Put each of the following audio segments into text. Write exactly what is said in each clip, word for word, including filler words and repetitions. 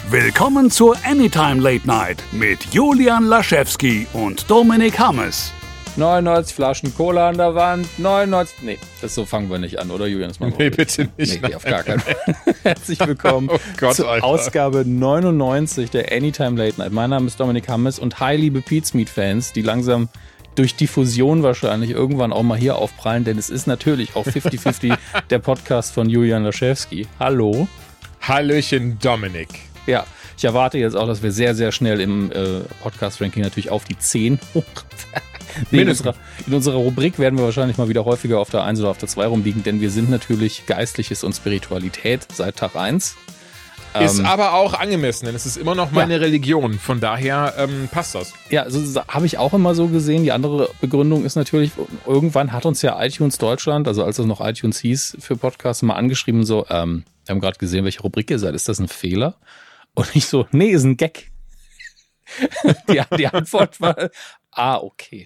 Willkommen zur Anytime Late Night mit Julian Laschewski und Dominik Hammes. neunundneunzig Flaschen Cola an der Wand, neunundneunzig... Nee, das so fangen wir nicht an, oder Julian? Das nee, richtig. bitte nicht. Nee, nee, auf gar keinen Fall. Herzlich willkommen oh Gott, zur Alter. Ausgabe neunundneunzig der Anytime Late Night. Mein Name ist Dominik Hammes und hi, liebe Pete's Meat Fans, die langsam durch Diffusion wahrscheinlich irgendwann auch mal hier aufprallen, denn es ist natürlich auch fifty fifty der Podcast von Julian Laschewski. Hallo. Hallöchen, Dominik. Ja, ich erwarte jetzt auch, dass wir sehr, sehr schnell im äh, Podcast-Ranking natürlich auf die zehn hoch. in, unserer, in unserer Rubrik werden wir wahrscheinlich mal wieder häufiger auf der eins oder auf der zwei rumliegen, denn wir sind natürlich Geistliches und Spiritualität seit Tag eins. Ist ähm, aber auch angemessen, denn es ist immer noch meine ja. Religion. Von daher ähm, passt das. Ja, also, habe ich auch immer so gesehen. Die andere Begründung ist natürlich, irgendwann hat uns ja iTunes Deutschland, also als es noch iTunes hieß, für Podcasts mal angeschrieben, so, ähm, wir haben gerade gesehen, welche Rubrik ihr seid. Ist das ein Fehler? Und ich so, nee, ist ein Gag. die, die Antwort war, ah, okay.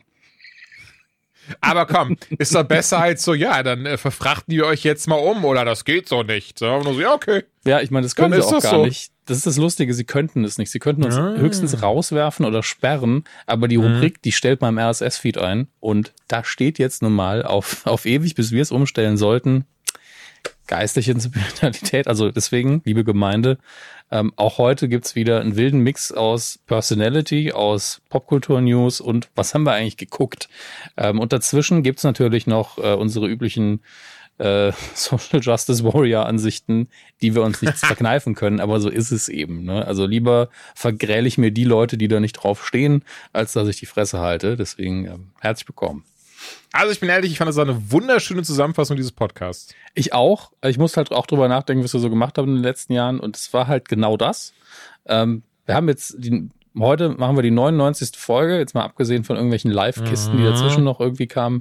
Aber komm, ist doch besser als so, ja, dann äh, verfrachten die euch jetzt mal um oder das geht so nicht. So, nur so, ja, okay. Ja, ich meine, das können Dann sie ist auch das gar so. nicht. Das ist das Lustige, sie könnten es nicht. Sie könnten uns Ah. höchstens rauswerfen oder sperren, aber die Rubrik, die stellt mal im R S S-Feed ein und da steht jetzt nun mal auf, auf ewig, bis wir es umstellen sollten, geistliche Spiritualität. Also deswegen, liebe Gemeinde, ähm, auch heute gibt's wieder einen wilden Mix aus Personality, aus Popkultur-News und was haben wir eigentlich geguckt. Ähm, und dazwischen gibt's natürlich noch äh, unsere üblichen äh, Social Justice Warrior Ansichten, die wir uns nicht verkneifen können, aber so ist es eben. Ne? Also lieber vergräle ich mir die Leute, die da nicht drauf stehen, als dass ich die Fresse halte. Deswegen ähm, herzlich willkommen. Also ich bin ehrlich, ich fand das eine wunderschöne Zusammenfassung dieses Podcasts. Ich auch. Ich musste halt auch drüber nachdenken, was wir so gemacht haben in den letzten Jahren und es war halt genau das. Ähm, wir haben jetzt, die, heute machen wir die neunundneunzigste Folge, jetzt mal abgesehen von irgendwelchen Live-Kisten, mhm. die dazwischen noch irgendwie kamen.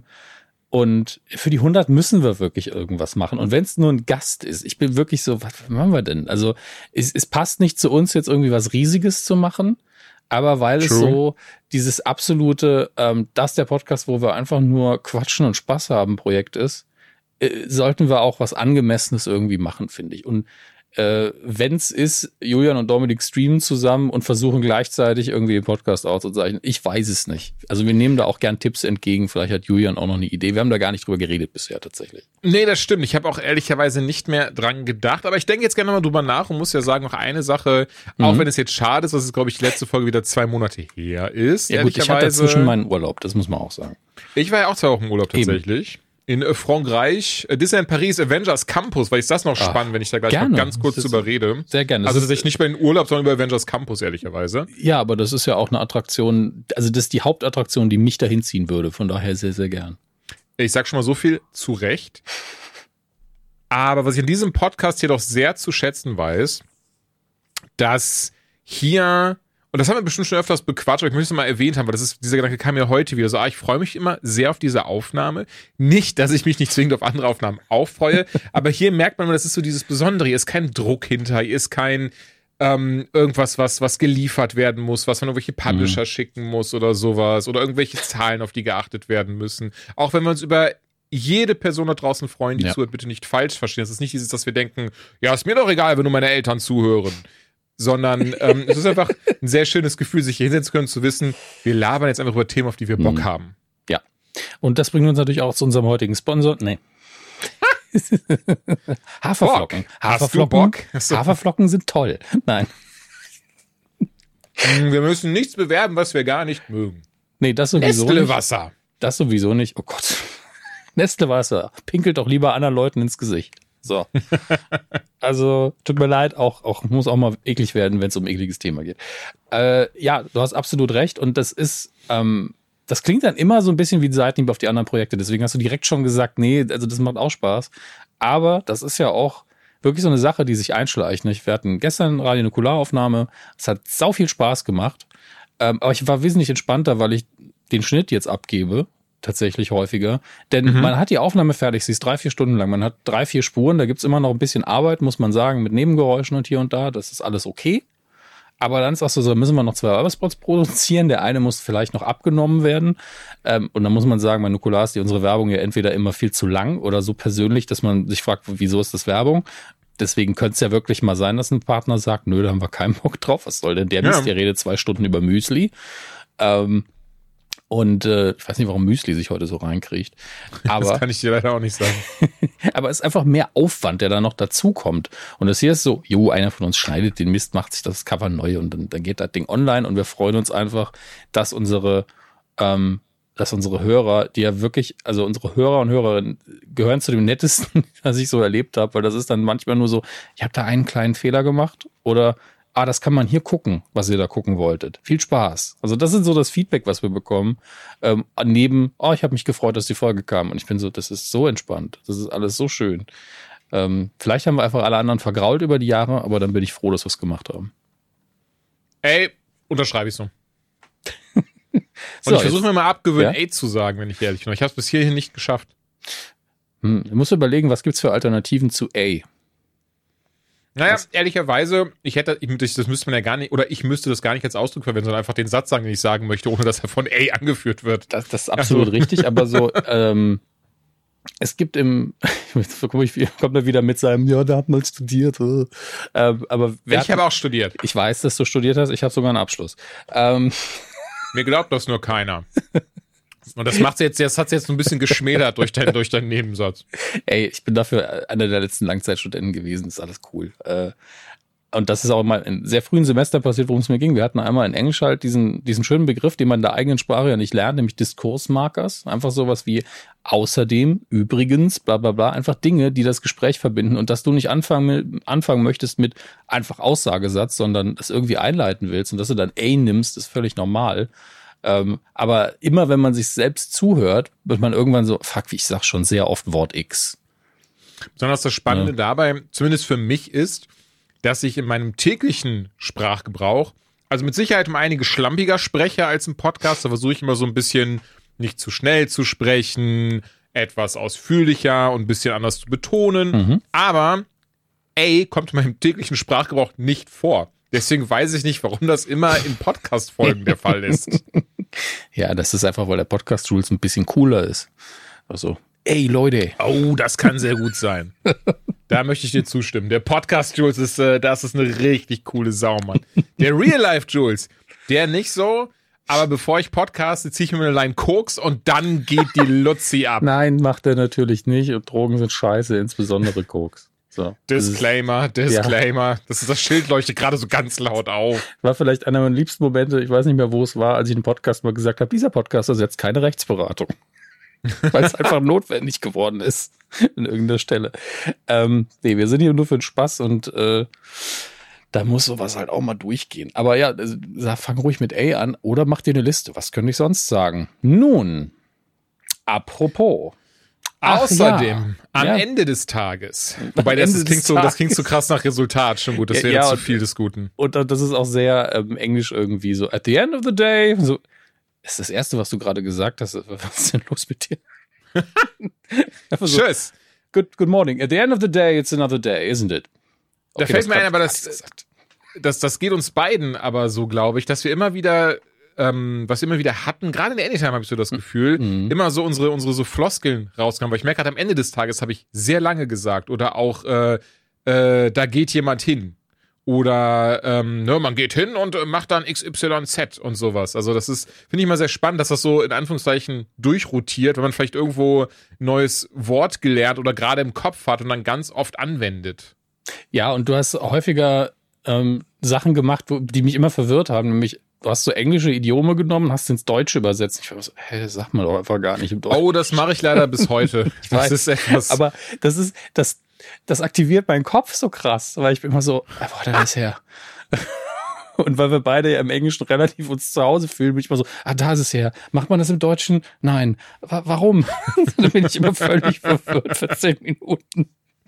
Und für die hundert müssen wir wirklich irgendwas machen. Und wenn es nur ein Gast ist, ich bin wirklich so, was machen wir denn? Also es, es passt nicht zu uns, jetzt irgendwie was Riesiges zu machen. Aber weil True. Es so dieses absolute, ähm, das der Podcast, wo wir einfach nur quatschen und Spaß haben, Projekt ist, äh, sollten wir auch was Angemessenes irgendwie machen, finde ich. Und äh, wenn es ist, Julian und Dominik streamen zusammen und versuchen gleichzeitig irgendwie den Podcast auszuzeichnen. Ich weiß es nicht. Also wir nehmen da auch gern Tipps entgegen. Vielleicht hat Julian auch noch eine Idee. Wir haben da gar nicht drüber geredet bisher tatsächlich. Nee, das stimmt. Ich habe auch ehrlicherweise nicht mehr dran gedacht. Aber ich denke jetzt gerne mal drüber nach und muss ja sagen, noch eine Sache, mhm. auch wenn es jetzt schade ist, dass es, glaube ich, die letzte Folge wieder zwei Monate her ist. Ja gut, ich hatte dazwischen meinen Urlaub, das muss man auch sagen. Ich war ja auch zwei Wochen im Urlaub tatsächlich. Eben. In Frankreich, Disneyland Paris Avengers Campus, weil ich das noch Ach, spannend, wenn ich da gleich gerne. noch ganz kurz drüber rede. Sehr gerne. Also tatsächlich nicht über den Urlaub, sondern über Avengers Campus, ehrlicherweise. Ja, aber das ist ja auch eine Attraktion, also das ist die Hauptattraktion, die mich dahin ziehen würde, von daher sehr, sehr gern. Ich sag schon mal so viel, zu Recht. Aber was ich in diesem Podcast hier doch sehr zu schätzen weiß, dass hier... Und das haben wir bestimmt schon öfters bequatscht, aber ich möchte es mal erwähnt haben, weil das ist, dieser Gedanke kam mir heute wieder so, ah, ich freue mich immer sehr auf diese Aufnahme. Nicht, dass ich mich nicht zwingend auf andere Aufnahmen auffreue, aber hier merkt man, das ist so dieses Besondere, hier ist kein Druck hinter, hier ist kein ähm, irgendwas, was was geliefert werden muss, was man irgendwelche Publisher mhm. schicken muss oder sowas oder irgendwelche Zahlen, auf die geachtet werden müssen. Auch wenn wir uns über jede Person da draußen freuen, die ja. zuhört, bitte nicht falsch verstehen. Es ist nicht dieses, dass wir denken, ja, ist mir doch egal, wenn nur meine Eltern zuhören. Sondern ähm, es ist einfach ein sehr schönes Gefühl, sich hier hinsetzen zu können, zu wissen, wir labern jetzt einfach über Themen, auf die wir Bock mhm. haben. Ja. Und das bringt uns natürlich auch zu unserem heutigen Sponsor. Nee. Haferflocken. Bock. Haferflocken. Hast du Bock? So. Haferflocken sind toll. Nein. Wir müssen nichts bewerben, was wir gar nicht mögen. Nee, das sowieso Nestle nicht. Wasser. Das sowieso nicht. Oh Gott. Nestle Wasser. Pinkelt doch lieber anderen Leuten ins Gesicht. So. Also, tut mir leid, auch, auch muss auch mal eklig werden, wenn es um ein ekliges Thema geht. Äh, ja, du hast absolut recht und das ist, ähm, das klingt dann immer so ein bisschen wie ein Seitenhieb auf die anderen Projekte. Deswegen hast du direkt schon gesagt, nee, also das macht auch Spaß. Aber das ist ja auch wirklich so eine Sache, die sich einschleicht. Wir hatten gestern Radio Nukularaufnahme. Es hat sau viel Spaß gemacht. Ähm, aber ich war wesentlich entspannter, weil ich den Schnitt jetzt abgebe. Tatsächlich häufiger. Denn mhm. man hat die Aufnahme fertig, sie ist drei, vier Stunden lang. Man hat drei, vier Spuren, da gibt's immer noch ein bisschen Arbeit, muss man sagen, mit Nebengeräuschen und hier und da. Das ist alles okay. Aber dann ist auch so, so müssen wir noch zwei Werbespots produzieren. Der eine muss vielleicht noch abgenommen werden. Ähm, und dann muss man sagen, bei Nukular ist die unsere Werbung ja entweder immer viel zu lang oder so persönlich, dass man sich fragt, wieso ist das Werbung? deswegen könnte es ja wirklich mal sein, dass ein Partner sagt, nö, da haben wir keinen Bock drauf. Was soll denn der Mist? Ja. Der redet zwei Stunden über Müsli. Ähm, und äh, ich weiß nicht, warum Müsli sich heute so reinkriegt. Aber, Das kann ich dir leider auch nicht sagen. aber es ist einfach mehr Aufwand, der da noch dazukommt. Und das hier ist so, jo, einer von uns schneidet den Mist, macht sich das Cover neu und dann, dann geht das Ding online und wir freuen uns einfach, dass unsere ähm, dass unsere Hörer, die ja wirklich, also unsere Hörer und Hörerinnen gehören zu dem nettesten, was ich so erlebt habe, weil das ist dann manchmal nur so, ich habe da einen kleinen Fehler gemacht oder, ah, das kann man hier gucken, was ihr da gucken wolltet. Viel Spaß. Also das ist so das Feedback, was wir bekommen. Ähm, neben, oh, ich habe mich gefreut, dass die Folge kam und ich bin so, das ist so entspannt, das ist alles so schön. Ähm, vielleicht haben wir einfach alle anderen vergrault über die Jahre, aber dann bin ich froh, dass wir es gemacht haben. Ey, unterschreibe ich so. Und So, ich versuche mir mal abgewöhnen, Ja? ey zu sagen, wenn ich ehrlich bin. Ich habe es bis hierhin nicht geschafft. Hm, du musst überlegen, was gibt's für Alternativen zu A? Naja, Was? ehrlicherweise, ich hätte, ich, das müsste man ja gar nicht, oder ich müsste das gar nicht als Ausdruck verwenden, sondern einfach den Satz sagen, den ich sagen möchte, ohne dass er von A angeführt wird. Das, das ist absolut richtig, aber so, ähm, es gibt im, jetzt komme ich, kommt er wieder mit seinem, ja, der hat mal studiert, äh. ähm, aber wer Ich hat, habe auch studiert. ich weiß, dass du studiert hast, ich habe sogar einen Abschluss. Ähm, Mir glaubt das nur keiner. Und das macht's jetzt, das hat's jetzt ein bisschen geschmälert durch deinen, durch deinen Nebensatz. ey, ich bin dafür einer der letzten Langzeitstudenten gewesen, ist alles cool. Äh, und das ist auch mal in sehr frühen Semester passiert, worum es mir ging. Wir hatten einmal in Englisch halt diesen, diesen schönen Begriff, den man in der eigenen Sprache ja nicht lernt, nämlich Diskursmarkers. Einfach sowas wie außerdem, übrigens, bla bla bla. Einfach Dinge, die das Gespräch verbinden und dass du nicht anfangen, anfangen möchtest mit einfach Aussagesatz, sondern das irgendwie einleiten willst und dass du dann A nimmst, ist völlig normal. Ähm, aber immer, wenn man sich selbst zuhört, wird man irgendwann so, fuck, ich sag schon sehr oft Wort X. Besonders das Spannende Ja. dabei, zumindest für mich, ist, dass ich in meinem täglichen Sprachgebrauch, also mit Sicherheit um einige schlampiger spreche als im Podcast, da versuche ich immer so ein bisschen nicht zu schnell zu sprechen, etwas ausführlicher und ein bisschen anders zu betonen, Mhm. aber A kommt in meinem täglichen Sprachgebrauch nicht vor. Deswegen weiß ich nicht, warum das immer in Podcast-Folgen der Fall ist. Ja, das ist einfach, weil der Podcast-Jules ein bisschen cooler ist. Also, ey Leute. Oh, das kann sehr gut sein. Da möchte ich dir zustimmen. Der Podcast-Jules ist, äh, das ist eine richtig coole Sau, Mann. Der Real-Life-Jules, der nicht so, aber bevor ich podcaste, ziehe ich mir eine Line Koks und dann geht die Luzi ab. Nein, macht er natürlich nicht. Und Drogen sind scheiße, insbesondere Koks. So, das ist- Disclaimer, Disclaimer. Das, ist, das Schild leuchtet gerade so ganz laut auf. war vielleicht einer meiner liebsten Momente, ich weiß nicht mehr, wo es war, als ich im Podcast mal gesagt habe, dieser Podcast ersetzt keine Rechtsberatung. Weil es einfach notwendig geworden ist an irgendeiner Stelle. Ähm, nee, wir sind hier nur für den Spaß und äh, da muss sowas halt auch mal durchgehen. Aber ja, also, sag, fang ruhig mit A an oder mach dir eine Liste. Was könnte ich sonst sagen? Nun, apropos. Ach, Außerdem, ja. am Ja. Ende des Tages. Wobei, das, Ende das, klingt des so, das klingt so Tages. krass nach Resultat. Schon gut, das Ja, wäre ja, zu und- viel des Guten. Und das ist auch sehr ähm, englisch irgendwie so. At the end of the day. So, das ist das Erste, was du gerade gesagt hast. Was ist denn los mit dir? Einfach so, Tschüss. good, good morning. At the end of the day, it's another day, isn't it? Da fällt das mir ein, hab aber ich das- gerade gesagt. das, das geht uns beiden aber so, glaube ich, dass wir immer wieder, ähm, was wir immer wieder hatten, gerade in der Anytime habe ich so das Gefühl, Mhm. immer so unsere, unsere so Floskeln rauskamen. Weil ich merke gerade am Ende des Tages habe ich sehr lange gesagt oder auch, äh, äh, da geht jemand hin. Oder ähm, ne, man geht hin und äh, macht dann X Y Z und sowas. Also das ist, finde ich immer sehr spannend, dass das so in Anführungszeichen durchrotiert, wenn man vielleicht irgendwo ein neues Wort gelernt oder gerade im Kopf hat und dann ganz oft anwendet. Ja, und du hast häufiger ähm, Sachen gemacht, wo, die mich immer verwirrt haben, nämlich du hast so englische Idiome genommen, hast ins Deutsche übersetzt. Ich war so, hä, das sagt man doch einfach gar nicht im Deutschen. Oh, das mache ich leider bis heute. Ich Das weiß, ist etwas. aber das ist, das, das aktiviert meinen Kopf so krass, weil ich bin immer so, ah, wo hat er das her? Und weil wir beide ja im Englischen relativ uns zu Hause fühlen, bin ich immer so, ah, da ist es her. Macht man das im Deutschen? Nein. Wa- warum? Dann bin ich immer völlig verwirrt für zehn Minuten.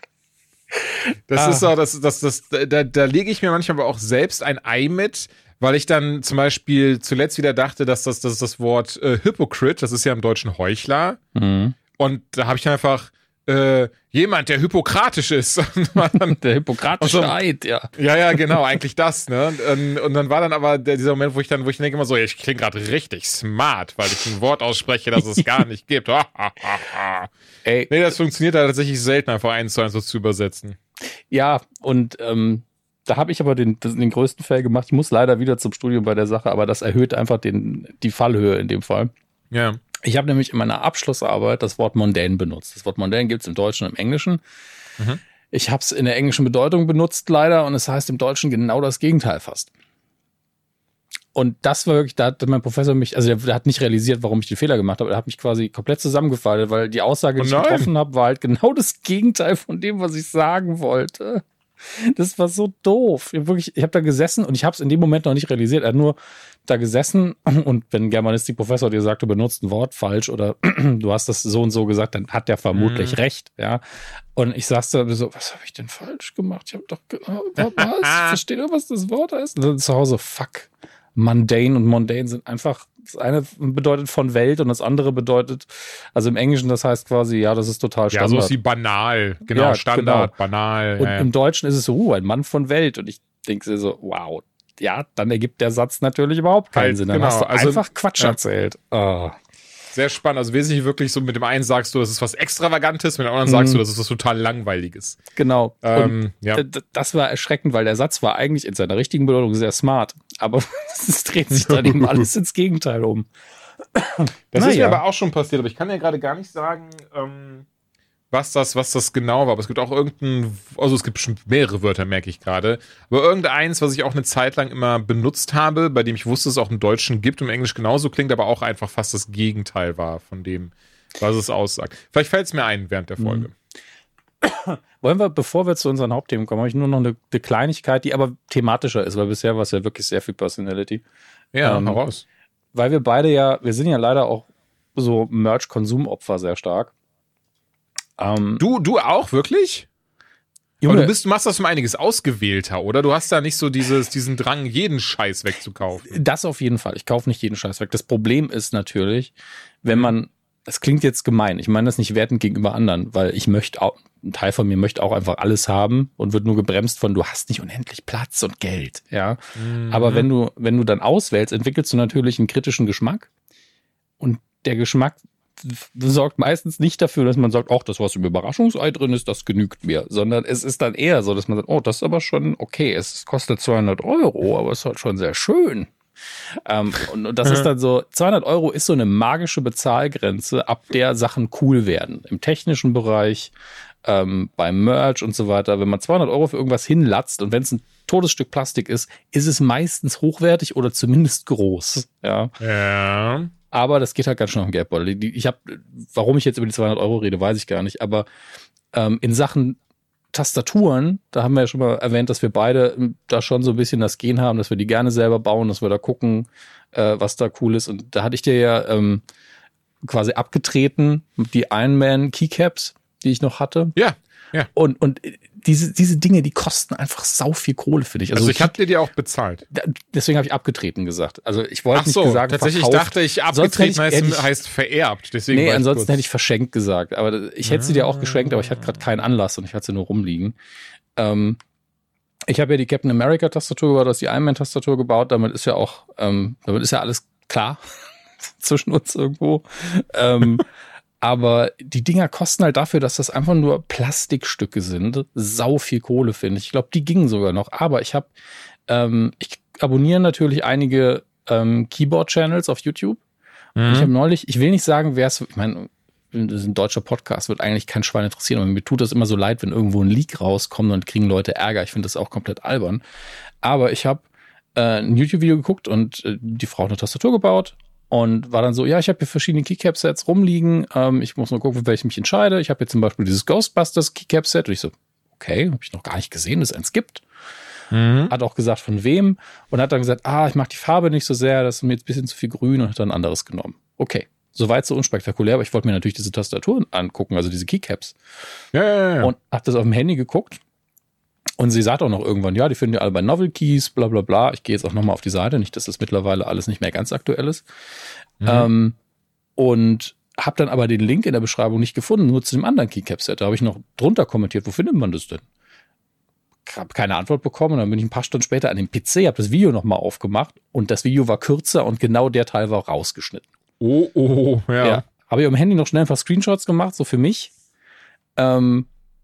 Das Ah. ist so, das, das, das, da, da lege ich mir manchmal aber auch selbst ein Ei mit, weil ich dann zum Beispiel zuletzt wieder dachte, dass das, das, das Wort äh, Hypocrite, das ist ja im Deutschen Heuchler. Mhm. Und da habe ich dann einfach äh, jemand, der hypokratisch ist. Und war dann, Der hippokratische Also- Eid, ja. ja, ja, genau, eigentlich das, ne? Und, und dann war dann aber der, dieser Moment, wo ich dann, wo ich denke immer so, ich klinge gerade richtig smart, weil ich ein Wort ausspreche, das es gar nicht gibt. Ey, Nee, das funktioniert da tatsächlich selten, einfach eins zu eins so zu übersetzen. Ja, und ähm, da habe ich aber den, den größten Fail gemacht. Ich muss leider wieder zum Studium bei der Sache, aber das erhöht einfach den, die Fallhöhe in dem Fall. Ja. Ich habe nämlich in meiner Abschlussarbeit das Wort mondän benutzt. Das Wort mondän gibt es im Deutschen und im Englischen. Mhm. Ich habe es in der englischen Bedeutung benutzt leider und es heißt im Deutschen genau das Gegenteil fast. Und das war wirklich, da hat mein Professor mich, also der, der hat nicht realisiert, warum ich den Fehler gemacht habe. Er hat mich quasi komplett zusammengefaltet, weil die Aussage, die oh ich getroffen habe, war halt genau das Gegenteil von dem, was ich sagen wollte. Das war so doof. Ich habe wirklich, ich habe da gesessen und ich habe es in dem Moment noch nicht realisiert. Er hat nur da gesessen und wenn ein Germanistikprofessor dir sagt, du benutzt ein Wort falsch oder du hast das so und so gesagt, dann hat der vermutlich mhm. recht, ja. Und ich saß da so, was habe ich denn falsch gemacht? Ich habe doch, was? Versteht ihr, was das Wort heißt? Und dann zu Hause, fuck. Mundane und Mondane sind einfach, das eine bedeutet von Welt und das andere bedeutet, also im Englischen, das heißt quasi, ja, das ist total Standard. Ja, so ist wie banal, genau, ja, Standard, genau. Banal. Und ja. im Deutschen ist es so, uh, ein Mann von Welt und ich denke so, wow, ja, dann ergibt der Satz natürlich überhaupt keinen halt, Sinn. Dann genau. hast du also, einfach Quatsch ja. erzählt. Oh. Sehr spannend. Also wesentlich wirklich so, mit dem einen sagst du, das ist was Extravagantes, mit dem anderen mhm. sagst du, das ist was total Langweiliges. Genau. Ähm, ja. d- das war erschreckend, weil der Satz war eigentlich in seiner richtigen Bedeutung sehr smart. Aber es dreht sich dann eben alles ins Gegenteil um. Das Na ist ja. mir aber auch schon passiert, aber ich kann ja gerade gar nicht sagen, ähm, was das, was das genau war. Aber es gibt auch irgendein, also es gibt bestimmt mehrere Wörter, merke ich gerade. Aber irgendeins, was ich auch eine Zeit lang immer benutzt habe, bei dem ich wusste, dass es auch im Deutschen gibt und im Englisch genauso klingt, aber auch einfach fast das Gegenteil war von dem, was es aussagt. Vielleicht fällt es mir ein während der Folge. Mhm. Wollen wir, bevor wir zu unseren Hauptthemen kommen, habe ich nur noch eine, eine Kleinigkeit, die aber thematischer ist, weil bisher war es ja wirklich sehr viel Personality. Ja, ähm, heraus. Weil wir beide ja, wir sind ja leider auch so Merch-Konsumopfer sehr stark. Ähm, du, du auch, wirklich? Junge, aber du bist, du machst das um einiges ausgewählter, oder? Du hast da nicht so dieses, diesen Drang, jeden Scheiß wegzukaufen. Das auf jeden Fall. Ich kaufe nicht jeden Scheiß weg. Das Problem ist natürlich, wenn man, das klingt jetzt gemein, ich meine das nicht wertend gegenüber anderen, weil ich möchte auch, ein Teil von mir möchte auch einfach alles haben und wird nur gebremst von, du hast nicht unendlich Platz und Geld, ja. Mhm. Aber wenn du, wenn du dann auswählst, entwickelst du natürlich einen kritischen Geschmack und der Geschmack sorgt meistens nicht dafür, dass man sagt, ach, das, was im Überraschungsei drin ist, das genügt mir, sondern es ist dann eher so, dass man sagt, oh, das ist aber schon okay, es kostet zweihundert Euro, aber es ist halt schon sehr schön. Ähm, und, und das ist dann so, zweihundert Euro ist so eine magische Bezahlgrenze, ab der Sachen cool werden. Im technischen Bereich, ähm, beim Merch und so weiter. Wenn man zweihundert Euro für irgendwas hinlatzt und wenn es ein totes Stück Plastik ist, ist es meistens hochwertig oder zumindest groß. Ja. Ja. Aber das geht halt ganz schön auf den Geldbeutel. Ich habe, warum ich jetzt über die zweihundert Euro rede, weiß ich gar nicht. Aber ähm, in Sachen Tastaturen, da haben wir ja schon mal erwähnt, dass wir beide da schon so ein bisschen das Gen haben, dass wir die gerne selber bauen, dass wir da gucken, äh, was da cool ist. Und da hatte ich dir ja ähm, quasi abgetreten, die Ironman-Keycaps, die ich noch hatte. Ja, ja. Und, und diese, diese Dinge, die kosten einfach sau viel Kohle für dich. Also, also ich habe dir die auch bezahlt. Deswegen habe ich abgetreten gesagt. Also ich wollte Ach so, nicht gesagt, tatsächlich verkauft. dachte ich, abgetreten heißt, ich, heißt vererbt. Deswegen nee, war ich ansonsten kurz. hätte ich verschenkt gesagt. Aber ich hätte sie dir auch geschenkt, aber ich hatte gerade keinen Anlass und ich hatte sie nur rumliegen. Ähm, ich habe ja die Captain America Tastatur gebaut, du hast die Iron Man Tastatur gebaut. Damit ist ja auch, ähm, damit ist ja alles klar zwischen uns irgendwo. Ähm, Aber die Dinger kosten halt dafür, dass das einfach nur Plastikstücke sind, sau viel Kohle, finde ich. Ich glaube, die gingen sogar noch. Aber ich habe, ähm, ich abonniere natürlich einige ähm, Keyboard-Channels auf YouTube. Mhm. Ich habe neulich, ich will nicht sagen, wer es, ich meine, das ist ein deutscher Podcast, wird eigentlich kein Schwein interessieren. Aber mir tut das immer so leid, wenn irgendwo ein Leak rauskommt und kriegen Leute Ärger. Ich finde das auch komplett albern. Aber ich habe äh, ein YouTube-Video geguckt und äh, die Frau hat eine Tastatur gebaut. Und war dann so, ja, ich habe hier verschiedene Keycap-Sets rumliegen. Ähm, ich muss mal gucken, für welche ich mich entscheide. Ich habe hier zum Beispiel dieses Ghostbusters Keycap-Set. Und ich so, okay, habe ich noch gar nicht gesehen, dass es eins gibt. Mhm. Hat auch gesagt, von wem. Und hat dann gesagt, ah, ich mag die Farbe nicht so sehr, das ist mir jetzt ein bisschen zu viel grün und hat dann ein anderes genommen. Okay, soweit so unspektakulär. Aber ich wollte mir natürlich diese Tastaturen angucken, also diese Keycaps. Ja, ja, ja. Und habe das auf dem Handy geguckt. Und sie sagt auch noch irgendwann, ja, die finden ja alle bei Novel Keys, bla bla bla. Ich gehe jetzt auch nochmal auf die Seite, nicht, dass das mittlerweile alles nicht mehr ganz aktuell ist. Mhm. Ähm, und habe dann aber den Link in der Beschreibung nicht gefunden, nur zu dem anderen Keycap-Set. Da habe ich noch drunter kommentiert, wo findet man das denn? Habe keine Antwort bekommen und dann bin ich ein paar Stunden später an dem P C, habe das Video nochmal aufgemacht und das Video war kürzer und genau der Teil war rausgeschnitten. Oh, oh, ja. ja habe ich am Handy noch schnell ein paar Screenshots gemacht, so für mich. Ähm,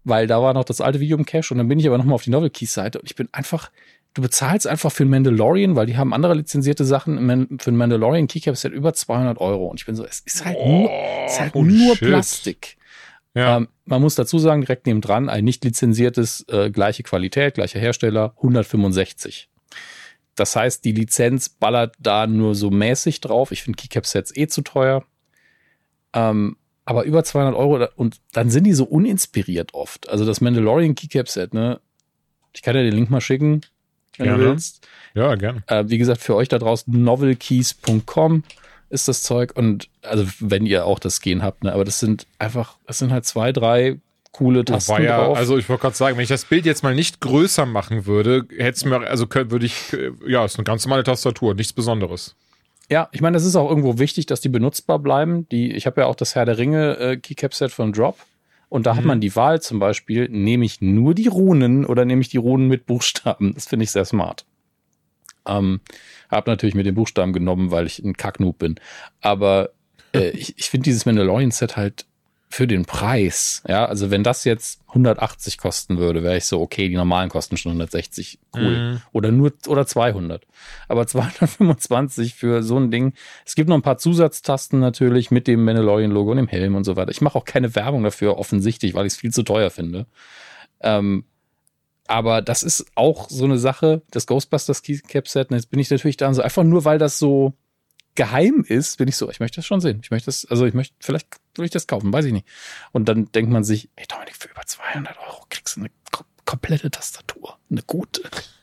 weil da war noch das alte Video im Cache und dann bin ich aber nochmal auf die Novel Keys Seite und ich bin einfach, du bezahlst einfach für ein Mandalorian, weil die haben andere lizenzierte Sachen für ein Mandalorian Keycap Set über zweihundert Euro und ich bin so, es ist halt oh, nur, es ist halt nur shit. Plastik. Ja. Ähm, man muss dazu sagen, direkt nebendran, ein nicht lizenziertes, äh, gleiche Qualität, gleicher Hersteller, hundertfünfundsechzig. Das heißt, die Lizenz ballert da nur so mäßig drauf. Ich finde Keycap-Sets eh zu teuer. Ähm, aber über zweihundert Euro und dann sind die so uninspiriert oft. Also das Mandalorian Keycap-Set, ne? Ich kann dir den Link mal schicken, wenn Gerne. du willst. Ja, gerne. Äh, wie gesagt, für euch da draußen novelkeys punkt com ist das Zeug und also wenn ihr auch das Gen habt, ne, aber das sind einfach, das sind halt zwei, drei coole Tasten War ja, drauf. also ich wollte gerade sagen, wenn ich das Bild jetzt mal nicht größer machen würde, hätte es mir, also könnt, würde ich, ja, ist eine ganz normale Tastatur, nichts Besonderes. Ja, ich meine, das ist auch irgendwo wichtig, dass die benutzbar bleiben. Die, ich habe ja auch das Herr der Ringe äh, Keycap-Set von Drop und da mhm. hat man die Wahl zum Beispiel, nehme ich nur die Runen oder nehme ich die Runen mit Buchstaben? Das finde ich sehr smart. Ähm, habe natürlich mit den Buchstaben genommen, weil ich ein Kacknoob bin. Aber äh, ich, ich finde dieses Mandalorian-Set halt für den Preis, ja, also wenn das jetzt hundertachtzig kosten würde, wäre ich so, okay, die normalen kosten schon hundertsechzig, cool. Mm. Oder nur, oder zweihundert. Aber zweihundertfünfundzwanzig für so ein Ding. Es gibt noch ein paar Zusatztasten natürlich mit dem Mandalorian-Logo und dem Helm und so weiter. Ich mache auch keine Werbung dafür, offensichtlich, weil ich es viel zu teuer finde. Ähm, aber das ist auch so eine Sache, das Ghostbusters Keycap-Set, jetzt bin ich natürlich da so, einfach nur, weil das so geheim ist, bin ich so, ich möchte das schon sehen. Ich möchte das, also ich möchte, vielleicht würde ich das kaufen, weiß ich nicht. Und dann denkt man sich, ey Dominik, für über zweihundert Euro kriegst du eine kom- komplette Tastatur. Eine gute.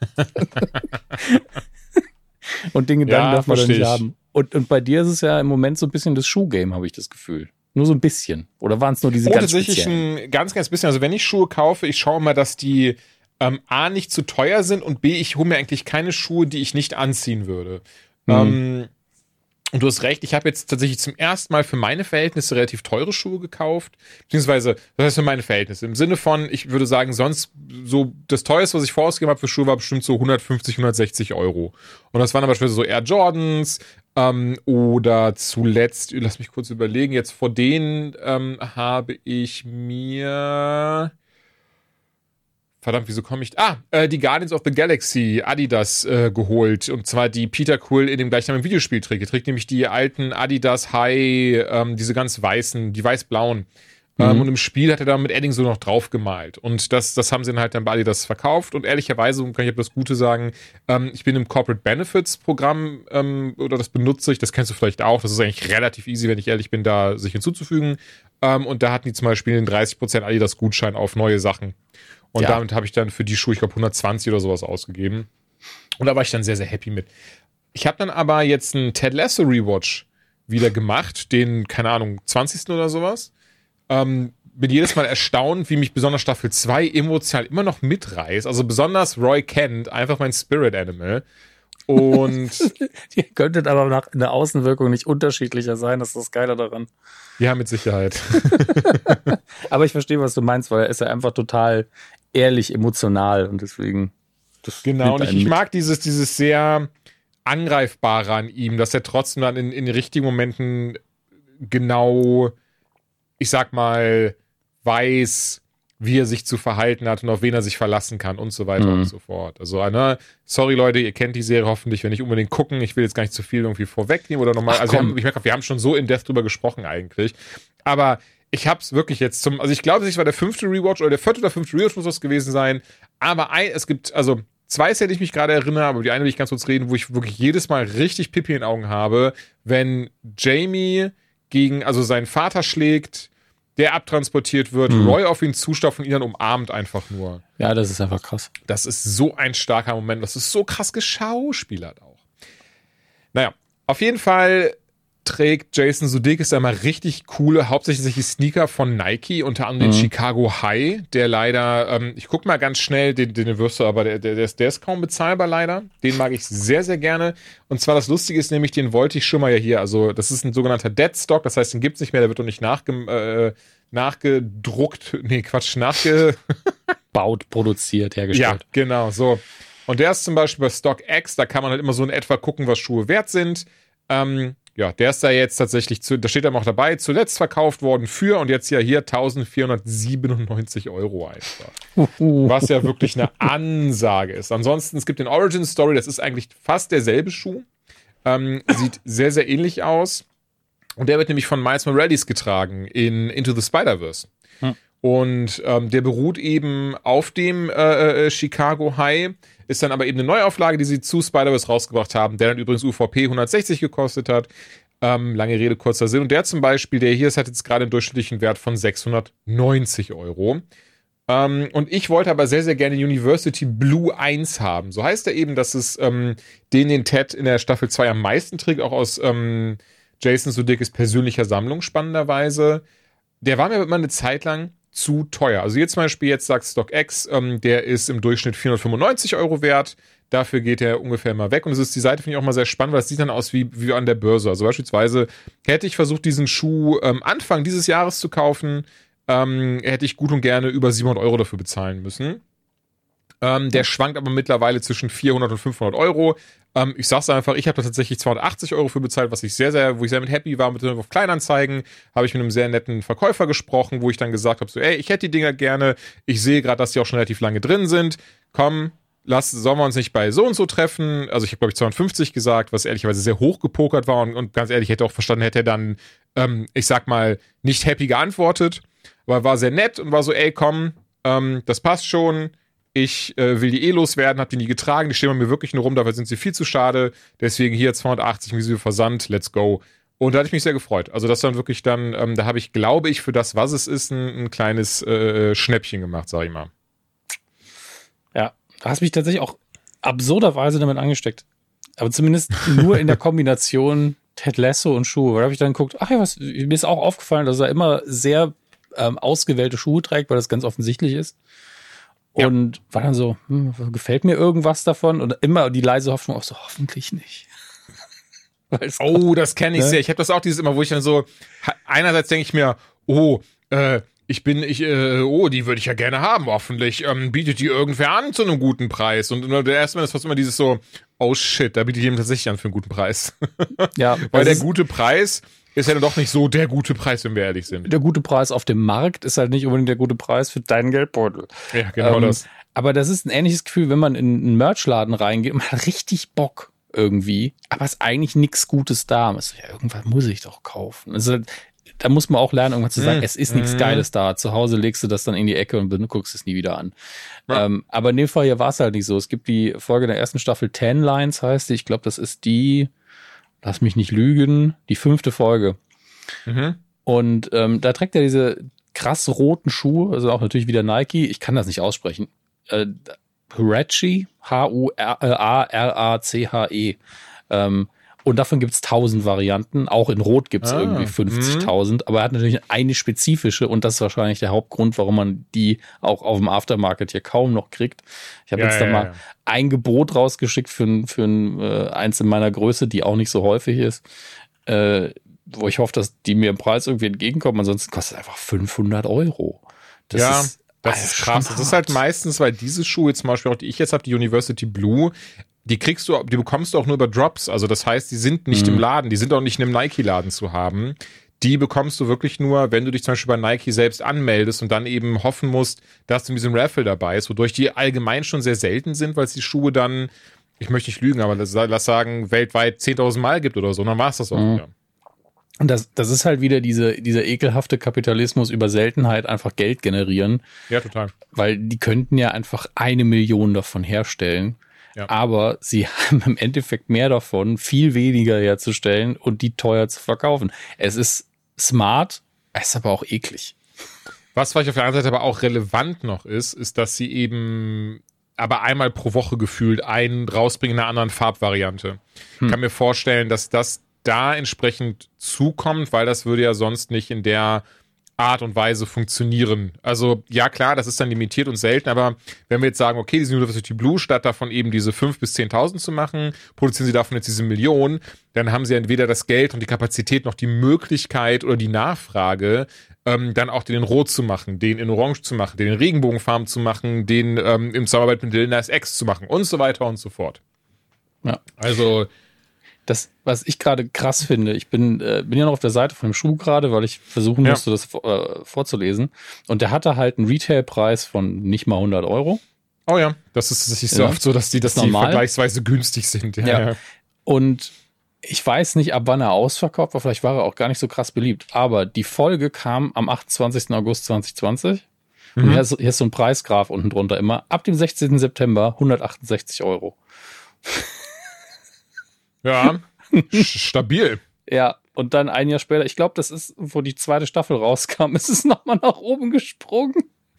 Und den Gedanken ja, darf man dann nicht ich. haben. Und, und bei dir ist es ja im Moment so ein bisschen das Schuhgame, habe ich das Gefühl. Nur so ein bisschen. Oder waren es nur diese oh, ganz tatsächlich speziellen? ein ganz, ganz bisschen. Also wenn ich Schuhe kaufe, ich schaue mal, dass die ähm, A, nicht zu teuer sind und B, ich hole mir eigentlich keine Schuhe, die ich nicht anziehen würde. Mhm. Ähm, Und du hast recht, ich habe jetzt tatsächlich zum ersten Mal für meine Verhältnisse relativ teure Schuhe gekauft. Beziehungsweise, das heißt für meine Verhältnisse. Im Sinne von, ich würde sagen, sonst so das teuerste, was ich vorausgegeben habe für Schuhe, war bestimmt so hundertfünfzig, hundertsechzig Euro. Und das waren aber beispielsweise so Air Jordans ähm, oder zuletzt, lass mich kurz überlegen, jetzt vor denen ähm, habe ich mir... Verdammt, wieso komme ich... Ah, äh, die Guardians of the Galaxy Adidas äh, geholt. Und zwar die Peter Quill in dem gleichnamigen Videospiel trägt. Er trägt nämlich die alten Adidas High, ähm, diese ganz weißen, die weiß-blauen. Mhm. Ähm, und im Spiel hat er da mit Edding so noch drauf gemalt. Und das, das haben sie dann halt dann bei Adidas verkauft. Und ehrlicherweise, kann ich das Gute sagen, ähm, ich bin im Corporate Benefits Programm, ähm, oder das benutze ich, das kennst du vielleicht auch. Das ist eigentlich relativ easy, wenn ich ehrlich bin, da sich hinzuzufügen. Ähm, und da hatten die zum Beispiel einen dreißig Prozent Adidas Gutschein auf neue Sachen. Und ja. damit habe ich dann für die Schuhe, ich glaube, hundertzwanzig oder sowas ausgegeben. Und da war ich dann sehr, sehr happy mit. Ich habe dann aber jetzt einen Ted Lasso Rewatch wieder gemacht, den, keine Ahnung, zwanzigsten oder sowas. Ähm, bin jedes Mal erstaunt, wie mich besonders Staffel zwei emotional immer noch mitreißt. Also besonders Roy Kent, einfach mein Spirit Animal. Und ihr könntet aber nach in der Außenwirkung nicht unterschiedlicher sein, das ist das Geile daran. Ja, mit Sicherheit. Aber ich verstehe, was du meinst, weil er ist ja einfach total ehrlich, emotional und deswegen. Das genau, und ich, ich mag dieses, dieses sehr Angreifbare an ihm, dass er trotzdem dann in, in den richtigen Momenten genau, ich sag mal, weiß, wie er sich zu verhalten hat und auf wen er sich verlassen kann und so weiter mhm. und so fort. Also, ne, sorry Leute, ihr kennt die Serie hoffentlich, wenn nicht unbedingt gucken. Ich will jetzt gar nicht zu viel irgendwie vorwegnehmen oder nochmal. Also, wir haben, ich merke, wir haben schon so in Depth drüber gesprochen eigentlich. Aber ich hab's wirklich jetzt zum, also ich glaube, es war der fünfte Rewatch oder der vierte oder fünfte Rewatch muss das gewesen sein. Aber ein, es gibt, also zwei Szenen, die ich mich gerade erinnere, aber die eine will ich ganz kurz reden, wo ich wirklich jedes Mal richtig Pipi in den Augen habe, wenn Jamie gegen, also seinen Vater schlägt, der abtransportiert wird, mhm. Roy auf ihn zustaucht und ihn dann umarmt einfach nur. Ja, das ist einfach krass. Das ist so ein starker Moment. Das ist so krass geschauspielert auch. Naja, auf jeden Fall trägt Jason Sudeikis einmal richtig coole, hauptsächlich solche Sneaker von Nike, unter anderem mhm. den Chicago High, der leider, ähm, ich guck mal ganz schnell, den, den wirst du, aber der, der, der, ist, der ist kaum bezahlbar leider. Den mag ich sehr, sehr gerne. Und zwar das Lustige ist nämlich, den wollte ich schon mal ja hier, also das ist ein sogenannter Dead Stock, das heißt, den gibt's nicht mehr, der wird doch nicht nachge, äh, nachgedruckt, nee, Quatsch, nachge... Baut, produziert, hergestellt. Ja, genau, so. Und der ist zum Beispiel bei StockX, da kann man halt immer so in etwa gucken, was Schuhe wert sind. Ähm, ja, der ist da jetzt tatsächlich, zu, da steht er auch dabei, zuletzt verkauft worden für, und jetzt ja hier eintausendvierhundertsiebenundneunzig Euro einfach. Was ja wirklich eine Ansage ist. Ansonsten, es gibt den Origin Story, das ist eigentlich fast derselbe Schuh. Ähm, sieht sehr, sehr ähnlich aus. Und der wird nämlich von Miles Morales getragen in Into the Spider-Verse. Hm. Und ähm, der beruht eben auf dem äh, äh, Chicago High, ist dann aber eben eine Neuauflage, die sie zu Spider-Verse rausgebracht haben, der dann übrigens U V P hundertsechzig gekostet hat. Ähm, lange Rede, kurzer Sinn. Und der zum Beispiel, der hier ist, hat jetzt gerade einen durchschnittlichen Wert von sechshundertneunzig Euro. Ähm, und ich wollte aber sehr, sehr gerne University Blue eins haben. So heißt er eben, dass es ähm, den, den Ted in der Staffel zwei am meisten trägt, auch aus ähm, Jason Sudeikis persönlicher Sammlung, spannenderweise. Der war mir aber immer eine Zeit lang zu teuer. Also jetzt zum Beispiel, jetzt sagt StockX, ähm, der ist im Durchschnitt vierhundertfünfundneunzig Euro wert. Dafür geht er ungefähr mal weg. Und es ist die Seite, finde ich auch mal sehr spannend, weil es sieht dann aus wie, wie an der Börse. Also beispielsweise hätte ich versucht, diesen Schuh ähm, Anfang dieses Jahres zu kaufen, ähm, hätte ich gut und gerne über siebenhundert Euro dafür bezahlen müssen. Ähm, der schwankt aber mittlerweile zwischen vierhundert und fünfhundert Euro. Ähm, ich sag's einfach, ich habe da tatsächlich zweihundertachtzig Euro für bezahlt, was ich sehr, sehr, wo ich sehr mit happy war. Mit auf Kleinanzeigen habe ich mit einem sehr netten Verkäufer gesprochen, wo ich dann gesagt habe, so, ey, ich hätte die Dinger gerne. Ich sehe gerade, dass die auch schon relativ lange drin sind. Komm, lass, sollen wir uns nicht bei so und so treffen? Also ich habe, glaube ich, zweihundertfünfzig gesagt, was ehrlicherweise sehr hoch gepokert war. Und, und ganz ehrlich, hätte auch verstanden, hätte er dann, ähm, ich sag mal, nicht happy geantwortet. Aber war sehr nett und war so, ey, komm, ähm, das passt schon. Ich äh, will die eh loswerden, hab die nie getragen, die stehen bei mir wirklich nur rum, dafür sind sie viel zu schade. Deswegen hier zweihundertachtzig inklusive Versand, let's go. Und da hatte ich mich sehr gefreut. Also das dann wirklich dann, ähm, da habe ich, glaube ich, für das, was es ist, ein, ein kleines äh, Schnäppchen gemacht, sag ich mal. Ja, da hast du mich tatsächlich auch absurderweise damit angesteckt. Aber zumindest nur in der Kombination Ted Lasso und Schuhe. Weil da habe ich dann geguckt, ach ja, was, mir ist auch aufgefallen, dass er immer sehr ähm, ausgewählte Schuhe trägt, weil das ganz offensichtlich ist. Und ja. war dann so, hm, gefällt mir irgendwas davon? Und immer die leise Hoffnung auch so, hoffentlich nicht. Oh, das kenne ich ne? sehr. Ich habe das auch dieses immer, wo ich dann so, einerseits denke ich mir, oh, äh, ich bin, ich, äh, oh, die würde ich ja gerne haben, hoffentlich. Ähm, bietet die irgendwer an zu einem guten Preis. Und der erste Mal ist fast immer dieses so, oh shit, da bietet jemand tatsächlich an für einen guten Preis. Ja. Weil der gute Preis ist ja dann doch nicht so der gute Preis, wenn wir ehrlich sind. Der gute Preis auf dem Markt ist halt nicht unbedingt der gute Preis für deinen Geldbeutel. Ja, genau ähm, das. Aber das ist ein ähnliches Gefühl, wenn man in einen Merchladen reingeht und man hat richtig Bock irgendwie, aber es ist eigentlich nichts Gutes da. Also, ja, irgendwas muss ich doch kaufen. Also, da muss man auch lernen, irgendwann zu sagen, mm. es ist nichts mm. Geiles da. Zu Hause legst du das dann in die Ecke und guckst es nie wieder an. Ja. Ähm, aber in dem Fall hier war es halt nicht so. Es gibt die Folge der ersten Staffel Ten Lines, heißt die. Ich glaube, das ist die, lass mich nicht lügen, die fünfte Folge. Mhm. Und ähm, da trägt er diese krass roten Schuhe, also auch natürlich wieder Nike. Ich kann das nicht aussprechen. Äh, Huarache, H U A R A C H E. Ähm, und davon gibt es tausend Varianten. Auch in Rot gibt es ah, irgendwie fünfzigtausend. Aber er hat natürlich eine spezifische und das ist wahrscheinlich der Hauptgrund, warum man die auch auf dem Aftermarket hier kaum noch kriegt. Ich habe ja, jetzt ja, da mal ja. ein Gebot rausgeschickt für, für ein, äh, eins in meiner Größe, die auch nicht so häufig ist. Äh, wo ich hoffe, dass die mir im Preis irgendwie entgegenkommen. Ansonsten kostet es einfach fünfhundert Euro. Das ja, ist, das ist krass. Das ist halt meistens, weil diese Schuhe zum Beispiel, auch die ich jetzt habe, die University Blue, die kriegst du, die bekommst du auch nur über Drops. Also das heißt, die sind nicht mhm. im Laden, die sind auch nicht in einem Nike-Laden zu haben. Die bekommst du wirklich nur, wenn du dich zum Beispiel bei Nike selbst anmeldest und dann eben hoffen musst, dass du in diesem Raffle dabei ist, wodurch die allgemein schon sehr selten sind, weil es die Schuhe dann, ich möchte nicht lügen, aber lass, lass sagen, weltweit zehntausend Mal gibt oder so, dann war es das auch mhm. wieder. Und das, das ist halt wieder diese, dieser ekelhafte Kapitalismus über Seltenheit einfach Geld generieren. Ja, total. Weil die könnten ja einfach eine Million davon herstellen. Ja. Aber sie haben im Endeffekt mehr davon, viel weniger herzustellen und die teuer zu verkaufen. Es ist smart, es ist aber auch eklig. Was vielleicht auf der anderen Seite aber auch relevant noch ist, ist, dass sie eben aber einmal pro Woche gefühlt einen rausbringen in einer anderen Farbvariante. Hm. Ich kann mir vorstellen, dass das da entsprechend zukommt, weil das würde ja sonst nicht in der Art und Weise funktionieren. Also ja klar, das ist dann limitiert und selten, aber wenn wir jetzt sagen, okay, diese University Blue, statt davon eben diese fünf bis zehntausend zu machen, produzieren sie davon jetzt diese Millionen, dann haben sie entweder das Geld und die Kapazität noch die Möglichkeit oder die Nachfrage, ähm, dann auch den in Rot zu machen, den in Orange zu machen, den in Regenbogenfarben zu machen, den ähm, im Zusammenarbeit mit Lil Nas X zu machen und so weiter und so fort. Ja. Also Das, was ich gerade krass finde, ich bin, äh, bin ja noch auf der Seite von dem Schuh gerade, weil ich versuchen Ja. musste, das äh, vorzulesen. Und der hatte halt einen Retailpreis von nicht mal hundert Euro. Oh ja, das ist, das ist so Ja. oft so, dass die, dass Das ist die normal. vergleichsweise günstig sind. Ja, Ja. ja. Und ich weiß nicht, ab wann er ausverkauft war. Vielleicht war er auch gar nicht so krass beliebt. Aber die Folge kam am achtundzwanzigsten August zweitausendzwanzig. Und Mhm. hier ist, hier ist so ein Preisgraph unten drunter immer. Ab dem sechzehnten September hundertachtundsechzig Euro. Ja, sch- stabil. Ja, und dann ein Jahr später, ich glaube, das ist, wo die zweite Staffel rauskam, ist es nochmal nach oben gesprungen.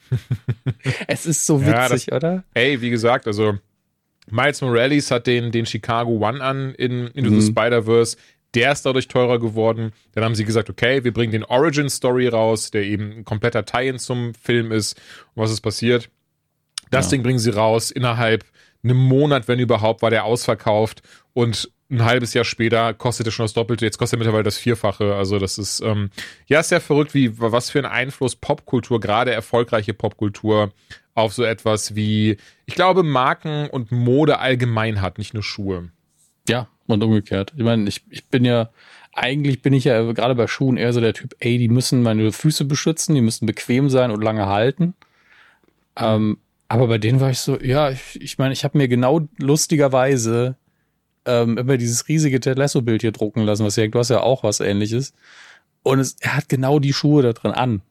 Es ist so Ja, witzig, oder? Ey, wie gesagt, also Miles Morales hat den, den Chicago One an in Into the Mhm. Spider-Verse. Der ist dadurch teurer geworden. Dann haben sie gesagt, okay, wir bringen den Origin-Story raus, der eben ein kompletter Tie-In zum Film ist. Und was ist passiert? Das Ja. Ding bringen sie raus. Innerhalb einem Monat, wenn überhaupt, war der ausverkauft. Und ein halbes Jahr später kostete schon das Doppelte. Jetzt kostet er mittlerweile das Vierfache. Also das ist, ähm, ja, sehr verrückt, wie was für einen Einfluss Popkultur, gerade erfolgreiche Popkultur, auf so etwas wie, ich glaube, Marken und Mode allgemein hat, nicht nur Schuhe. Ja, und umgekehrt. Ich meine, ich, ich bin ja, eigentlich bin ich ja gerade bei Schuhen eher so der Typ, ey, die müssen meine Füße beschützen, die müssen bequem sein und lange halten. Ähm, aber bei denen war ich so, ja, ich, ich meine, ich habe mir genau lustigerweise ähm, immer dieses riesige Ted Lasso-Bild hier drucken lassen, was ja, du hast ja auch was Ähnliches. Und es, er hat genau die Schuhe da drin an.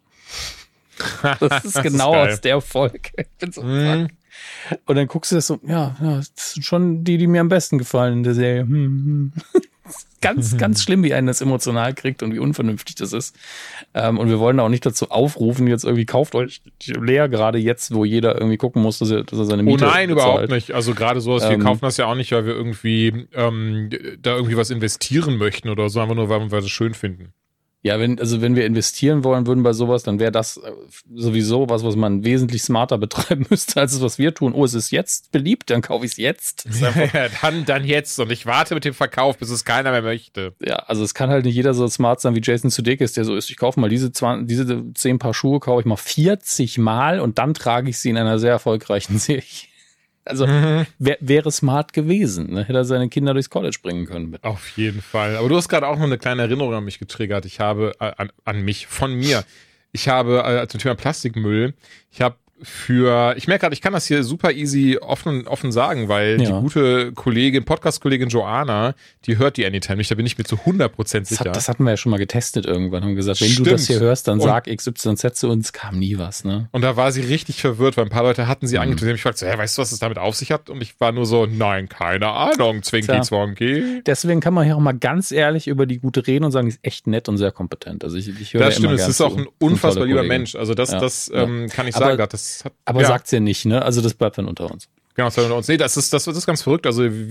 Das ist genau geil. aus der Folge. Ich bin so, Mhm. fuck. Und dann guckst du das so, ja, ja, das sind schon die, die mir am besten gefallen in der Serie. Hm, hm. Ganz, ganz schlimm, wie einen das emotional kriegt und wie unvernünftig das ist. Ähm, und wir wollen auch nicht dazu aufrufen, jetzt irgendwie kauft euch leer, gerade jetzt, wo jeder irgendwie gucken muss, dass er, dass er seine Oh Miete nein, bezahlt. überhaupt nicht. Also gerade sowas, wir Ähm, kaufen das ja auch nicht, weil wir irgendwie ähm, da irgendwie was investieren möchten oder so, einfach nur, weil wir das schön finden. Ja, wenn, also wenn wir investieren wollen würden bei sowas, dann wäre das äh, sowieso was, was man wesentlich smarter betreiben müsste, als das, was wir tun. Oh, es ist jetzt beliebt, dann kaufe ich es jetzt. Das ist einfach, Ja, dann, dann jetzt und ich warte mit dem Verkauf, bis es keiner mehr möchte. ja, also es kann halt nicht jeder so smart sein wie Jason Sudeikis, der so ist, ich kaufe mal diese zwanzig, diese zehn Paar Schuhe, kaufe ich mal vierzig Mal und dann trage ich sie in einer sehr erfolgreichen Serie. Also Mhm. wär, wäre smart gewesen, ne? Hätte er seine Kinder durchs College bringen können. Mit. Auf jeden Fall. Aber du hast gerade auch noch eine kleine Erinnerung an mich getriggert. Ich habe, äh, an, an mich, von mir. Ich habe äh, zum Thema Plastikmüll, ich habe für, ich merke gerade, ich kann das hier super easy offen, offen sagen, weil Ja. die gute Kollegin, Podcast-Kollegin Joanna, die hört die Anytime nicht, da bin ich mir zu hundert Prozent Das, sicher. hat, das hatten wir ja schon mal getestet irgendwann, haben gesagt, wenn Stimmt. du das hier hörst, dann Und- sag X Y Z zu uns, kam nie was, ne? Und da war sie richtig verwirrt, weil ein paar Leute hatten sie Mhm. angetötet. Ich fragte so, ja, weißt du, was es damit auf sich hat? Und ich war nur so, nein, keine Ahnung, Zwinki, Tja. Zwonki. Deswegen kann man hier auch mal ganz ehrlich über die Gute reden und sagen, die ist echt nett und sehr kompetent. Also ich, ich höre Das ja immer stimmt, es gern ist zu. auch ein Eine unfassbar tolle lieber Kollegin. Mensch. Also das, Ja, das ja. ähm, kann ich Aber- sagen. Das hat, Aber ja. sagt's ja nicht, ne? Also das bleibt dann unter uns. Genau, das war unter uns. Nee, das ist, das, das ist ganz verrückt. Also, äh,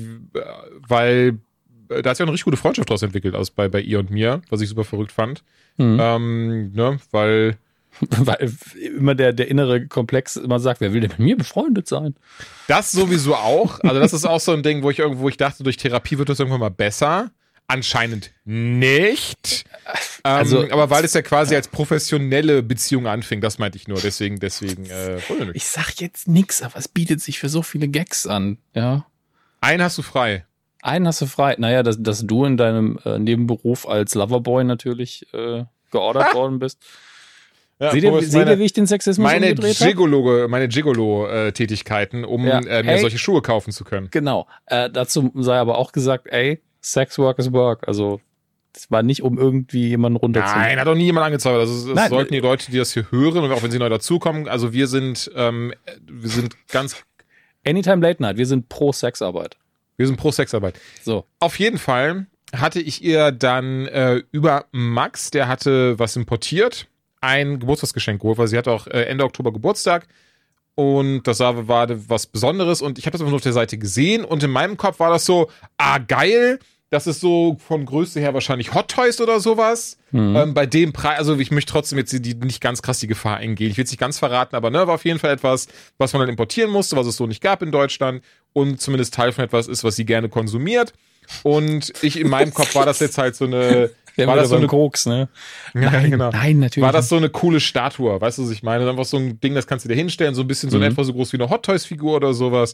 weil äh, da hat sich auch eine richtig gute Freundschaft draus entwickelt, aus bei, bei ihr und mir, was ich super verrückt fand. Mhm. Ähm, ne, weil Weil immer der, der innere Komplex immer sagt, wer will denn mit mir befreundet sein? das sowieso auch. Also, das ist auch so ein Ding, wo ich irgendwo, wo ich dachte, durch Therapie wird das irgendwann mal besser. Anscheinend nicht. Also- ähm, aber weil es ja quasi als professionelle Beziehung anfing, das meinte ich nur. Deswegen, deswegen, äh, wollte nicht. Ich sag jetzt nix, aber es bietet sich für so viele Gags an, ja. Einen hast du frei. Einen hast du frei. Naja, dass, dass du in deinem äh, Nebenberuf als Loverboy natürlich äh, geordert worden bist. Ja, seht ihr, Thomas, seht meine- ihr, wie ich den Sexismus Meine umgedreht habe? Gigolo, meine Gigolo-Tätigkeiten, um Ja. äh, mir Hey. solche Schuhe kaufen zu können. Genau. Äh, dazu sei aber auch gesagt, ey, Sex work is work. Also es war nicht, um irgendwie jemanden runterzunehmen. Nein, hat doch nie jemand angezeigt. Also es Nein. sollten die Leute, die das hier hören und auch wenn sie neu dazukommen, also wir sind, ähm, wir sind ganz, Anytime Late Night, wir sind pro Sexarbeit. wir sind pro Sexarbeit. So. Auf jeden Fall hatte ich ihr dann äh, über Max, der hatte was importiert, ein Geburtstagsgeschenk geholt, weil sie hatte auch äh, Ende Oktober Geburtstag. Und das war, war was Besonderes und ich habe das einfach nur auf der Seite gesehen und in meinem Kopf war das so, ah geil, das ist so von Größe her wahrscheinlich Hot Toys oder sowas. Mhm. Ähm, bei dem Preis, also ich möchte trotzdem jetzt die, die nicht ganz krass die Gefahr eingehen. Ich will es nicht ganz verraten, aber ne, war auf jeden Fall etwas, was man dann importieren musste, was es so nicht gab in Deutschland und zumindest Teil von etwas ist, was sie gerne konsumiert. Und ich in meinem Kopf war das jetzt halt so eine, Der war war das so beim eine Koks, ne? Ja, nein, genau. nein, natürlich. war das so eine coole Statue, weißt du, was ich meine? Einfach so ein Ding, das kannst du dir hinstellen, so ein bisschen so in Mhm. etwa so groß wie eine Hot Toys Figur oder sowas.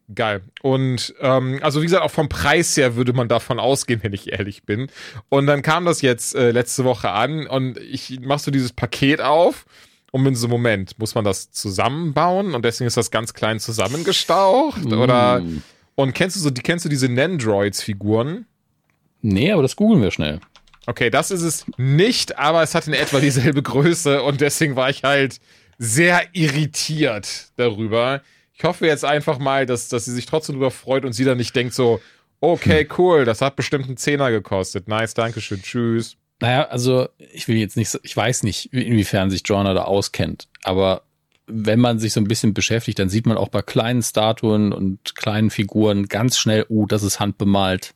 Geil. Und ähm, also wie gesagt, auch vom Preis her würde man davon ausgehen, wenn ich ehrlich bin. Und dann kam das jetzt äh, letzte Woche an und ich mach so dieses Paket auf und bin so, Moment, muss man das zusammenbauen? Und deswegen ist das ganz klein zusammengestaucht? Mm. Oder und kennst du so, die kennst du diese Nendroids-Figuren? Nee, aber das googeln wir schnell. Okay, das ist es nicht, aber es hat in etwa dieselbe Größe und deswegen war ich halt sehr irritiert darüber. Ich hoffe jetzt einfach mal, dass, dass sie sich trotzdem darüber freut und sie dann nicht denkt so, okay, cool, das hat bestimmt einen Zehner gekostet. Nice, dankeschön, tschüss. Naja, also ich will jetzt nicht, ich weiß nicht, inwiefern sich Joanna da auskennt, aber wenn man sich so ein bisschen beschäftigt, dann sieht man auch bei kleinen Statuen und kleinen Figuren ganz schnell, uh, das ist handbemalt.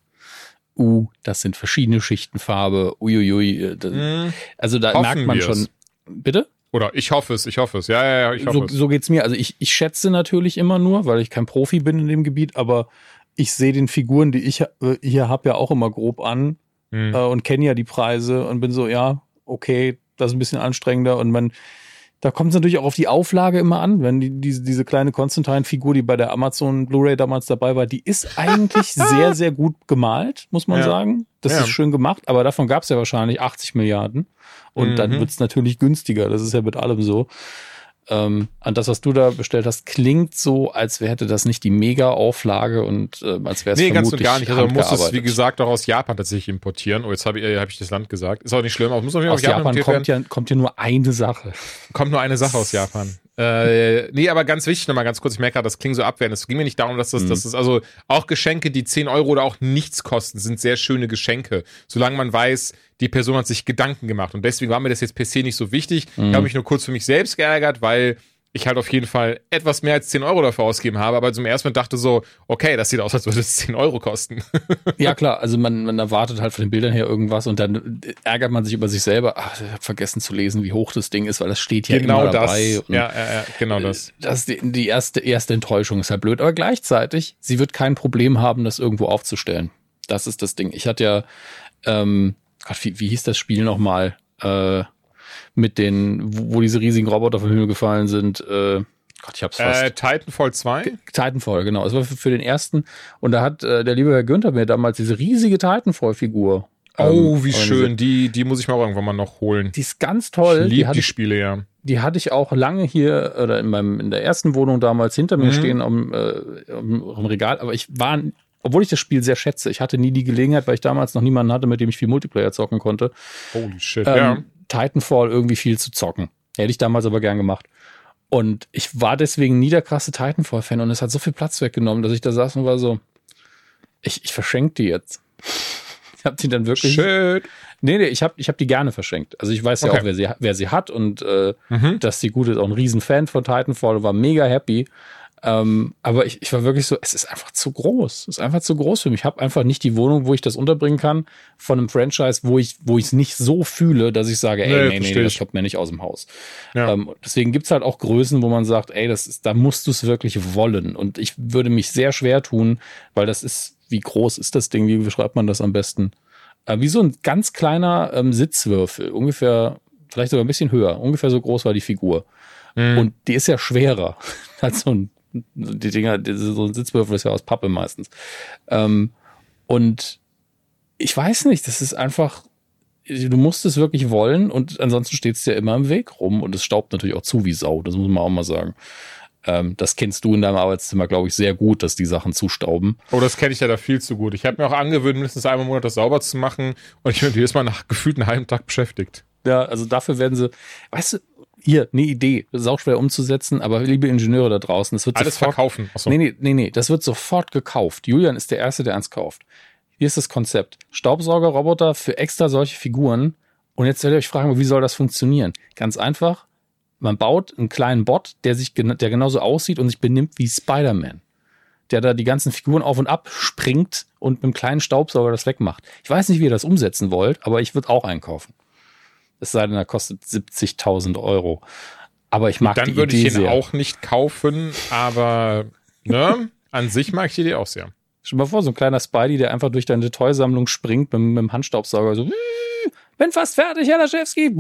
Uh, das sind verschiedene Schichten Farbe. Uiuiui. Das, mm, also da merkt man schon. Bitte? Oder ich hoffe es, ich hoffe es. Ja, ja, ja, ich hoffe so, es. So geht's mir. Also ich, ich schätze natürlich immer nur, weil ich kein Profi bin in dem Gebiet, aber ich sehe den Figuren, die ich hier habe, ja auch immer grob an hm. äh, und kenne ja die Preise und bin so, ja, okay, das ist ein bisschen anstrengender und man, da kommt es natürlich auch auf die Auflage immer an, wenn die, diese, diese kleine Constantine-Figur, die bei der Amazon Blu-ray damals dabei war, die ist eigentlich sehr, sehr gut gemalt, muss man ja. sagen. Das ja. ist schön gemacht, aber davon gab es ja wahrscheinlich achtzig Milliarden. Und mhm. dann wird es natürlich günstiger. Das ist ja mit allem so. Ähm, an das, was du da bestellt hast, klingt so, als hätte das nicht die Mega-Auflage und äh, als wäre es nee, vermutlich ganz und gar nicht. Also man muss es, wie gesagt, auch aus Japan tatsächlich importieren. Oh, jetzt habe ich, äh, hab ich das Land gesagt. Ist auch nicht schlimm, aber muss man aus Japan, Japan kommt ja, kommt ja nur eine Sache. Kommt nur eine Sache aus Japan. Äh, nee, aber ganz wichtig nochmal ganz kurz, ich merke gerade, das klingt so abwehrend. Es ging mir nicht darum, dass das, mhm. das ist, also auch Geschenke, die zehn Euro oder auch nichts kosten, sind sehr schöne Geschenke. Solange man weiß, die Person hat sich Gedanken gemacht. Und deswegen war mir das jetzt per se nicht so wichtig. Mhm. Ich habe mich nur kurz für mich selbst geärgert, weil ich halt auf jeden Fall etwas mehr als zehn Euro dafür ausgegeben habe, aber zum ersten Mal dachte so, okay, das sieht aus, als würde es zehn Euro kosten. Ja klar, also man, man erwartet halt von den Bildern her irgendwas und dann ärgert man sich über sich selber, ach, ich habe vergessen zu lesen, wie hoch das Ding ist, weil das steht ja genau immer das. dabei. Und ja, ja, ja, genau das. Das ist die, die erste, erste Enttäuschung, ist halt blöd, aber gleichzeitig, sie wird kein Problem haben, das irgendwo aufzustellen. Das ist das Ding. Ich hatte ja, ähm, Gott, wie, wie hieß das Spiel nochmal? Äh, mit den, wo, wo diese riesigen Roboter vom Himmel gefallen sind. Äh, Gott, ich hab's fast. Äh, Titanfall zwei? Titanfall, genau. Es war für, für den ersten. Und da hat äh, der liebe Herr Günther mir damals diese riesige Titanfall-Figur. Oh, ähm, wie schön. Die, die muss ich mal irgendwann mal noch holen. Die ist ganz toll. Ich liebe die, die Spiele, ja. Die hatte ich auch lange hier, oder in meinem, in der ersten Wohnung damals hinter mir mhm. stehen am, äh, am, am Regal. Aber ich war, obwohl ich das Spiel sehr schätze, ich hatte nie die Gelegenheit, weil ich damals noch niemanden hatte, mit dem ich viel Multiplayer zocken konnte. Holy shit, ähm, ja. Titanfall irgendwie viel zu zocken. Hätte ich damals aber gern gemacht. Und ich war deswegen nie der krasse Titanfall-Fan und es hat so viel Platz weggenommen, dass ich da saß und war so, ich, ich verschenke die jetzt. Ich habe die dann wirklich... Shit. Nee, nee, ich habe ich hab die gerne verschenkt. Also ich weiß ja okay. auch, wer sie, wer sie hat und äh, mhm. dass sie gut ist. Auch ein Riesenfan von Titanfall, war mega happy. Ähm, aber ich, ich war wirklich so, es ist einfach zu groß. Es ist einfach zu groß für mich. Ich habe einfach nicht die Wohnung, wo ich das unterbringen kann von einem Franchise, wo ich wo ich es nicht so fühle, dass ich sage, ey, nee, nee, nee, das kommt mir nicht aus dem Haus. Ja. Ähm, deswegen gibt's halt auch Größen, wo man sagt, ey, das ist, da musst du es wirklich wollen. Und ich würde mich sehr schwer tun, weil das ist, wie groß ist das Ding? Wie beschreibt man das am besten? Äh, wie so ein ganz kleiner ähm, Sitzwürfel, ungefähr, vielleicht sogar ein bisschen höher. Ungefähr so groß war die Figur. Mhm. Und die ist ja schwerer als so ein die Dinger, so ein Sitzwürfel ist ja aus Pappe meistens. Ähm, und ich weiß nicht, das ist einfach, du musst es wirklich wollen und ansonsten steht es dir immer im Weg rum und es staubt natürlich auch zu wie Sau, das muss man auch mal sagen. Ähm, das kennst du in deinem Arbeitszimmer, glaube ich, sehr gut, dass die Sachen zustauben. Oh, das kenne ich ja da viel zu gut. Ich habe mir auch angewöhnt, mindestens einmal im Monat das sauber zu machen und ich bin jedes Mal nach gefühlt einem halben Tag beschäftigt. Ja, also dafür werden sie, weißt du, hier, eine Idee, das ist auch schwer umzusetzen, aber liebe Ingenieure da draußen, das wird alles sofort, verkaufen. Achso. Nee, nee, nee, nee, das wird sofort gekauft. Julian ist der Erste, der eins kauft. Hier ist das Konzept. Staubsaugerroboter für extra solche Figuren. Und jetzt werdet ihr euch fragen, wie soll das funktionieren? Ganz einfach, man baut einen kleinen Bot, der sich, der genauso aussieht und sich benimmt wie Spider-Man. Der da die ganzen Figuren auf und ab springt und mit einem kleinen Staubsauger das wegmacht. Ich weiß nicht, wie ihr das umsetzen wollt, aber ich würde auch einkaufen. Es sei denn, er kostet siebzigtausend Euro. Aber ich mag die Idee sehr. Dann würde ich ihn auch nicht kaufen, aber ne, an sich mag ich die Idee auch sehr. Stell dir mal vor, so ein kleiner Spidey, der einfach durch deine Toysammlung springt mit, mit dem Handstaubsauger. So, bin fast fertig, Herr Laschewski.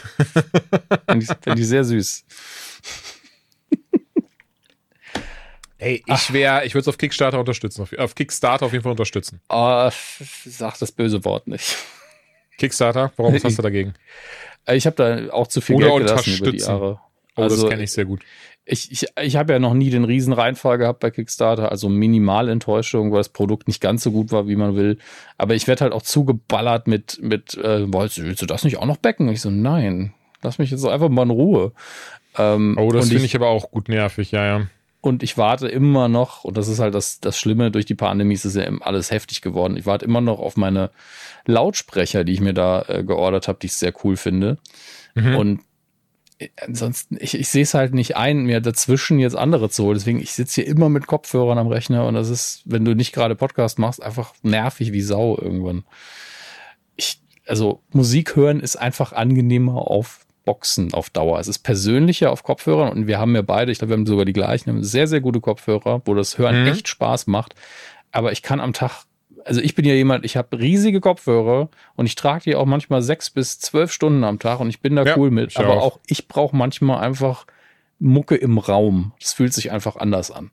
Fände ich, fänd ich sehr süß. Hey, ich wäre, ich würde es auf Kickstarter unterstützen, auf, auf Kickstarter auf jeden Fall unterstützen. Oh, sag das böse Wort nicht. Kickstarter, warum was hast du dagegen? Ich habe da auch zu viel Oder Geld gelassen über die unterstützen. Jahre. Oh, Also, das kenne ich sehr gut. Ich, ich, ich habe ja noch nie den riesen Reinfall gehabt bei Kickstarter, also minimal Enttäuschung, weil das Produkt nicht ganz so gut war, wie man will. Aber ich werde halt auch zugeballert mit, mit äh, willst, willst du das nicht auch noch backen? Und ich so, nein, lass mich jetzt einfach mal in Ruhe. Ähm, Oh, das und finde ich aber auch gut nervig, ja, ja. Und ich warte immer noch, und das ist halt das, das Schlimme, durch die Pandemie ist es ja alles heftig geworden. Ich warte immer noch auf meine Lautsprecher, die ich mir da äh, geordert habe, die ich sehr cool finde. Mhm. Und ansonsten, ich, ich sehe es halt nicht ein, mir dazwischen jetzt andere zu holen. Deswegen, ich sitze hier immer mit Kopfhörern am Rechner und das ist, wenn du nicht gerade Podcast machst, einfach nervig wie Sau irgendwann. Ich, also Musik hören ist einfach angenehmer auf Boxen auf Dauer. Es ist persönlicher auf Kopfhörern und wir haben ja beide, ich glaube, wir haben sogar die gleichen, haben sehr, sehr gute Kopfhörer, wo das Hören Mhm. echt Spaß macht. Aber ich kann am Tag, also ich bin ja jemand, ich habe riesige Kopfhörer und ich trage die auch manchmal sechs bis zwölf Stunden am Tag und ich bin da Ja, cool mit. ich Aber auch. auch ich brauche manchmal einfach Mucke im Raum. Das fühlt sich einfach anders an.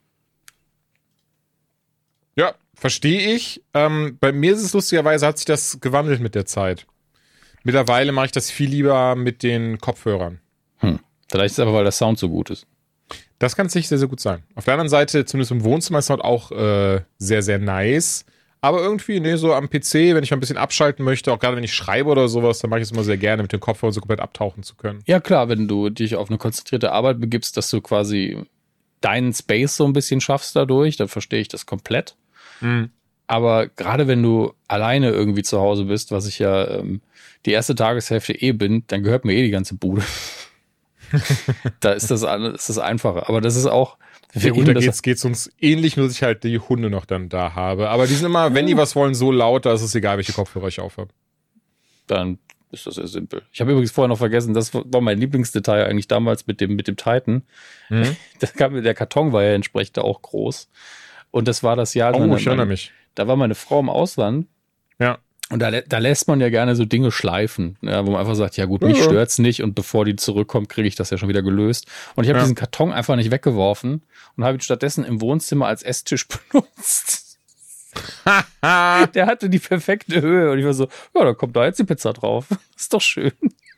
Ja, verstehe ich. Ähm, bei mir ist es lustigerweise, hat sich das gewandelt mit der Zeit. Mittlerweile mache ich das viel lieber mit den Kopfhörern. Hm. Vielleicht ist es aber, weil der Sound so gut ist. Das kann sicher sehr, sehr gut sein. Auf der anderen Seite, zumindest im Wohnzimmer, ist Sound auch äh, sehr, sehr nice. Aber irgendwie, nee, so am P C, wenn ich mal ein bisschen abschalten möchte, auch gerade wenn ich schreibe oder sowas, dann mache ich es immer sehr gerne, mit den Kopfhörern so komplett abtauchen zu können. Ja klar, wenn du dich auf eine konzentrierte Arbeit begibst, dass du quasi deinen Space so ein bisschen schaffst dadurch, dann verstehe ich das komplett. Mhm. Aber gerade wenn du alleine irgendwie zu Hause bist, was ich ja ähm, die erste Tageshälfte eh bin, dann gehört mir eh die ganze Bude. Da ist das, alles- ist das einfacher. Aber das ist auch für Ja gut, ihn da das- geht's, geht's uns ähnlich, nur dass ich halt die Hunde noch dann da habe. Aber die sind immer, wenn die was wollen, so laut, da ist es egal, welche Kopfhörer ich aufhabe. dann ist das sehr simpel. Ich habe übrigens vorher noch vergessen, das war mein Lieblingsdetail eigentlich damals mit dem, mit dem Titan. Mhm. Das kam, der Karton war ja entsprechend auch groß. Und das war das Jahr, als Oh, meine- ich erinnere meine- mich. da war meine Frau im Ausland. Ja. Und da, lä- da lässt man ja gerne so Dinge schleifen, ja, wo man einfach sagt, ja gut, mich Ja. stört's nicht und bevor die zurückkommt, kriege ich das ja schon wieder gelöst. Und ich habe Ja. diesen Karton einfach nicht weggeworfen und habe ihn stattdessen im Wohnzimmer als Esstisch benutzt. Der hatte die perfekte Höhe und ich war so, ja, da kommt da jetzt die Pizza drauf. Ist doch schön.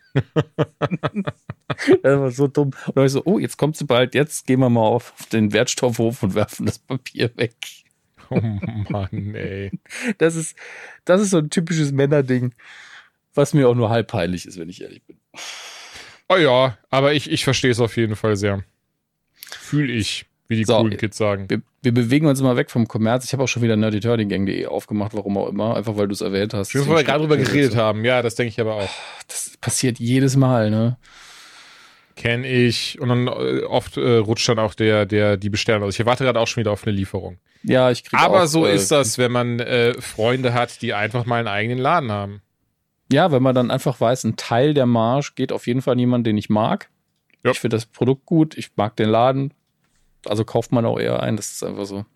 Das war so dumm. Und dann war ich so, oh, jetzt kommt sie bald, jetzt gehen wir mal auf den Wertstoffhof und werfen das Papier weg. Oh Mann, ey. Das ist, das ist so ein typisches Männerding, was mir auch nur halb peinlich ist, wenn ich ehrlich bin. Oh ja, aber ich, ich verstehe es auf jeden Fall sehr. Fühl ich, wie die So, coolen Kids sagen. Wir, wir bewegen uns immer weg vom Kommerz. Ich habe auch schon wieder nerdy turdy gang punkt de aufgemacht, warum auch immer, einfach weil du es erwähnt hast. Schön, wo wir gerade drüber geredet haben. Ja, das denke ich aber auch. Das passiert jedes Mal, ne? Kenn ich. Und dann äh, oft äh, rutscht dann auch der, der, die Bestellung. Also ich warte gerade auch schon wieder auf eine Lieferung. Ja, ich kriege Aber auch, so äh, ist das, wenn man äh, Freunde hat, die einfach mal einen eigenen Laden haben. Ja, wenn man dann einfach weiß, ein Teil der Marge geht auf jeden Fall an jemanden, den ich mag. Ja. Ich finde das Produkt gut, ich mag den Laden. Also kauft man auch eher ein, das ist einfach so.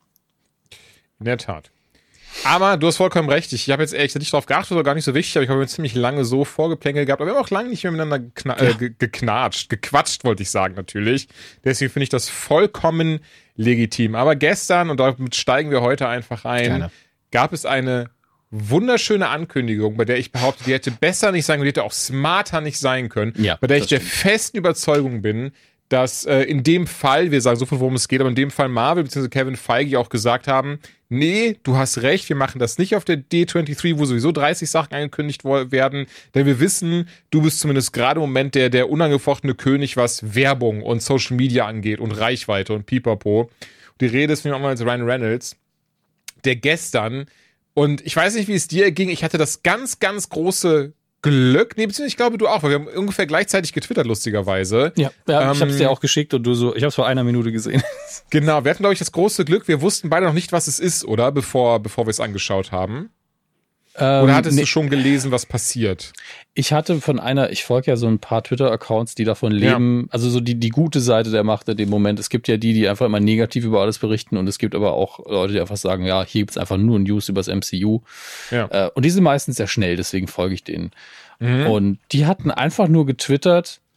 In der Tat. Aber du hast vollkommen recht. Ich habe jetzt ehrlich gesagt nicht drauf geachtet, oder gar nicht so wichtig, aber ich habe mir ziemlich lange so vorgeplänkelt gehabt. Aber wir haben auch lange nicht mehr miteinander gekna äh, ge geknatscht. Gequatscht, wollte ich sagen, natürlich. Deswegen finde ich das vollkommen legitim. Aber gestern, und damit steigen wir heute einfach ein, Gerne. gab es eine wunderschöne Ankündigung, bei der ich behaupte, die hätte besser nicht sein können, die hätte auch smarter nicht sein können, Ja, bei der ich das der stimmt. festen Überzeugung bin, dass äh, in dem Fall, wir sagen sofort, worum es geht, aber in dem Fall Marvel bzw. Kevin Feige auch gesagt haben, nee, du hast recht, wir machen das nicht auf der D dreiundzwanzig, wo sowieso dreißig Sachen angekündigt wo- werden, denn wir wissen, du bist zumindest gerade im Moment der, der unangefochtene König, was Werbung und Social Media angeht und Reichweite und Pipapo. Die Rede ist von jemandem als Ryan Reynolds, der gestern, und ich weiß nicht, wie es dir ging, ich hatte das ganz, ganz große Glück, nee, beziehungsweise ich glaube, du auch, weil wir haben ungefähr gleichzeitig getwittert, lustigerweise. Ja, ja ich habe es Ähm, dir auch geschickt und du so, ich habe es vor einer Minute gesehen. Genau, wir hatten, glaube ich, das große Glück, wir wussten beide noch nicht, was es ist, oder? Bevor, bevor wir es angeschaut haben. Ähm, Oder hattest nee, du schon gelesen, was passiert? Ich hatte von einer, ich folge ja so ein paar Twitter-Accounts, die davon leben, also so die, die gute Seite der Macht in dem Moment. Es gibt ja die, die einfach immer negativ über alles berichten und es gibt aber auch Leute, die einfach sagen, ja, hier gibt's einfach nur News über das M C U. Ja. Äh, und die sind meistens sehr schnell, deswegen folge ich denen. Mhm. Und die hatten einfach nur getwittert,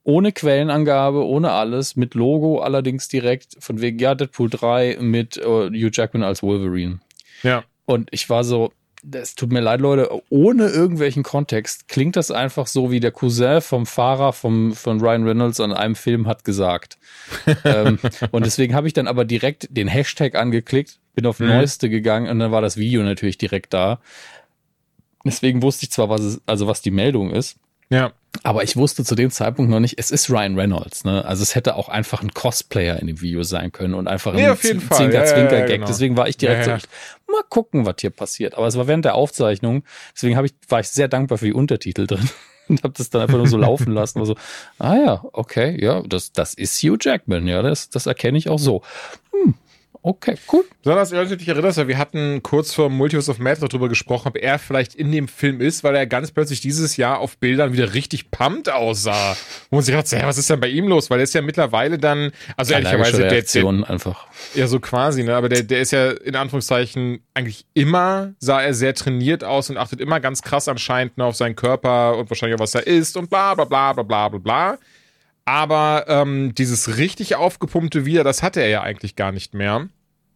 ohne Quellenangabe, ohne alles, mit Logo allerdings direkt, von wegen, ja, Deadpool drei mit uh, Hugh Jackman als Wolverine. Ja. Und ich war so, es tut mir leid, Leute, ohne irgendwelchen Kontext klingt das einfach so, wie der Cousin vom Fahrer vom, von Ryan Reynolds an einem Film hat gesagt. ähm, und deswegen habe ich dann aber direkt den Hashtag angeklickt, bin auf mhm. Neueste gegangen und dann war das Video natürlich direkt da. Deswegen wusste ich zwar, was es, also was die Meldung ist. Ja. Aber ich wusste zu dem Zeitpunkt noch nicht, es ist Ryan Reynolds, ne? Also es hätte auch einfach ein Cosplayer in dem Video sein können und einfach nee, ein Zwinker-Zwinker-Gag. Ja, ja, genau. Deswegen war ich direkt ja, ja. so, ich, mal gucken, was hier passiert. Aber es war während der Aufzeichnung, deswegen habe ich, war ich sehr dankbar für die Untertitel drin und habe das dann einfach nur so laufen lassen. War so, ah ja, okay, ja, das, das ist Hugh Jackman, ja, das, das erkenne ich auch so. Hm. Okay, cool. Besonders, wenn du dich erinnerst, wir hatten kurz vor Multiverse of Madness darüber gesprochen, ob er vielleicht in dem Film ist, weil er ganz plötzlich dieses Jahr auf Bildern wieder richtig pumped aussah. Wo man sich gedacht, ja, was ist denn bei ihm los? Weil er ist ja mittlerweile dann, also ehrlicherweise, der, der einfach. Ja, so quasi, ne, aber der, der ist ja in Anführungszeichen eigentlich immer, sah er sehr trainiert aus und achtet immer ganz krass anscheinend auf seinen Körper und wahrscheinlich auch, was er isst und bla, bla, bla, bla, bla, bla, bla. Aber ähm, dieses richtig aufgepumpte Wieder, das hatte er ja eigentlich gar nicht mehr.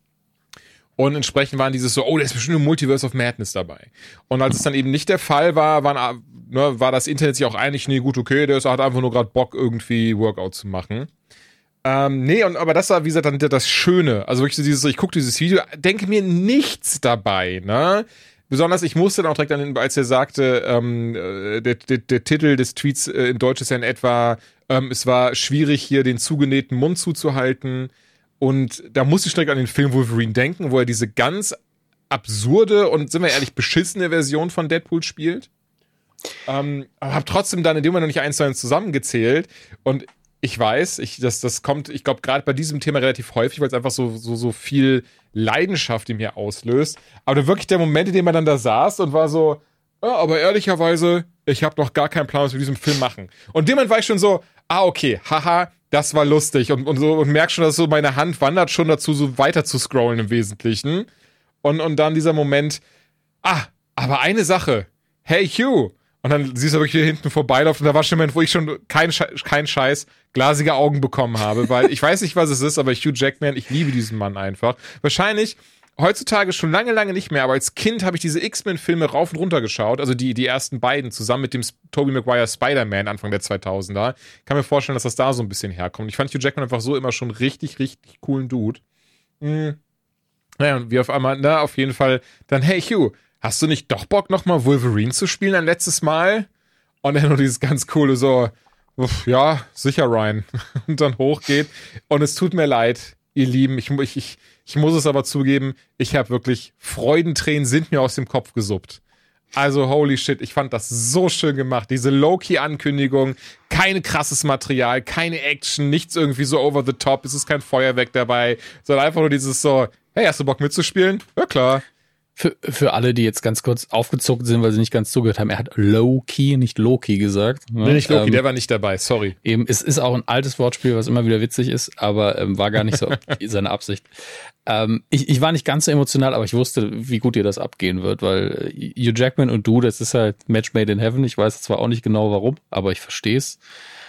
Und entsprechend waren dieses so, oh, da ist bestimmt ein Multiverse of Madness dabei. Und als es dann eben nicht der Fall war, waren, ne, war das Internet sich auch einig, nee, gut, okay, der hat einfach nur gerade Bock, irgendwie Workout zu machen. Ähm, nee, und aber das war, wie gesagt, dann das Schöne. Also wirklich so dieses, ich gucke dieses Video, denke mir nichts dabei, ne? Besonders, ich musste dann auch direkt an, als er sagte, ähm, der, der, der Titel des Tweets äh, in Deutsch ist ja in etwa, ähm, es war schwierig, hier den zugenähten Mund zuzuhalten. Und da musste ich direkt an den Film Wolverine denken, wo er diese ganz absurde und, sind wir ehrlich, beschissene Version von Deadpool spielt. Ähm, aber hab trotzdem dann in dem Moment noch nicht eins zu eins zusammengezählt. Und ich weiß, ich, das, das kommt, ich glaube, gerade bei diesem Thema relativ häufig, weil es einfach so, so, so viel Leidenschaft in mir auslöst. Aber dann wirklich der Moment, in dem man dann da saß und war so, ja, aber ehrlicherweise, ich habe noch gar keinen Plan, was wir mit diesem Film machen. Und in dem Moment war ich schon so, ah, okay, haha, das war lustig. Und, und so, und merk schon, dass so meine Hand wandert schon dazu, so weiter zu scrollen im Wesentlichen. Und, und dann dieser Moment, ah, aber eine Sache, hey Hugh. Und dann siehst du wirklich hier hinten vorbeilaufen. Und da war schon ein Moment, wo ich schon kein, kein Scheiß glasige Augen bekommen habe. Weil ich weiß nicht, was es ist, aber Hugh Jackman, ich liebe diesen Mann einfach. Wahrscheinlich heutzutage schon lange, lange nicht mehr, aber als Kind habe ich diese X-Men-Filme rauf und runter geschaut, also die, die ersten beiden, zusammen mit dem Tobey Maguire Spider-Man Anfang der zweitausender. Ich kann mir vorstellen, dass das da so ein bisschen herkommt. Ich fand Hugh Jackman einfach so immer schon richtig, richtig coolen Dude. Mhm. Naja, und wie auf einmal, na, auf jeden Fall, dann, hey Hugh, hast du nicht doch Bock, nochmal Wolverine zu spielen ein letztes Mal? Und dann nur dieses ganz coole so, uff, ja, sicher, Ryan. Und dann hochgeht. Und es tut mir leid, ihr Lieben, ich, ich, ich Ich muss es aber zugeben, ich habe wirklich, Freudentränen sind mir aus dem Kopf gesuppt. Also holy shit, ich fand das so schön gemacht. Diese Low-Key-Ankündigung, kein krasses Material, keine Action, nichts irgendwie so over the top, es ist kein Feuerwerk dabei, sondern einfach nur dieses so, hey, hast du Bock mitzuspielen? Ja klar. Für, für alle, die jetzt ganz kurz aufgezuckt sind, weil sie nicht ganz zugehört haben, er hat Low-Key, nicht Low-Key gesagt. Ne? Nee, nicht Low-Key, ähm, der war nicht dabei, sorry. Eben, es ist auch ein altes Wortspiel, was immer wieder witzig ist, aber ähm, war gar nicht so seine Absicht. Ähm, ich, ich war nicht ganz so emotional, aber ich wusste, wie gut ihr das abgehen wird, weil äh, Hugh Jackman und du, das ist halt Match made in heaven. Ich weiß zwar auch nicht genau warum, aber ich verstehe es.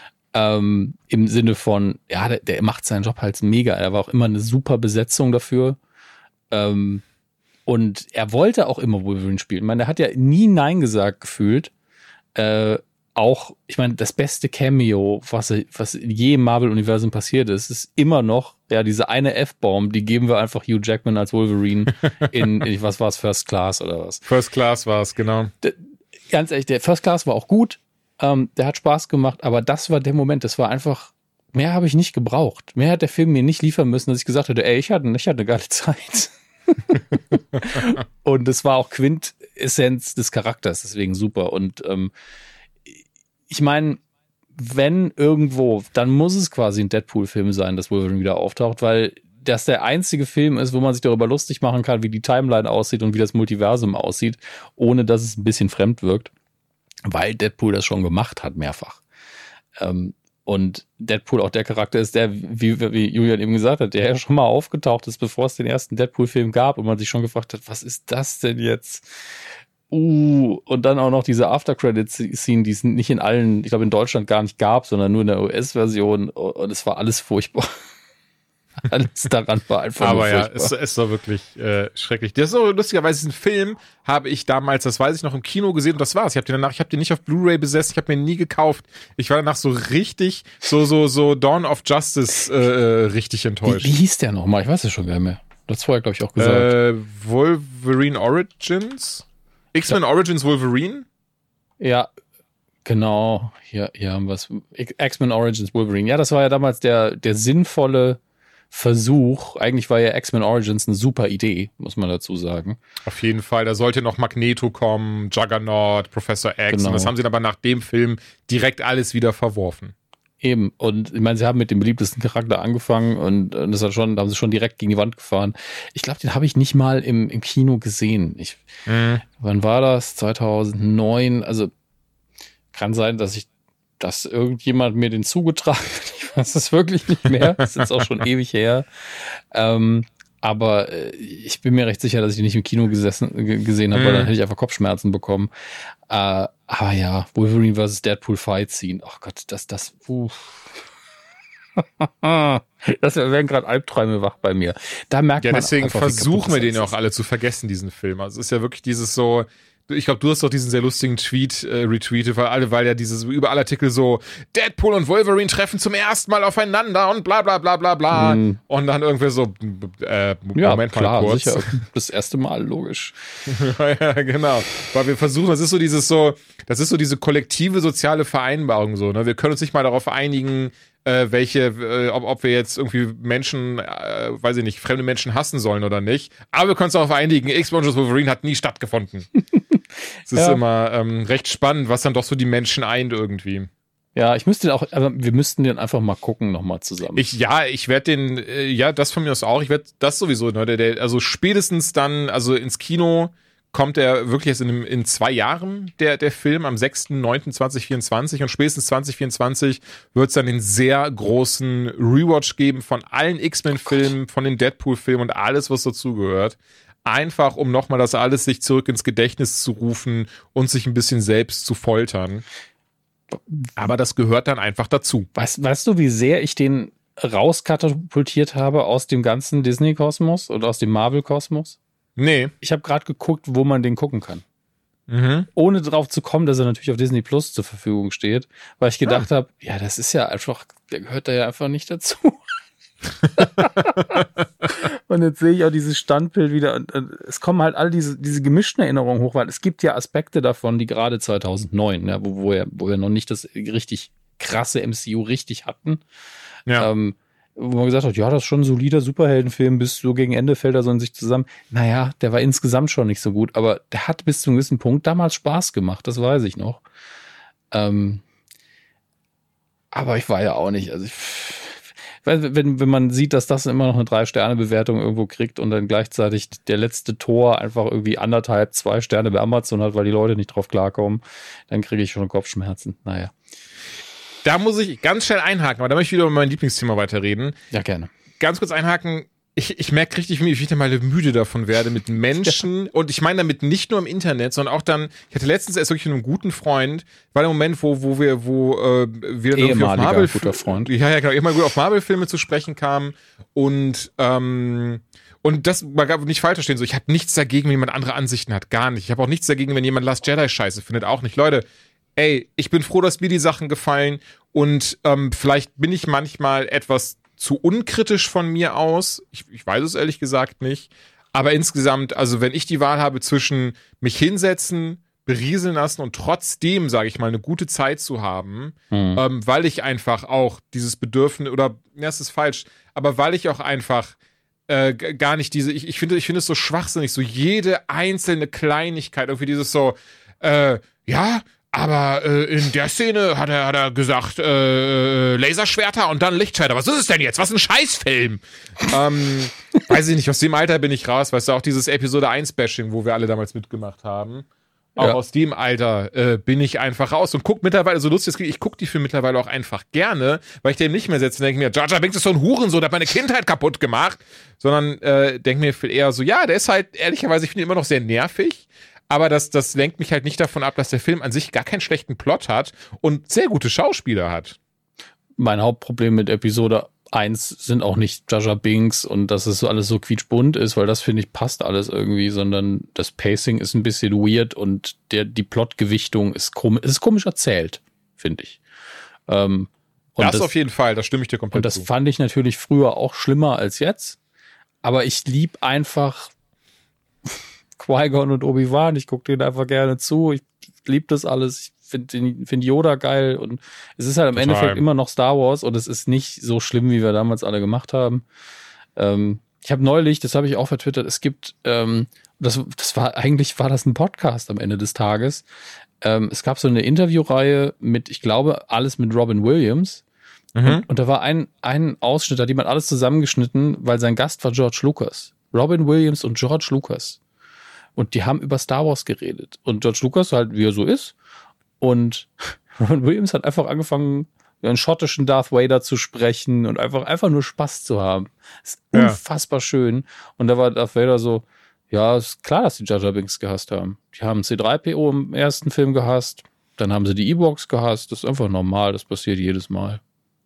Ähm, im Sinne von, ja, der, der macht seinen Job halt mega. Er war auch immer eine super Besetzung dafür. Ähm, Und er wollte auch immer Wolverine spielen. Ich meine, er hat ja nie Nein gesagt gefühlt. Äh, auch, ich meine, das beste Cameo, was, was in jedem Marvel-Universum passiert ist, ist immer noch, ja, diese eine F-Bomb, die geben wir einfach Hugh Jackman als Wolverine in, in was war es, First Class oder was? First Class war es, genau. D- ganz ehrlich, der First Class war auch gut. Ähm, der hat Spaß gemacht, aber das war der Moment, das war einfach, mehr habe ich nicht gebraucht. Mehr hat der Film mir nicht liefern müssen, dass ich gesagt hätte, ey, ich hatte, ich hatte eine geile Zeit. Und es war auch Quintessenz des Charakters, deswegen super. Und ähm, ich meine, wenn irgendwo, dann muss es quasi ein Deadpool-Film sein, dass Wolverine wieder auftaucht, weil das der einzige Film ist, wo man sich darüber lustig machen kann, wie die Timeline aussieht und wie das Multiversum aussieht, ohne dass es ein bisschen fremd wirkt, weil Deadpool das schon gemacht hat, mehrfach. Ähm, Und Deadpool auch der Charakter ist, der, wie, wie Julian eben gesagt hat, der ja schon mal aufgetaucht ist, bevor es den ersten Deadpool-Film gab und man sich schon gefragt hat, was ist das denn jetzt? Uh, und dann auch noch diese After-Credits-Scene, die es nicht in allen, ich glaube in Deutschland gar nicht gab, sondern nur in der U S-Version. Und es war alles furchtbar. Alles daran war einfach Aber nur ja, furchtbar. es, es war wirklich äh, schrecklich. Das ist so lustigerweise, diesen Film habe ich damals, das weiß ich noch, im Kino gesehen und das war's. Ich habe den danach, ich habe den nicht auf Blu-ray besessen, ich habe mir nie gekauft. Ich war danach so richtig, so so so Dawn of Justice äh, richtig enttäuscht. Wie, wie hieß der nochmal? Ich weiß es schon gar nicht mehr. Du hast vorher, glaube ich, auch gesagt. Äh, Wolverine Origins? X-Men ja. Origins Wolverine? Ja, genau. Hier, hier haben wir es. X-Men Origins Wolverine. Ja, das war ja damals der, der sinnvolle Versuch. Eigentlich war ja X-Men Origins eine super Idee, muss man dazu sagen. Auf jeden Fall. Da sollte noch Magneto kommen, Juggernaut, Professor X. Genau. Und das haben sie aber nach dem Film direkt alles wieder verworfen. Eben. Und ich meine, sie haben mit dem beliebtesten Charakter angefangen und, und das hat schon, da haben sie schon direkt gegen die Wand gefahren. Ich glaube, den habe ich nicht mal im, im Kino gesehen. Ich, mhm. Wann war das? zweitausendneun. Also kann sein, dass ich, dass irgendjemand mir den zugetragen hat. Ich weiß es wirklich nicht mehr. Das ist jetzt auch schon ewig her. Ähm, aber äh, ich bin mir recht sicher, dass ich den nicht im Kino gesessen, g- gesehen habe, mhm. weil dann hätte ich einfach Kopfschmerzen bekommen. Äh, aber ja, Wolverine versus Deadpool Fight Scene. Oh Gott, das, das, uh. Das werden gerade Albträume wach bei mir. Da merkt ja, man deswegen einfach, versuchen wir den ja auch alle zu vergessen, diesen Film. Also es ist ja wirklich dieses so, ich glaube, du hast doch diesen sehr lustigen Tweet äh, retweetet, weil alle, weil ja dieses überall Artikel so Deadpool und Wolverine treffen zum ersten Mal aufeinander und bla bla bla bla bla. Mm. Und dann irgendwie so, äh, ja, Moment klar, mal kurz. Sicher. Das erste Mal, logisch. Ja, genau. Weil wir versuchen, das ist so dieses so, das ist so diese kollektive soziale Vereinbarung so, ne? Wir können uns nicht mal darauf einigen, äh, welche, äh, ob, ob wir jetzt irgendwie Menschen, äh, weiß ich nicht, fremde Menschen hassen sollen oder nicht. Aber wir können uns darauf einigen, X-Men versus Wolverine hat nie stattgefunden. Es ist ja. immer ähm, recht spannend, was dann doch so die Menschen eint irgendwie. Ja, ich müsste auch, aber wir müssten den einfach mal gucken nochmal zusammen. Ich, ja, ich werde den, äh, ja, das von mir aus auch, ich werde das sowieso, ne, der, der, also spätestens dann, also ins Kino kommt er wirklich erst in, in zwei Jahren, der, der Film, am sechsten neunten zweitausendvierundzwanzig und spätestens zwanzig vierundzwanzig wird es dann den sehr großen Rewatch geben von allen X-Men-Filmen, von den Deadpool-Filmen und alles, was dazugehört. Einfach, um nochmal das alles sich zurück ins Gedächtnis zu rufen und sich ein bisschen selbst zu foltern. Aber das gehört dann einfach dazu. Weißt, weißt du, wie sehr ich den rauskatapultiert habe aus dem ganzen Disney-Kosmos oder aus dem Marvel-Kosmos? Nee. Ich habe gerade geguckt, wo man den gucken kann. Mhm. Ohne drauf zu kommen, dass er natürlich auf Disney Plus zur Verfügung steht, weil ich gedacht ja. habe, ja, das ist ja einfach, der gehört da ja einfach nicht dazu. Und jetzt sehe ich auch dieses Standbild wieder und, und es kommen halt all diese, diese gemischten Erinnerungen hoch, weil es gibt ja Aspekte davon, die gerade zweitausendneun, ja, wo, wo, wir, wo wir noch nicht das richtig krasse M C U richtig hatten, ja. ähm, wo man gesagt hat, ja, das ist schon ein solider Superheldenfilm, bis so gegen Ende fällt er so in sich zusammen. Naja, der war insgesamt schon nicht so gut, aber der hat bis zu einem gewissen Punkt damals Spaß gemacht, das weiß ich noch. Ähm, aber ich war ja auch nicht, also ich, weil wenn, wenn man sieht, dass das immer noch eine Drei-Sterne-Bewertung irgendwo kriegt und dann gleichzeitig der letzte Tor einfach irgendwie anderthalb, zwei Sterne bei Amazon hat, weil die Leute nicht drauf klarkommen, dann kriege ich schon Kopfschmerzen. Naja. Da muss ich ganz schnell einhaken, aber da möchte ich wieder über mein Lieblingsthema weiterreden. Ja, gerne. Ganz kurz einhaken. Ich, ich merke richtig, wie ich wieder mal müde davon werde mit Menschen. Ja. Und ich meine damit nicht nur im Internet, sondern auch dann, ich hatte letztens erst wirklich mit einem guten Freund, war der Moment, wo, wo wir, wo äh, wir irgendwie auf Marvel, guter Freund. Ja, ja, genau, immer gut auf Marvel-Filme zu sprechen kamen. Und, ähm, und das man darf nicht falsch verstehen. So, ich habe nichts dagegen, wenn jemand andere Ansichten hat. Gar nicht. Ich habe auch nichts dagegen, wenn jemand Last Jedi scheiße findet. Auch nicht. Leute, ey, ich bin froh, dass mir die Sachen gefallen. Und ähm, vielleicht bin ich manchmal etwas zu unkritisch von mir aus. Ich, ich weiß es ehrlich gesagt nicht. Aber insgesamt, also wenn ich die Wahl habe zwischen mich hinsetzen, berieseln lassen und trotzdem, sage ich mal, eine gute Zeit zu haben, mhm. ähm, weil ich einfach auch dieses Bedürfnis, oder, ja, das ist falsch, aber weil ich auch einfach äh, g- gar nicht diese, ich, ich finde ich finde es so schwachsinnig, so jede einzelne Kleinigkeit, irgendwie dieses so, äh, ja, aber äh, in der Szene hat er, hat er gesagt, äh, Laserschwerter und dann Lichtschwerter. Was ist es denn jetzt? Was ein Scheißfilm? ähm, weiß ich nicht, aus dem Alter bin ich raus. Weißt du, auch dieses Episode eins Bashing, wo wir alle damals mitgemacht haben. Auch ja. aus dem Alter äh, bin ich einfach raus und guck mittlerweile, so lustig es geht, ich guck die Filme mittlerweile auch einfach gerne, weil ich dem nicht mehr setze und denke mir, Jar Jar Binks ist so ein Hurensohn, der hat meine Kindheit kaputt gemacht. Sondern äh, denke mir viel eher so, ja, der ist halt, ehrlicherweise, ich finde ihn immer noch sehr nervig. aber das, das lenkt mich halt nicht davon ab, dass der Film an sich gar keinen schlechten Plot hat und sehr gute Schauspieler hat. Mein Hauptproblem mit Episode eins sind auch nicht Jar Jar Binks und dass es so alles so quietschbunt ist, weil das, finde ich, passt alles irgendwie, sondern das Pacing ist ein bisschen weird und der, die Plotgewichtung ist komisch, ist komisch erzählt, finde ich. Ähm, und das, das auf jeden Fall, da stimme ich dir komplett Und das zu. fand ich natürlich früher auch schlimmer als jetzt, aber ich lieb einfach Qui-Gon und Obi-Wan, ich gucke denen einfach gerne zu, ich lieb das alles, ich finde find Yoda geil und es ist halt im Total. Endeffekt immer noch Star Wars und es ist nicht so schlimm, wie wir damals alle gemacht haben. Ähm, ich habe neulich, das habe ich auch vertwittert, es gibt, ähm, das, das war eigentlich war das ein Podcast am Ende des Tages. Ähm, es gab so eine Interviewreihe mit, ich glaube, alles mit Robin Williams. Mhm. Und, und da war ein, ein Ausschnitt, da hat jemand alles zusammengeschnitten, weil sein Gast war George Lucas. Robin Williams und George Lucas. Und die haben über Star Wars geredet. Und George Lucas halt, wie er so ist. Und Robin Williams hat einfach angefangen, einen schottischen Darth Vader zu sprechen und einfach, einfach nur Spaß zu haben. Ist Ja. unfassbar schön. Und da war Darth Vader so, ja, ist klar, dass die Jar Jar Binks gehasst haben. Die haben C drei P O im ersten Film gehasst. Dann haben sie die Ewoks gehasst. Das ist einfach normal. Das passiert jedes Mal.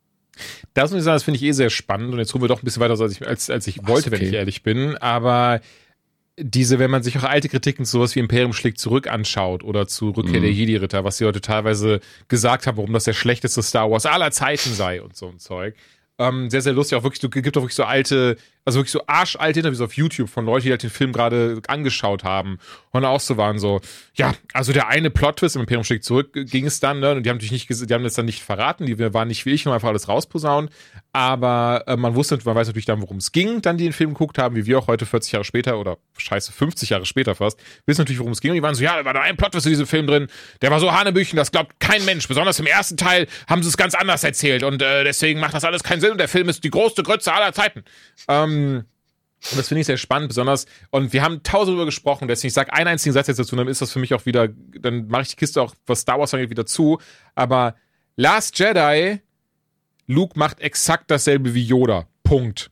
Das muss ich sagen, das finde ich eh sehr spannend und jetzt ruhen wir doch ein bisschen weiter, als ich, als, als ich Was, wollte, okay. wenn ich ehrlich bin, aber diese, wenn man sich auch alte Kritiken zu sowas wie Imperium schlägt zurück anschaut oder zu Rückkehr Mhm. der Jedi-Ritter, was sie heute teilweise gesagt haben, warum das der schlechteste Star Wars aller Zeiten sei und so ein Zeug. Ähm, sehr, sehr lustig, auch wirklich, du gibt auch wirklich so alte, also wirklich so arschalte Interviews auf YouTube von Leuten, die halt den Film gerade angeschaut haben und auch so waren so, ja, also der eine Plot-Twist im Imperium schlägt zurück ging es dann, ne, und die haben natürlich nicht, ges- die haben das dann nicht verraten, die waren nicht wie ich, nur einfach alles rausposaunen, aber äh, man wusste, man weiß natürlich dann, worum es ging, dann die den Film geguckt haben, wie wir auch heute vierzig Jahre später oder scheiße, fünfzig Jahre später fast, wissen natürlich, worum es ging und die waren so, ja, da war da ein Plot-Twist in diesem Film drin, der war so hanebüchen, das glaubt kein Mensch, besonders im ersten Teil haben sie es ganz anders erzählt und äh, deswegen macht das alles keinen Sinn und der Film ist die größte Grütze aller Zeiten. Ähm, und das finde ich sehr spannend, besonders, und wir haben tausend darüber gesprochen, deswegen ich sage einen einzigen Satz jetzt dazu, dann ist das für mich auch wieder, dann mache ich die Kiste auch, was Star Wars angeht, wieder zu, aber Last Jedi, Luke macht exakt dasselbe wie Yoda. Punkt.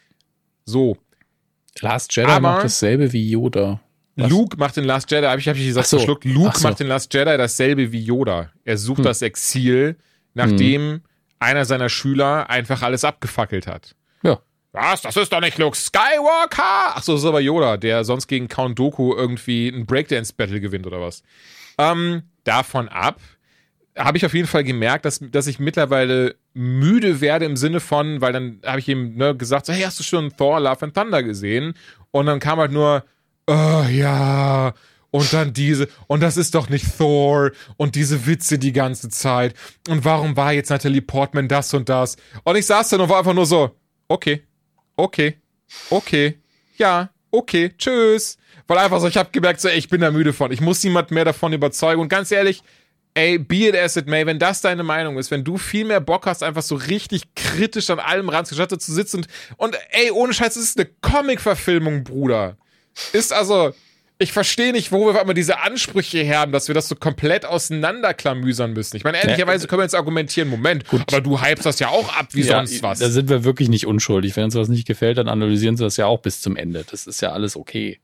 So. Last Jedi Aber macht dasselbe wie Yoda. Was? Luke macht in Last Jedi, habe ich, hab ich gesagt, Ach so. verschluckt, Luke Ach so. macht in Last Jedi dasselbe wie Yoda. Er sucht Hm. das Exil, nachdem einer seiner Schüler einfach alles abgefackelt hat. Ja. Was? Das ist doch nicht Luke Skywalker! Ach so, das ist aber Yoda, der sonst gegen Count Dooku irgendwie ein Breakdance-Battle gewinnt oder was. Ähm, davon ab habe ich auf jeden Fall gemerkt, dass, dass ich mittlerweile müde werde im Sinne von, weil dann habe ich ihm ne, gesagt, so, hey, hast du schon Thor, Love and Thunder gesehen? Und dann kam halt nur, oh ja, und dann diese, und das ist doch nicht Thor, und diese Witze die ganze Zeit, und warum war jetzt Natalie Portman das und das? Und ich saß dann und war einfach nur so, okay, okay, okay, ja, okay, tschüss. Weil einfach so, ich habe gemerkt, so, ey, ich bin da müde von, ich muss niemand mehr davon überzeugen, und ganz ehrlich, ey, be it as it may, wenn das deine Meinung ist, wenn du viel mehr Bock hast, einfach so richtig kritisch an allem ranzustatten zu sitzen und, und ey, ohne Scheiß, es ist eine Comic-Verfilmung, Bruder. Ist also, ich verstehe nicht, wo wir immer diese Ansprüche her haben, dass wir das so komplett auseinanderklamüsern müssen. Ich meine, ehrlicherweise können wir jetzt argumentieren, Moment, gut, aber du hypst das ja auch ab wie Ja, sonst was. Da sind wir wirklich nicht unschuldig. Wenn uns was nicht gefällt, dann analysieren sie das ja auch bis zum Ende. Das ist ja alles okay.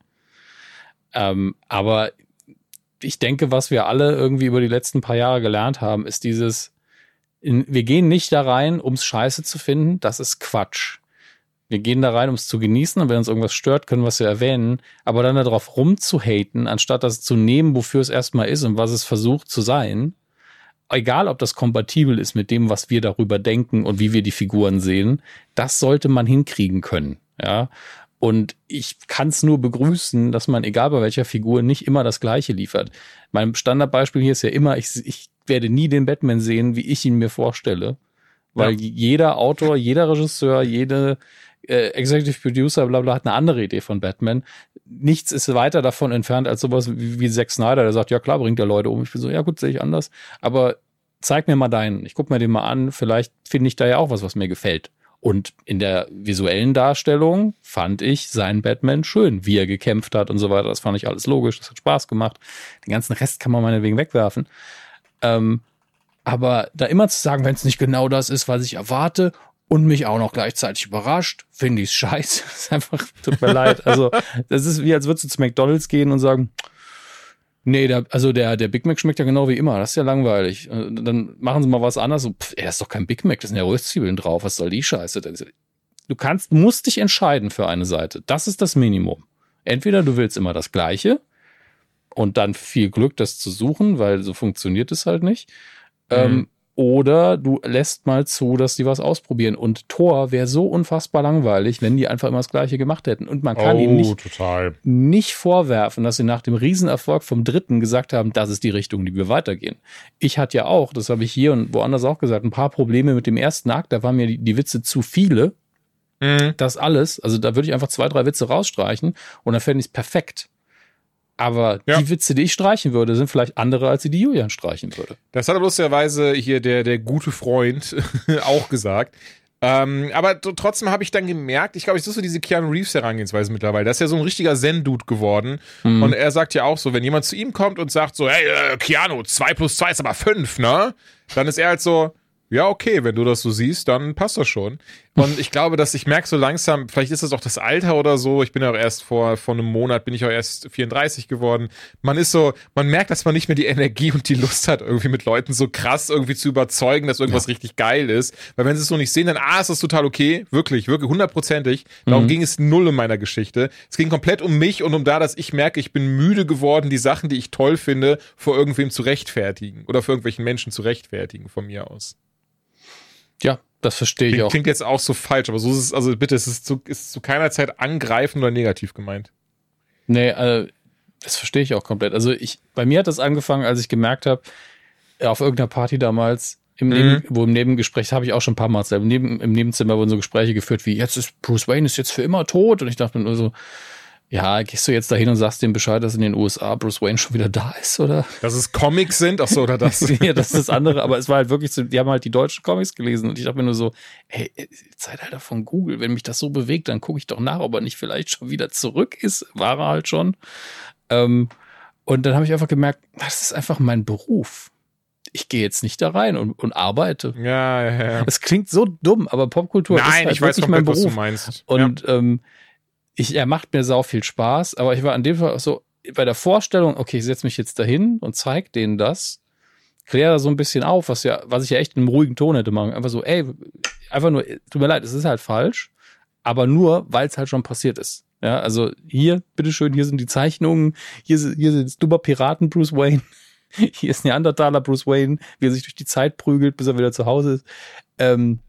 Ähm, aber ich denke, was wir alle irgendwie über die letzten paar Jahre gelernt haben, ist dieses, in, wir gehen nicht da rein, ums Scheiße zu finden. Das ist Quatsch. Wir gehen da rein, um es zu genießen, und wenn uns irgendwas stört, können wir es ja erwähnen, aber dann darauf rumzuhaten, anstatt das zu nehmen, wofür es erstmal ist und was es versucht zu sein, egal ob das kompatibel ist mit dem, was wir darüber denken und wie wir die Figuren sehen, das sollte man hinkriegen können, ja. Und ich kann es nur begrüßen, dass man, egal bei welcher Figur, nicht immer das Gleiche liefert. Mein Standardbeispiel hier ist ja immer, ich, ich werde nie den Batman sehen, wie ich ihn mir vorstelle, weil ja. jeder Autor, jeder Regisseur, jede äh, Executive Producer, bla bla, hat eine andere Idee von Batman. Nichts ist weiter davon entfernt als sowas wie, wie Zack Snyder, der sagt, ja klar, bringt der Leute um. Ich bin so, ja gut, sehe ich anders. Aber zeig mir mal deinen. Ich guck mir den mal an. Vielleicht finde ich da ja auch was, was mir gefällt. Und in der visuellen Darstellung fand ich seinen Batman schön, wie er gekämpft hat und so weiter. Das fand ich alles logisch, das hat Spaß gemacht. Den ganzen Rest kann man meinetwegen wegwerfen. Ähm, aber da immer zu sagen, wenn es nicht genau das ist, was ich erwarte und mich auch noch gleichzeitig überrascht, finde ich es scheiße. Das ist einfach, tut mir leid. Also das ist wie, als würdest du zu McDonald's gehen und sagen, Nee, der, also der, der Big Mac schmeckt ja genau wie immer. Das ist ja langweilig. Dann machen sie mal was anderes. So, pff, ey, das ist doch kein Big Mac, das sind ja Röstzwiebeln drauf. Was soll die Scheiße? Du kannst, musst dich entscheiden für eine Seite. Das ist das Minimum. Entweder du willst immer das Gleiche und dann viel Glück, das zu suchen, weil so funktioniert es halt nicht. Mhm. Ähm, Oder du lässt mal zu, dass die was ausprobieren. Und Tor wäre so unfassbar langweilig, wenn die einfach immer das Gleiche gemacht hätten. Und man kann oh, ihnen nicht, total. nicht vorwerfen, dass sie nach dem Riesenerfolg vom dritten gesagt haben, das ist die Richtung, die wir weitergehen. Ich hatte ja auch, das habe ich hier und woanders auch gesagt, ein paar Probleme mit dem ersten Akt. Da waren mir die, die Witze zu viele. Mhm. Das alles. Also da würde ich einfach zwei, drei Witze rausstreichen und dann fände ich es perfekt. Aber ja. die Witze, die ich streichen würde, sind vielleicht andere, als die, die Julian streichen würde. Das hat lustigerweise hier der, der gute Freund auch gesagt. Ähm, aber trotzdem habe ich dann gemerkt, ich glaube, ich suche so diese Keanu Reeves Herangehensweise mittlerweile. Das ist ja so ein richtiger Zen-Dude geworden. Mhm. Und er sagt ja auch so, wenn jemand zu ihm kommt und sagt so, hey, äh, Keanu, zwei plus zwei ist aber fünf, ne? Dann ist er halt so, ja, okay, wenn du das so siehst, dann passt das schon. Und ich glaube, dass ich merke so langsam, vielleicht ist das auch das Alter oder so, ich bin ja auch erst vor, vor einem Monat, bin ich auch erst vierunddreißig geworden. Man ist so, man merkt, dass man nicht mehr die Energie und die Lust hat, irgendwie mit Leuten so krass irgendwie zu überzeugen, dass irgendwas ja. richtig geil ist. Weil wenn sie es so nicht sehen, dann, ah, ist das total okay. Wirklich, wirklich, hundertprozentig. Darum mhm. ging es null in meiner Geschichte. Es ging komplett um mich und um da, dass ich merke, ich bin müde geworden, die Sachen, die ich toll finde, vor irgendwem zu rechtfertigen. Oder vor irgendwelchen Menschen zu rechtfertigen, von mir aus. Ja, das verstehe ich klingt, auch. Klingt jetzt auch so falsch, aber so ist es, also bitte, es ist zu, ist zu keiner Zeit angreifend oder negativ gemeint. Nee, äh, das verstehe ich auch komplett. Also ich, bei mir hat das angefangen, als ich gemerkt habe, auf irgendeiner Party damals, im mhm. Neben, wo im Nebengespräch, habe ich auch schon ein paar Mal im, Neben, im Nebenzimmer wurden so Gespräche geführt wie, jetzt ist Bruce Wayne ist jetzt für immer tot. Und ich dachte mir nur so, ja, gehst du jetzt dahin und sagst dem Bescheid, dass in den U S A Bruce Wayne schon wieder da ist, oder? Dass es Comics sind, ach so, oder das? Ja, das ist das andere, aber es war halt wirklich so, die haben halt die deutschen Comics gelesen und ich dachte mir nur so, hey, Zeitalter von Google, wenn mich das so bewegt, dann gucke ich doch nach, ob er nicht vielleicht schon wieder zurück ist. War er halt schon. Ähm, und dann habe ich einfach gemerkt, das ist einfach mein Beruf. Ich gehe jetzt nicht da rein und, und arbeite. Ja, ja, ja. Das klingt so dumm, aber Popkultur Nein, ist halt ich weiß wirklich komplett, mein Beruf. was du meinst. Und ja. ähm, Ich, er macht mir sau viel Spaß, aber ich war an dem Fall auch so, bei der Vorstellung, okay, ich setze mich jetzt dahin und zeige denen das, kläre da so ein bisschen auf, was ja, was ich ja echt in einem ruhigen Ton hätte machen. Einfach so, ey, einfach nur, tut mir leid, es ist halt falsch, aber nur, weil es halt schon passiert ist. Ja, also hier, bitteschön, hier sind die Zeichnungen, hier, hier sind dummer Piraten Bruce Wayne, hier ist Neandertaler Bruce Wayne, wie er sich durch die Zeit prügelt, bis er wieder zu Hause ist. Ähm,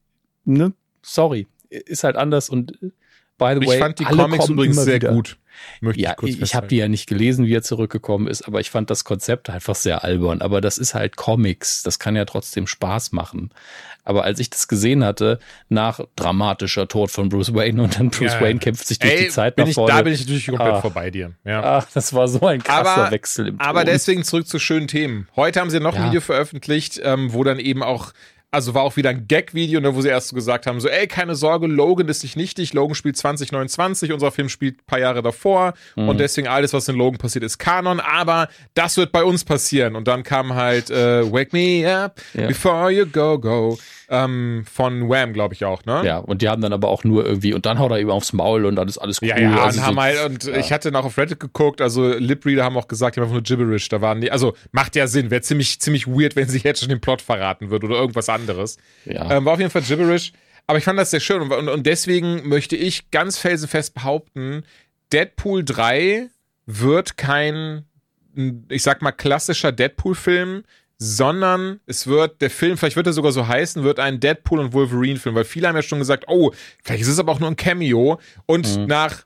ne, sorry, ist halt anders und by the way, ich fand die Comics übrigens sehr wieder. gut. Möchte ja, ich, ich habe die ja nicht gelesen, wie er zurückgekommen ist, aber ich fand das Konzept einfach sehr albern. Aber das ist halt Comics, das kann ja trotzdem Spaß machen. Aber als ich das gesehen hatte, nach dramatischer Tod von Bruce Wayne und dann Bruce ja. Wayne kämpft sich durch Ey, die Zeit nach ich, vorne. Da bin ich natürlich komplett ach, vorbei dir. Ja. Ach, das war so ein krasser aber, Wechsel im Ton. Aber deswegen zurück zu schönen Themen. Heute haben sie noch ja. ein Video veröffentlicht, ähm, wo dann eben auch Also war auch wieder ein Gag-Video, ne, wo sie erst so gesagt haben, so ey, keine Sorge, Logan ist nicht nichtig, Logan spielt zwanzig neunundzwanzig, unser Film spielt ein paar Jahre davor mhm. und deswegen alles, was in Logan passiert, ist Kanon, aber das wird bei uns passieren. Und dann kam halt äh, Wake Me Up ja. Before You Go Go ähm, von Wham, glaube ich auch, ne? Ja, und die haben dann aber auch nur irgendwie, und dann haut er eben aufs Maul und dann ist alles cool. Ja, ja, also und haben so, halt, und ja. ich hatte noch auf Reddit geguckt, also Lipreader haben auch gesagt, die haben einfach nur Gibberish, da waren die, also macht ja Sinn, wäre ziemlich, ziemlich weird, wenn sie jetzt schon den Plot verraten würde oder irgendwas anderes. Ja. Ähm, war auf jeden Fall Gibberish, aber ich fand das sehr schön und, und, und deswegen möchte ich ganz felsenfest behaupten, Deadpool drei wird kein, ich sag mal, klassischer Deadpool-Film, sondern es wird, der Film, vielleicht wird er sogar so heißen, wird ein Deadpool- und Wolverine-Film, weil viele haben ja schon gesagt, oh, vielleicht ist es aber auch nur ein Cameo und mhm. nach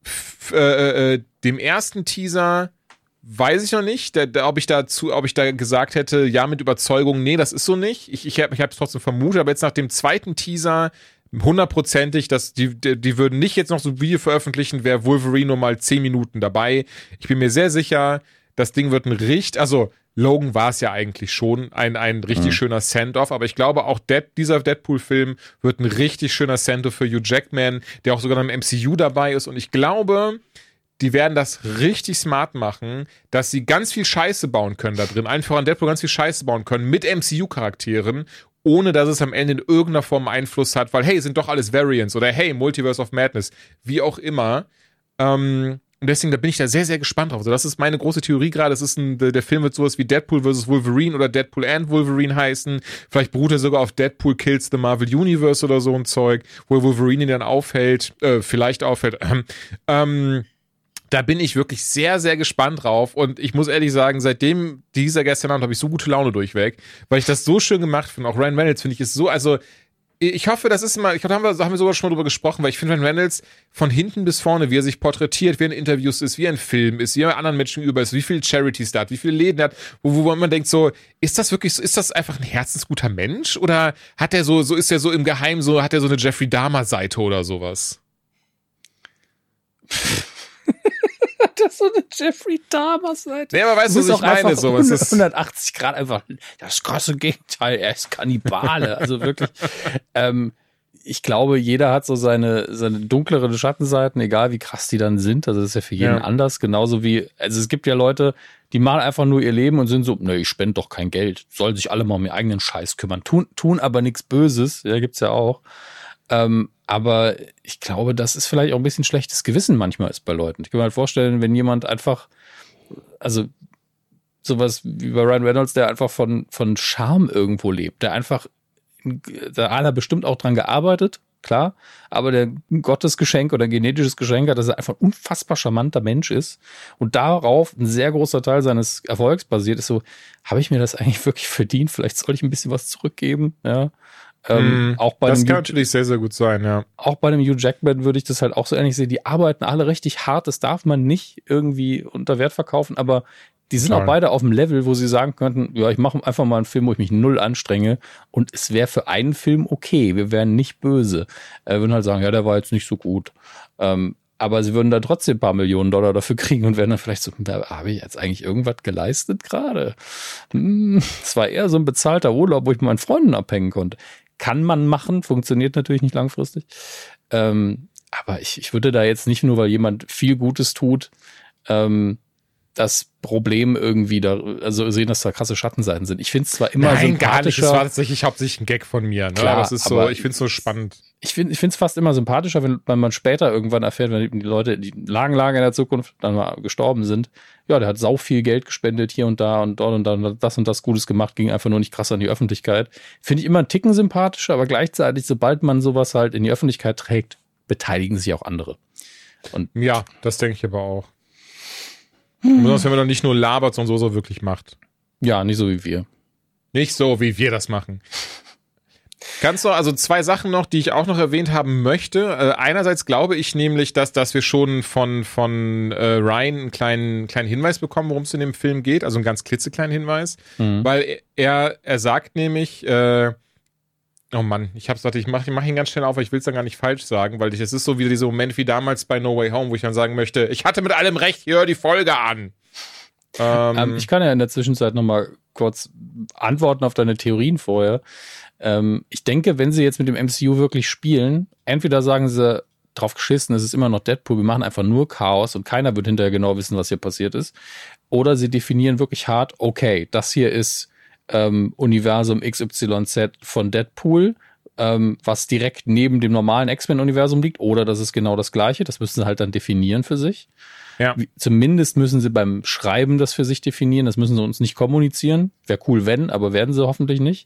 f- äh, äh, dem ersten Teaser weiß ich noch nicht, da, da, ob ich dazu, ob ich da gesagt hätte, ja, mit Überzeugung, nee, das ist so nicht. Ich, ich habe ich es trotzdem vermutet, aber jetzt nach dem zweiten Teaser hundertprozentig, dass die, die, die würden nicht jetzt noch so ein Video veröffentlichen, wäre Wolverine nur mal zehn Minuten dabei. Ich bin mir sehr sicher, das Ding wird ein richtig, also Logan war es ja eigentlich schon, ein, ein richtig mhm. schöner Send-Off, aber ich glaube auch Dead, dieser Deadpool-Film wird ein richtig schöner Send-Off für Hugh Jackman, der auch sogar im M C U dabei ist und ich glaube, die werden das richtig smart machen, dass sie ganz viel Scheiße bauen können da drin, einfach an Deadpool ganz viel Scheiße bauen können mit M C U-Charakteren, ohne dass es am Ende in irgendeiner Form Einfluss hat, weil hey, sind doch alles Variants oder hey, Multiverse of Madness, wie auch immer. Ähm, Und deswegen, da bin ich da sehr, sehr gespannt drauf. Also das ist meine große Theorie gerade. Es ist ein, der Film wird sowas wie Deadpool versus Wolverine oder Deadpool and Wolverine heißen. Vielleicht beruht er sogar auf Deadpool Kills the Marvel Universe oder so ein Zeug, wo Wolverine ihn dann aufhält, äh, vielleicht aufhält. Ähm, da bin ich wirklich sehr, sehr gespannt drauf. Und ich muss ehrlich sagen, seitdem dieser gestern Abend habe ich so gute Laune durchweg, weil ich das so schön gemacht finde. Auch Ryan Reynolds finde ich ist so, also ich hoffe, das ist immer, ich glaube, da haben wir, haben wir sogar schon mal drüber gesprochen, weil ich finde Ryan Reynolds von hinten bis vorne, wie er sich porträtiert, wie er in Interviews ist, wie er in Filmen ist, wie er anderen Menschen über ist, wie viele Charities da hat, wie viele Läden er hat, wo, wo man denkt so, ist das wirklich so, ist das einfach ein herzensguter Mensch oder hat er so, so ist er so im Geheimen so, hat er so eine Jeffrey Dahmer Seite oder sowas? Das ist so eine Jeffrey Dahmer-Seite. Nee, aber weißt du, was ich meine? So, was ist hundertachtzig Grad einfach das krasse Gegenteil. Er ist Kannibale. Also wirklich. ähm, ich glaube, jeder hat so seine, seine dunkleren Schattenseiten, egal wie krass die dann sind. Also das ist ja für jeden ja. anders. Genauso wie, also es gibt ja Leute, die machen einfach nur ihr Leben und sind so, ne, ich spende doch kein Geld. Sollen sich alle mal um ihren eigenen Scheiß kümmern. Tun, tun aber nichts Böses. Ja, gibt's ja auch. Ähm, aber ich glaube, das ist vielleicht auch ein bisschen schlechtes Gewissen manchmal ist bei Leuten. Ich kann mir halt vorstellen, wenn jemand einfach, also sowas wie bei Ryan Reynolds, der einfach von, von Charme irgendwo lebt, der einfach, da hat er bestimmt auch dran gearbeitet, klar, aber der Gottesgeschenk oder genetisches Geschenk hat, dass er einfach ein unfassbar charmanter Mensch ist und darauf ein sehr großer Teil seines Erfolgs basiert, ist so, habe ich mir das eigentlich wirklich verdient? Vielleicht soll ich ein bisschen was zurückgeben, ja. Ähm, mm, auch bei das dem kann Hugh, natürlich sehr, sehr gut sein, ja. Auch bei dem Hugh Jackman würde ich das halt auch so ähnlich sehen. Die arbeiten alle richtig hart, das darf man nicht irgendwie unter Wert verkaufen, aber die sind Toll. Auch beide auf dem Level, wo sie sagen könnten, ja, ich mache einfach mal einen Film, wo ich mich null anstrenge und es wäre für einen Film okay, wir wären nicht böse. Wir würden halt sagen, ja, der war jetzt nicht so gut. Ähm, aber sie würden dann trotzdem ein paar Millionen Dollar dafür kriegen und wären dann vielleicht so, habe ich jetzt eigentlich irgendwas geleistet gerade? Hm, es war eher so ein bezahlter Urlaub, wo ich mit meinen Freunden abhängen konnte. Kann man machen, funktioniert natürlich nicht langfristig. Ähm, aber ich, ich würde da jetzt nicht nur, weil jemand viel Gutes tut, ähm, das Problem irgendwie da, also sehen, dass da krasse Schattenseiten sind. Ich finde es zwar immer Nein, sympathischer. Gar nicht. Das war tatsächlich hauptsächlich ein Gag von mir. Ne? Klar, aber es ist so, ich finde es so spannend. Ich finde ich finde es fast immer sympathischer, wenn, wenn man später irgendwann erfährt, wenn die Leute, die lang, lang in der Zukunft dann mal gestorben sind, ja, der hat sau viel Geld gespendet hier und da und dort und dann das und das Gutes gemacht, ging einfach nur nicht krass an die Öffentlichkeit. Finde ich immer einen Ticken sympathischer, aber gleichzeitig, sobald man sowas halt in die Öffentlichkeit trägt, beteiligen sich auch andere. Und ja, das denke ich aber auch. Hm. Besonders wenn man dann nicht nur labert, sondern so so wirklich macht. Ja, nicht so wie wir. Nicht so, wie wir das machen. Ganz noch, also zwei Sachen noch, die ich auch noch erwähnt haben möchte. Äh, einerseits glaube ich nämlich, dass, dass wir schon von, von äh, Ryan einen kleinen, kleinen Hinweis bekommen, worum es in dem Film geht. Also einen ganz klitzekleinen Hinweis. Mhm. Weil er, er sagt nämlich, äh, oh Mann, ich hab's, warte, ich mach, ich mach ihn ganz schnell auf, aber ich will es dann gar nicht falsch sagen, weil es ist so wie dieser Moment wie damals bei No Way Home, wo ich dann sagen möchte, ich hatte mit allem recht, hör die Folge an. Ähm, ähm, ich kann ja in der Zwischenzeit nochmal kurz antworten auf deine Theorien vorher. Ähm, ich denke, wenn sie jetzt mit dem M C U wirklich spielen, entweder sagen sie, drauf geschissen, es ist immer noch Deadpool, wir machen einfach nur Chaos und keiner wird hinterher genau wissen, was hier passiert ist. Oder sie definieren wirklich hart, okay, das hier ist ähm, Universum X Y Z von Deadpool, ähm, was direkt neben dem normalen X-Men-Universum liegt, oder das ist genau das Gleiche, das müssen sie halt dann definieren für sich. Ja. Wie, zumindest müssen sie beim Schreiben das für sich definieren, das müssen sie uns nicht kommunizieren. Wäre cool, wenn, aber werden sie hoffentlich nicht.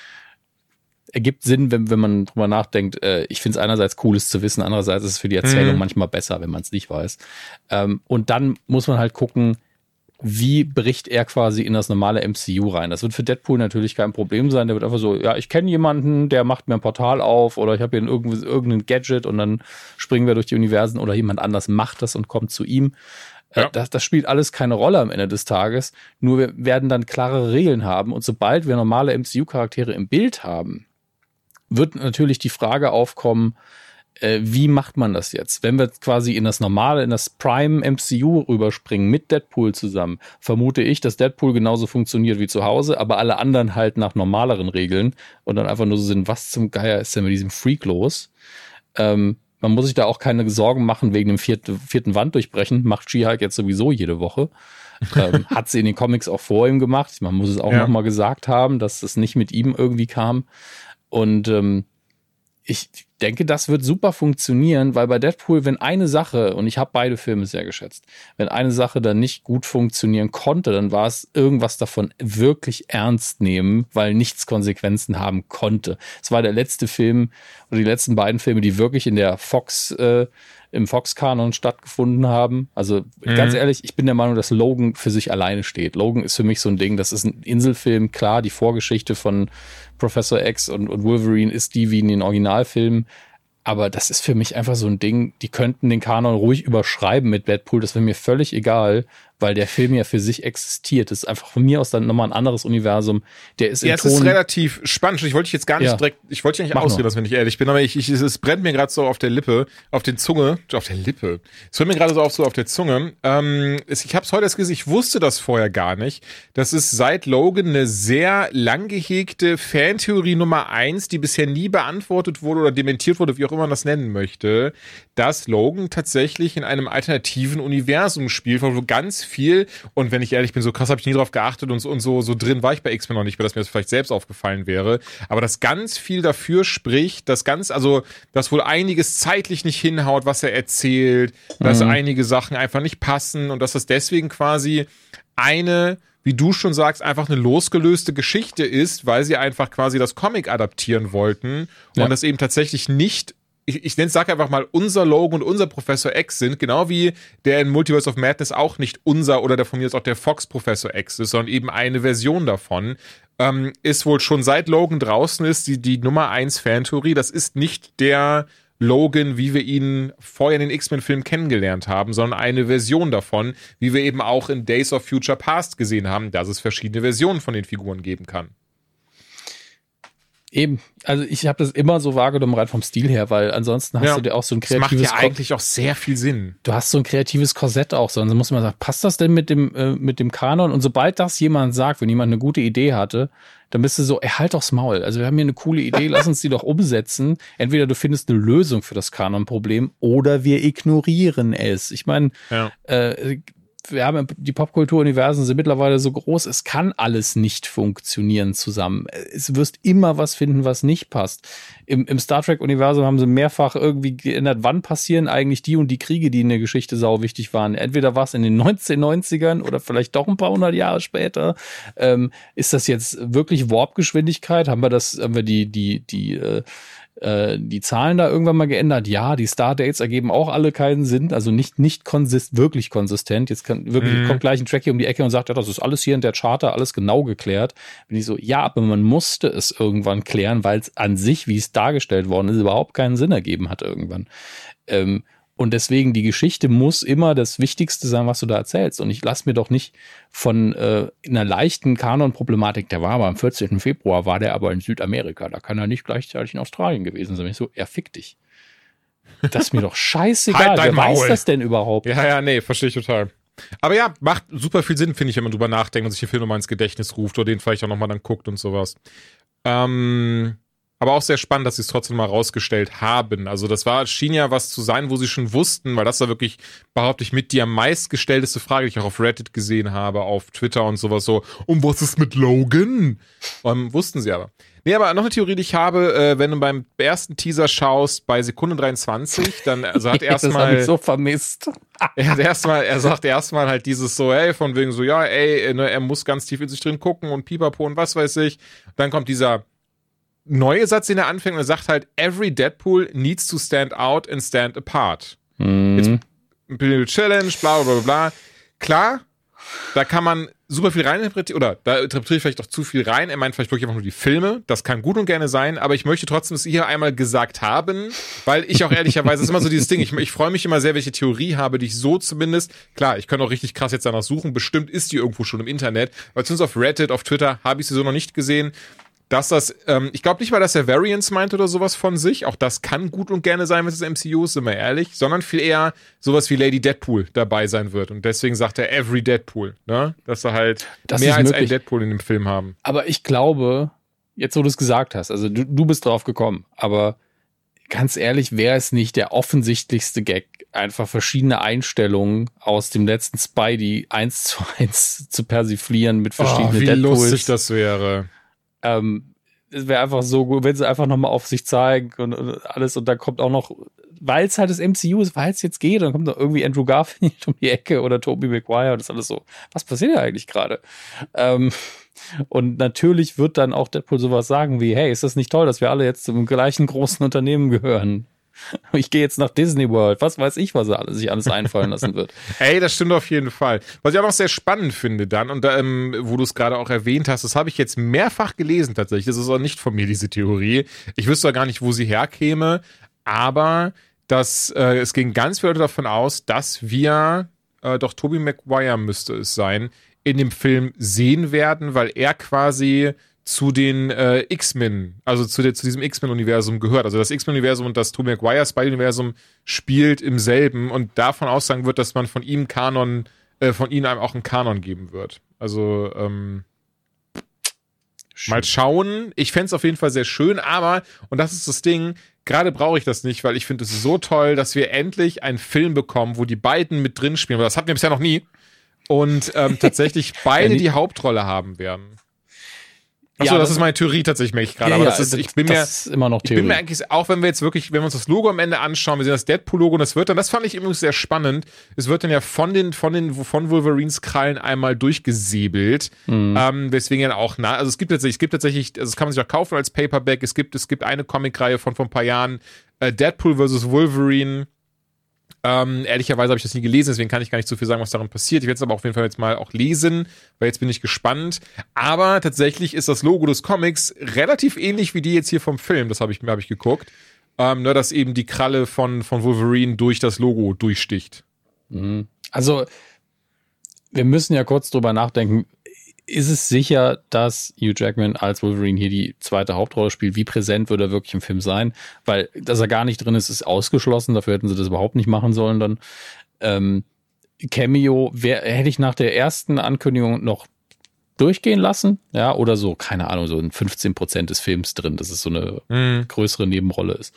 Ergibt Sinn, wenn, wenn man drüber nachdenkt. Äh, ich finde es einerseits cool, es zu wissen, andererseits ist es für die Erzählung mhm. manchmal besser, wenn man es nicht weiß. Ähm, und dann muss man halt gucken, wie bricht er quasi in das normale M C U rein. Das wird für Deadpool natürlich kein Problem sein. Der wird einfach so, ja, ich kenne jemanden, der macht mir ein Portal auf oder ich habe hier irgend, irgendein Gadget und dann springen wir durch die Universen oder jemand anders macht das und kommt zu ihm. Ja. Äh, das, das spielt alles keine Rolle am Ende des Tages. Nur wir werden dann klare Regeln haben und sobald wir normale M C U-Charaktere im Bild haben, wird natürlich die Frage aufkommen, äh, wie macht man das jetzt? Wenn wir quasi in das normale, in das Prime M C U rüberspringen mit Deadpool zusammen, vermute ich, dass Deadpool genauso funktioniert wie zu Hause, aber alle anderen halt nach normaleren Regeln und dann einfach nur so sind, was zum Geier ist denn mit diesem Freak los? Ähm, man muss sich da auch keine Sorgen machen wegen dem vierten, vierten Wand durchbrechen, macht She-Hulk jetzt sowieso jede Woche. ähm, hat sie in den Comics auch vor ihm gemacht. Man muss es auch ja. nochmal gesagt haben, dass es nicht mit ihm irgendwie kam. Und ähm, ich denke, das wird super funktionieren, weil bei Deadpool, wenn eine Sache, und ich habe beide Filme sehr geschätzt, wenn eine Sache dann nicht gut funktionieren konnte, dann war es irgendwas davon wirklich ernst nehmen, weil nichts Konsequenzen haben konnte. Es war der letzte Film oder die letzten beiden Filme, die wirklich in der Fox, äh, im Fox-Kanon stattgefunden haben. Also mhm. ganz ehrlich, ich bin der Meinung, dass Logan für sich alleine steht. Logan ist für mich so ein Ding, das ist ein Inselfilm. Klar, die Vorgeschichte von Professor X und, und Wolverine ist die wie in den Originalfilmen. Aber das ist für mich einfach so ein Ding, die könnten den Kanon ruhig überschreiben mit Deadpool. Das wäre mir völlig egal, weil der Film ja für sich existiert. Das ist einfach von mir aus dann nochmal ein anderes Universum. Der ist ja, es ist relativ spannend. Ich wollte dich jetzt gar nicht ja. direkt, ich wollte dich nicht ausreden lassen, wenn ich ehrlich bin, aber ich, ich, es brennt mir gerade so auf der Lippe, auf den Zunge, auf der Lippe. Es brennt mir gerade so auf so auf der Zunge. Ähm, ich habe es heute erst gesehen, ich wusste das vorher gar nicht. Das ist seit Logan eine sehr lang gehegte Fantheorie Nummer eins, die bisher nie beantwortet wurde oder dementiert wurde, wie auch immer man das nennen möchte, dass Logan tatsächlich in einem alternativen Universum spielt, wo ganz viel, und wenn ich ehrlich bin, so krass habe ich nie drauf geachtet und so, und so, so drin war ich bei X-Men noch nicht, weil das mir das vielleicht selbst aufgefallen wäre, aber dass ganz viel dafür spricht, dass ganz, also, dass wohl einiges zeitlich nicht hinhaut, was er erzählt, dass mhm. einige Sachen einfach nicht passen und dass das deswegen quasi eine, wie du schon sagst, einfach eine losgelöste Geschichte ist, weil sie einfach quasi das Comic adaptieren wollten ja. und das eben tatsächlich nicht Ich, ich nenne es, sag einfach mal, unser Logan und unser Professor X sind, genau wie der in Multiverse of Madness auch nicht unser oder der von mir ist auch der Fox Professor X ist, sondern eben eine Version davon, ähm, ist wohl schon seit Logan draußen ist, die, die Nummer eins Fantheorie, das ist nicht der Logan, wie wir ihn vorher in den X-Men-Filmen kennengelernt haben, sondern eine Version davon, wie wir eben auch in Days of Future Past gesehen haben, dass es verschiedene Versionen von den Figuren geben kann. Eben, also ich habe das immer so wahrgenommen, rein vom Stil her, weil ansonsten hast ja. du dir auch so ein kreatives... Das macht ja eigentlich auch sehr viel Sinn. Du hast so ein kreatives Korsett auch, sonst muss man sagen, passt das denn mit dem äh, mit dem Kanon? Und sobald das jemand sagt, wenn jemand eine gute Idee hatte, dann bist du so, ey, halt doch's Maul. Also wir haben hier eine coole Idee, lass uns die doch umsetzen. Entweder du findest eine Lösung für das Kanon-Problem oder wir ignorieren es. Ich meine, ja. äh, wir haben die Popkulturuniversen sind mittlerweile so groß, es kann alles nicht funktionieren zusammen. Es wirst immer was finden, was nicht passt. Im, im Star Trek-Universum haben sie mehrfach irgendwie geändert, wann passieren eigentlich die und die Kriege, die in der Geschichte sau wichtig waren. Entweder war es in den neunzehnhundertneunzigern oder vielleicht doch ein paar hundert Jahre später. Ähm, ist das jetzt wirklich Warp-Geschwindigkeit? Haben wir das, haben wir die, die, die, äh, die Zahlen da irgendwann mal geändert? Ja, die Stardates ergeben auch alle keinen Sinn, also nicht nicht konsist wirklich konsistent. Jetzt kann wirklich mhm. kommt gleich ein Track hier um die Ecke und sagt, ja, das ist alles hier in der Charta, alles genau geklärt. Bin ich so, ja, aber man musste es irgendwann klären, weil es an sich, wie es dargestellt worden ist, überhaupt keinen Sinn ergeben hat irgendwann. Ähm, Und deswegen, die Geschichte muss immer das Wichtigste sein, was du da erzählst. Und ich lasse mir doch nicht von äh, einer leichten Kanon-Problematik, der war aber am vierzehnten Februar, war der aber in Südamerika. Da kann er nicht gleichzeitig in Australien gewesen sein. Ich so, er fick dich. Das ist mir doch scheißegal. Halt Wer weiß das denn überhaupt? Ja, ja, nee, verstehe ich total. Aber ja, macht super viel Sinn, finde ich, wenn man drüber nachdenkt und sich den Film nochmal ins Gedächtnis ruft oder den vielleicht auch nochmal dann guckt und sowas. Ähm... Aber auch sehr spannend, dass sie es trotzdem mal rausgestellt haben. Also das war, schien ja was zu sein, wo sie schon wussten, weil das war wirklich, behaupte ich, mit die am meistgestellteste Frage, die ich auch auf Reddit gesehen habe, auf Twitter und sowas so. Und was ist mit Logan? Um, wussten sie aber. Nee, aber noch eine Theorie, die ich habe, äh, wenn du beim ersten Teaser schaust, bei Sekunde dreiundzwanzig, dann also hat erstmal... Das habe ich so vermisst. Er hat erstmal, er sagt erstmal halt dieses so, hey, von wegen so, ja, ey, ne, er muss ganz tief in sich drin gucken und pipapo und was weiß ich. Dann kommt dieser neue Satz, den er anfängt, und er sagt halt, every Deadpool needs to stand out and stand apart. Mhm. Jetzt eine Challenge, bla bla bla bla. Klar, da kann man super viel reininterpretieren, oder da interpretiere ich vielleicht auch zu viel rein. Er meint vielleicht wirklich einfach nur die Filme. Das kann gut und gerne sein, aber ich möchte trotzdem es hier einmal gesagt haben, weil ich auch ehrlicherweise, das ist immer so dieses Ding, ich, ich freue mich immer sehr, welche Theorie habe, die ich so zumindest, klar, ich kann auch richtig krass jetzt danach suchen, bestimmt ist die irgendwo schon im Internet, aber zumindest auf Reddit, auf Twitter habe ich sie so noch nicht gesehen, dass das, ähm, ich glaube nicht mal, dass er Variants meint oder sowas von sich. Auch das kann gut und gerne sein, wenn es das M C U ist, sind wir ehrlich. Sondern viel eher sowas wie Lady Deadpool dabei sein wird. Und deswegen sagt er every Deadpool, ne? Dass er halt das mehr als möglich. ein Deadpool in dem Film haben. Aber ich glaube, jetzt wo du es gesagt hast, also du, du bist drauf gekommen, aber ganz ehrlich, wäre es nicht der offensichtlichste Gag, einfach verschiedene Einstellungen aus dem letzten Spidey eins zu eins zu persiflieren mit verschiedenen oh, wie Deadpools. Wie lustig das wäre. Ähm, es wäre einfach so gut, wenn sie einfach nochmal auf sich zeigen und, und alles und dann kommt auch noch, weil es halt das M C U ist, weil es jetzt geht, dann kommt noch irgendwie Andrew Garfield um die Ecke oder Tobey Maguire und das ist alles so, was passiert da eigentlich gerade? Ähm, und natürlich wird dann auch Deadpool sowas sagen wie, hey, ist das nicht toll, dass wir alle jetzt zum gleichen großen Unternehmen gehören? Ich gehe jetzt nach Disney World. Was weiß ich, was er alles, sich alles einfallen lassen wird. Ey, das stimmt auf jeden Fall. Was ich auch noch sehr spannend finde dann, und ähm, wo du es gerade auch erwähnt hast, das habe ich jetzt mehrfach gelesen tatsächlich. Das ist auch nicht von mir, diese Theorie. Ich wüsste auch gar nicht, wo sie herkäme. Aber dass, äh, es gehen ganz viele Leute davon aus, dass wir, äh, doch Tobey Maguire müsste es sein, in dem Film sehen werden, weil er quasi zu den äh, X-Men, also zu, der, zu diesem X-Men-Universum gehört. Also das X-Men-Universum und das Tobey Maguire Spidey-Universum spielt im selben und davon aussagen wird, dass man von ihm Kanon, äh, von ihnen einem auch einen Kanon geben wird. Also ähm, mal schauen. Ich fände es auf jeden Fall sehr schön, aber, und das ist das Ding, gerade brauche ich das nicht, weil ich finde es so toll, dass wir endlich einen Film bekommen, wo die beiden mit drin spielen, weil das hatten wir bisher noch nie. Und ähm, tatsächlich beide die Hauptrolle haben werden. Achso, ja, das, das ist meine Theorie tatsächlich, merke ich gerade. Ja, aber das ja, ist, ich bin das mir, ist immer noch Theorie. Ich bin mir eigentlich, auch wenn wir jetzt wirklich, wenn wir uns das Logo am Ende anschauen, wir sehen das Deadpool-Logo und das wird dann, das fand ich übrigens sehr spannend, es wird dann ja von den, von den, von Wolverines Krallen einmal durchgesäbelt, mhm. ähm, deswegen ja auch, na, also es gibt tatsächlich, es gibt tatsächlich, also das kann man sich auch kaufen als Paperback, es gibt, es gibt eine Comicreihe von vor ein paar Jahren, äh, Deadpool versus Wolverine. Ähm, ehrlicherweise habe ich das nie gelesen, deswegen kann ich gar nicht so viel sagen, was darin passiert. Ich werde es aber auf jeden Fall jetzt mal auch lesen, weil jetzt bin ich gespannt. Aber tatsächlich ist das Logo des Comics relativ ähnlich wie die jetzt hier vom Film. Das habe ich, hab ich geguckt. Ähm, ne, dass eben die Kralle von, von Wolverine durch das Logo durchsticht. Also, wir müssen ja kurz drüber nachdenken. Ist es sicher, dass Hugh Jackman als Wolverine hier die zweite Hauptrolle spielt? Wie präsent wird er wirklich im Film sein? Weil, dass er gar nicht drin ist, ist ausgeschlossen. Dafür hätten sie das überhaupt nicht machen sollen dann. Ähm, Cameo wär, hätte ich nach der ersten Ankündigung noch durchgehen lassen. Ja, oder so, keine Ahnung, so in fünfzehn Prozent des Films drin, dass es so eine mhm. größere Nebenrolle ist.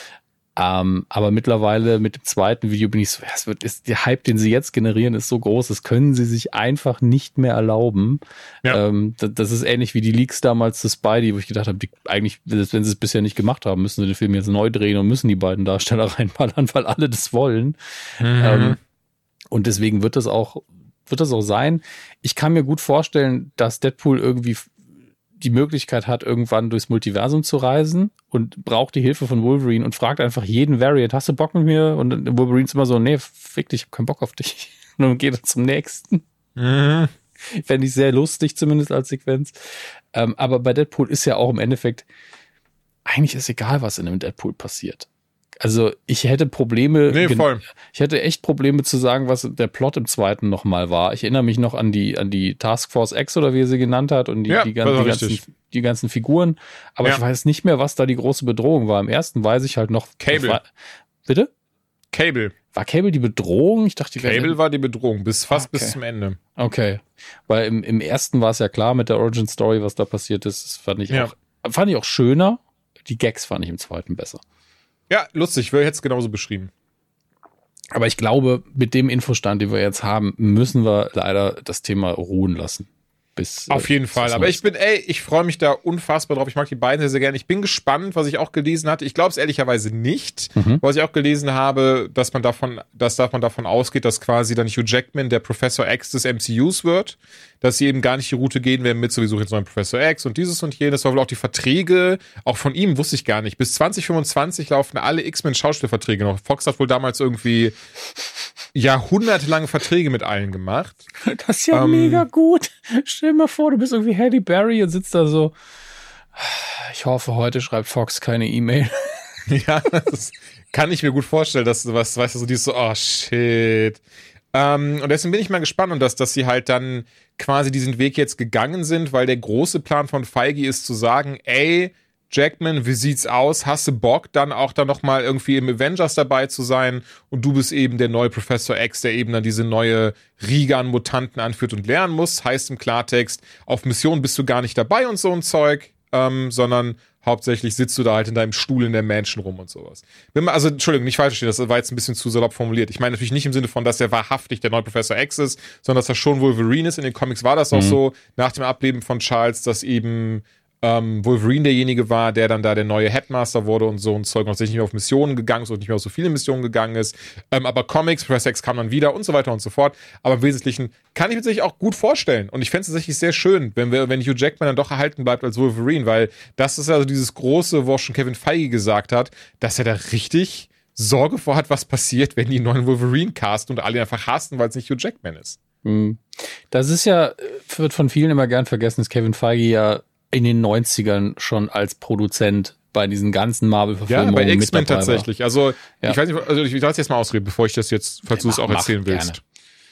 Ähm, aber mittlerweile mit dem zweiten Video bin ich so, ja, es wird, ist, der Hype, den sie jetzt generieren, ist so groß, das können sie sich einfach nicht mehr erlauben. Ja. Ähm, das, das ist ähnlich wie die Leaks damals zu Spidey, wo ich gedacht habe, die, eigentlich, wenn sie es bisher nicht gemacht haben, müssen sie den Film jetzt neu drehen und müssen die beiden Darsteller reinballern, weil alle das wollen. Mhm. Ähm, und deswegen wird das auch, wird das auch sein. Ich kann mir gut vorstellen, dass Deadpool irgendwie die Möglichkeit hat, irgendwann durchs Multiversum zu reisen und braucht die Hilfe von Wolverine und fragt einfach jeden Variant, hast du Bock mit mir? Und Wolverine ist immer so, nee, fick dich, ich hab keinen Bock auf dich. Und dann geht er zum nächsten. Mhm. Fände ich sehr lustig, zumindest als Sequenz. Ähm, aber bei Deadpool ist ja auch im Endeffekt, eigentlich ist egal, was in einem Deadpool passiert. Also ich hätte Probleme, nee, voll. ich hätte echt Probleme zu sagen, was der Plot im zweiten nochmal war. Ich erinnere mich noch an die an die Task Force X oder wie er sie genannt hat und die, ja, die, die, ganzen, die ganzen Figuren. Aber ja. ich weiß nicht mehr, was da die große Bedrohung war. Im ersten weiß ich halt noch. Cable. War, bitte? Cable. War Cable die Bedrohung? Ich dachte, die Cable wäre, war die Bedrohung, bis fast okay. bis zum Ende. Okay. Weil im, im ersten war es ja klar mit der Origin Story, was da passiert ist. Das fand ich ja. auch, fand ich auch schöner. Die Gags fand ich im zweiten besser. Ja, lustig, ich hätte es genauso beschrieben. Aber ich glaube, mit dem Infostand, den wir jetzt haben, müssen wir leider das Thema ruhen lassen. Bis, Auf jeden äh, Fall. Aber ich bin, ey, ich freue mich da unfassbar drauf. Ich mag die beiden sehr, sehr gerne. Ich bin gespannt, was ich auch gelesen hatte. Ich glaube es ehrlicherweise nicht. Mhm. Was ich auch gelesen habe, dass man davon, dass man davon ausgeht, dass quasi dann Hugh Jackman der Professor X des M C Us wird. Dass sie eben gar nicht die Route gehen werden mit sowieso jetzt neuen Professor X und dieses und jenes. Das war wohl auch die Verträge, auch von ihm wusste ich gar nicht. Bis zwanzig fünfundzwanzig laufen alle X-Men-Schauspielverträge noch. Fox hat wohl damals irgendwie jahrhundertelange Verträge mit allen gemacht. Das ist ja ähm, mega gut. Stell dir mal vor, du bist irgendwie Halle Berry und sitzt da so. Ich hoffe, heute schreibt Fox keine E-Mail. Ja, das kann ich mir gut vorstellen, dass du was, weißt du, so dieses so, oh shit. Ähm, und deswegen bin ich mal gespannt und dass, dass sie halt dann quasi diesen Weg jetzt gegangen sind, weil der große Plan von Feige ist zu sagen, ey, Jackman, wie sieht's aus? Hast du Bock, dann auch dann nochmal irgendwie im Avengers dabei zu sein? Und du bist eben der neue Professor X, der eben dann diese neue Riege an Mutanten anführt und lernen muss. Heißt im Klartext, auf Mission bist du gar nicht dabei und so ein Zeug, ähm, sondern hauptsächlich sitzt du da halt in deinem Stuhl in der Mansion rum und sowas. Wenn man, also, Entschuldigung, nicht falsch verstehen, das war jetzt ein bisschen zu salopp formuliert. Ich meine natürlich nicht im Sinne von, dass er wahrhaftig der neue Professor X ist, sondern dass er schon Wolverine ist. In den Comics war das auch mhm. so, nach dem Ableben von Charles, dass eben ähm, Wolverine derjenige war, der dann da der neue Headmaster wurde und so und Zeug, und sich nicht mehr auf Missionen gegangen ist und nicht mehr auf so viele Missionen gegangen ist. Ähm, aber Comics, Professor X kam dann wieder und so weiter und so fort. Aber im Wesentlichen kann ich mir tatsächlich auch gut vorstellen. Und ich fände es tatsächlich sehr schön, wenn wir, wenn Hugh Jackman dann doch erhalten bleibt als Wolverine, weil das ist also dieses Große, wo auch schon Kevin Feige gesagt hat, dass er da richtig Sorge vor hat, was passiert, wenn die einen neuen Wolverine casten und alle einfach hassen, weil es nicht Hugh Jackman ist. Das ist ja, wird von vielen immer gern vergessen, dass Kevin Feige ja in den neunzigern schon als Produzent bei diesen ganzen Marvel-Verfilmungen ja, bei X-Men tatsächlich. War. Also, ja. ich weiß nicht, also ich lasse jetzt mal ausreden, bevor ich das jetzt, falls ja, du es auch erzählen willst. Gerne.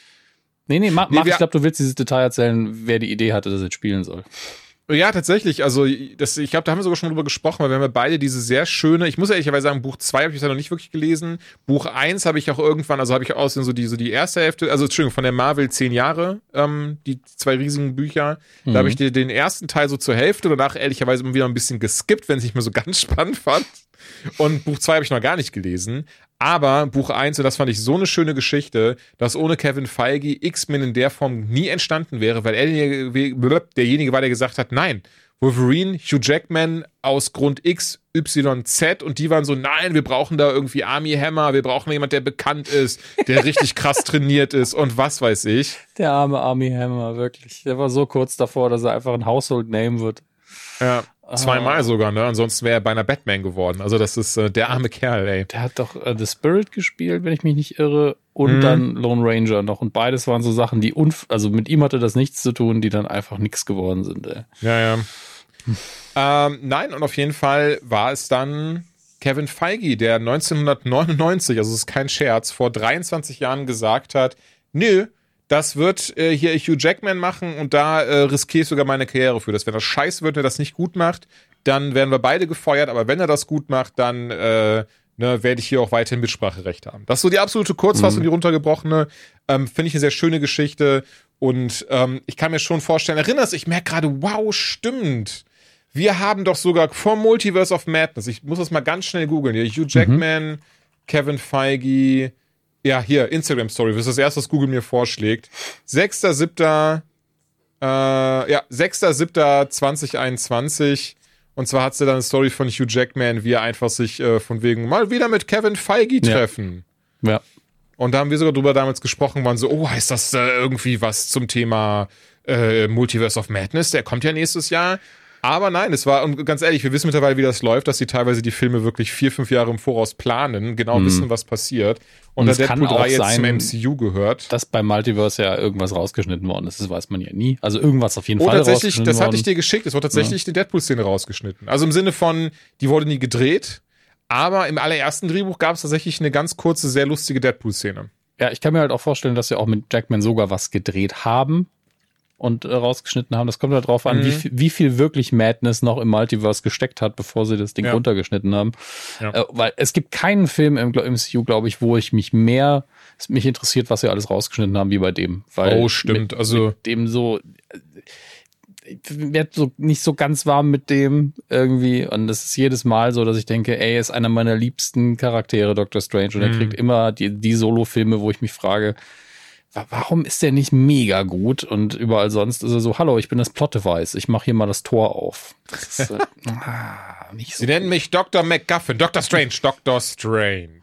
Nee, nee, mach, nee, mach. Ich glaube, du willst dieses Detail erzählen, wer die Idee hatte, dass er jetzt spielen soll. Ja, tatsächlich. Also, das, ich glaube, da haben wir sogar schon drüber gesprochen, weil wir haben ja beide diese sehr schöne, ich muss ehrlicherweise sagen, Buch zwei habe ich ja noch nicht wirklich gelesen. Buch eins habe ich auch irgendwann, also habe ich aus so die, so die erste Hälfte, also Entschuldigung, von der Marvel zehn Jahre, ähm, die zwei riesigen Bücher. Mhm. Da habe ich den, den ersten Teil so zur Hälfte, danach ehrlicherweise immer wieder ein bisschen geskippt, wenn ich nicht mehr so ganz spannend fand. Und Buch zwei habe ich noch gar nicht gelesen. Aber Buch eins, und das fand ich so eine schöne Geschichte, dass ohne Kevin Feige X-Men in der Form nie entstanden wäre, weil er derjenige war, der gesagt hat, nein, Wolverine, Hugh Jackman aus Grund X, Y, Z, und die waren so, nein, wir brauchen da irgendwie Armie Hammer, wir brauchen jemand, der bekannt ist, der richtig krass trainiert ist und was weiß ich. Der arme Armie Hammer, wirklich. Der war so kurz davor, dass er einfach ein Household Name wird. Ja. Zweimal ah. sogar, ne? Ansonsten wäre er beinahe Batman geworden. Also das ist äh, der arme Kerl, ey. Der hat doch äh, The Spirit gespielt, wenn ich mich nicht irre, und mhm. dann Lone Ranger noch. Und beides waren so Sachen, die, unf- also mit ihm hatte das nichts zu tun, die dann einfach nichts geworden sind, ey. Ja, ja. Hm. Ähm, nein, und auf jeden Fall war es dann Kevin Feige, der neunzehnhundertneunundneunzig, also es ist kein Scherz, vor dreiundzwanzig Jahren gesagt hat, nö, das wird äh, hier Hugh Jackman machen und da äh, riskiere ich sogar meine Karriere für. Dass wenn das scheiße wird, wenn er das nicht gut macht, dann werden wir beide gefeuert, aber wenn er das gut macht, dann äh, ne, werde ich hier auch weiterhin Mitspracherecht haben. Das ist so die absolute Kurzfassung, mhm. die runtergebrochene. Ähm, Finde ich eine sehr schöne Geschichte und ähm, ich kann mir schon vorstellen, erinnerst, ich merke gerade, wow, stimmt. Wir haben doch sogar vor Multiverse of Madness, ich muss das mal ganz schnell googeln, hier, Hugh Jackman, mhm. Kevin Feige. Ja, hier, Instagram-Story, das ist das erste, was Google mir vorschlägt. sechster siebter Äh, ja, sechster siebter zweitausendeinundzwanzig. Und zwar hat sie dann eine Story von Hugh Jackman, wie er einfach sich äh, von wegen mal wieder mit Kevin Feige treffen. Ja. ja. Und da haben wir sogar drüber damals gesprochen, waren so, oh, heißt das äh, irgendwie was zum Thema äh, Multiverse of Madness? Der kommt ja nächstes Jahr. Aber nein, es war, und ganz ehrlich, wir wissen mittlerweile, wie das läuft, dass sie teilweise die Filme wirklich vier, fünf Jahre im Voraus planen, genau mhm. wissen, was passiert. Und, und da Deadpool drei jetzt sein, zum M C U gehört. Dass bei Multiverse ja irgendwas rausgeschnitten worden ist, das weiß man ja nie. Also irgendwas auf jeden oh, Fall tatsächlich, rausgeschnitten das worden. hatte ich dir geschickt, es wurde tatsächlich ja. die Deadpool-Szene rausgeschnitten. Also im Sinne von, die wurde nie gedreht, aber im allerersten Drehbuch gab es tatsächlich eine ganz kurze, sehr lustige Deadpool-Szene. Ja, ich kann mir halt auch vorstellen, dass sie auch mit Jackman sogar was gedreht haben und äh, rausgeschnitten haben. Das kommt halt drauf an, mhm. wie, wie viel wirklich Madness noch im Multiverse gesteckt hat, bevor sie das Ding ja. runtergeschnitten haben. Ja. Äh, weil es gibt keinen Film im M C U, glaube ich, wo ich mich mehr, es mich interessiert, was sie alles rausgeschnitten haben, wie bei dem. Weil oh, stimmt. Mit, also mit dem so, ich werde so nicht so ganz warm mit dem irgendwie. Und das ist jedes Mal so, dass ich denke, ey, er ist einer meiner liebsten Charaktere, Doctor Strange. Und mhm. er kriegt immer die, die Solo-Filme, wo ich mich frage, warum ist der nicht mega gut? Und überall sonst ist er so, hallo, ich bin das Plot-Device, ich mache hier mal das Tor auf. Das ist, äh, ah, nicht so Sie nennen mich Doktor McGuffin, Doctor Strange, Doctor Strange.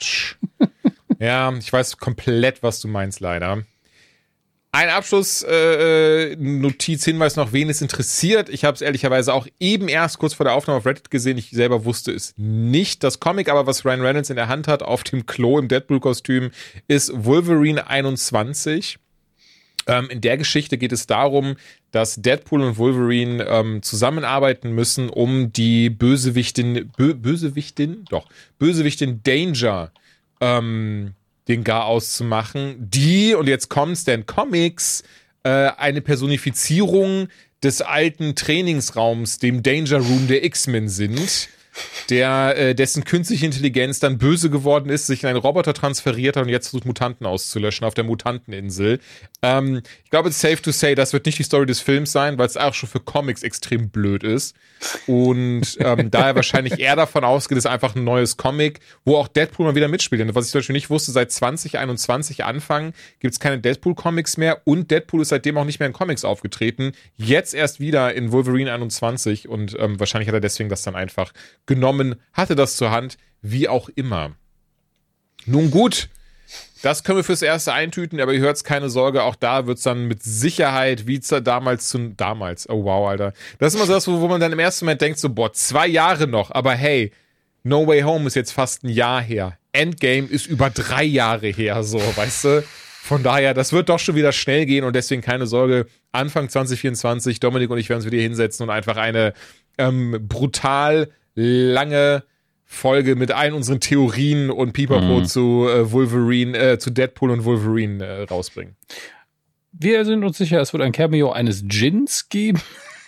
Ja, ich weiß komplett, was du meinst, leider. Ein Abschluss, äh, Notiz, Hinweis noch, wen es interessiert. Ich habe es ehrlicherweise auch eben erst kurz vor der Aufnahme auf Reddit gesehen. Ich selber wusste es nicht. Das Comic aber, was Ryan Reynolds in der Hand hat, auf dem Klo im Deadpool-Kostüm, ist Wolverine einundzwanzig. Ähm, in der Geschichte geht es darum, dass Deadpool und Wolverine ähm, zusammenarbeiten müssen, um die Bösewichtin, Bö- Bösewichtin? Doch, Bösewichtin Danger, ähm, den gar auszumachen, die, und jetzt kommt's, denn Comics, äh, eine Personifizierung des alten Trainingsraums, dem Danger Room der X-Men sind. der äh, dessen künstliche Intelligenz dann böse geworden ist, sich in einen Roboter transferiert hat und jetzt versucht, Mutanten auszulöschen auf der Mutanteninsel. Ähm, ich glaube, it's safe to say, das wird nicht die Story des Films sein, weil es auch schon für Comics extrem blöd ist. Und ähm, daher wahrscheinlich eher davon ausgeht, es ist einfach ein neues Comic, wo auch Deadpool mal wieder mitspielt. Und was ich zum Beispiel nicht wusste, seit zwanzig einundzwanzig Anfang gibt es keine Deadpool-Comics mehr und Deadpool ist seitdem auch nicht mehr in Comics aufgetreten. Jetzt erst wieder in Wolverine einundzwanzig und ähm, wahrscheinlich hat er deswegen das dann einfach genommen, hatte das zur Hand, wie auch immer. Nun gut, das können wir fürs Erste eintüten, aber ihr hört's, keine Sorge, auch da wird's dann mit Sicherheit, wie damals zu, damals, oh wow, Alter. Das ist immer so das, wo man dann im ersten Moment denkt, so, boah, zwei Jahre noch, aber hey, No Way Home ist jetzt fast ein Jahr her. Endgame ist über drei Jahre her, so, weißt du? Von daher, das wird doch schon wieder schnell gehen und deswegen keine Sorge, Anfang zwanzig vierundzwanzig, Dominik und ich werden uns wieder hinsetzen und einfach eine ähm, brutal lange Folge mit allen unseren Theorien und Pipapo mhm. zu äh, Wolverine, äh, zu Deadpool und Wolverine äh, rausbringen. Wir sind uns sicher, es wird ein Cameo eines Djinns geben.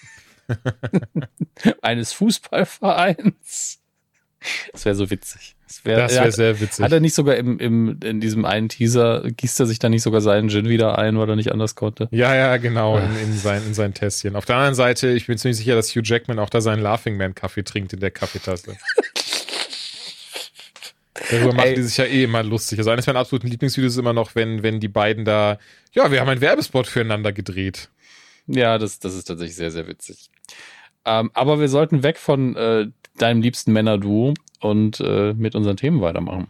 Eines Fußballvereins. Das wäre so witzig. Das wäre wär sehr witzig. Hat er nicht sogar im, im, in diesem einen Teaser, gießt er sich da nicht sogar seinen Gin wieder ein, weil er nicht anders konnte? Ja, ja, genau, in, in, sein, in sein Tässchen. Auf der anderen Seite, ich bin ziemlich sicher, dass Hugh Jackman auch da seinen Laughing Man Kaffee trinkt in der Kaffeetasse. Darüber machen die sich ja eh immer lustig. Also eines meiner absoluten Lieblingsvideos ist immer noch, wenn, wenn die beiden da, ja, wir haben einen Werbespot füreinander gedreht. Ja, das, das ist tatsächlich sehr, sehr witzig. Ähm, aber wir sollten weg von äh, deinem liebsten Männerduo und äh, mit unseren Themen weitermachen.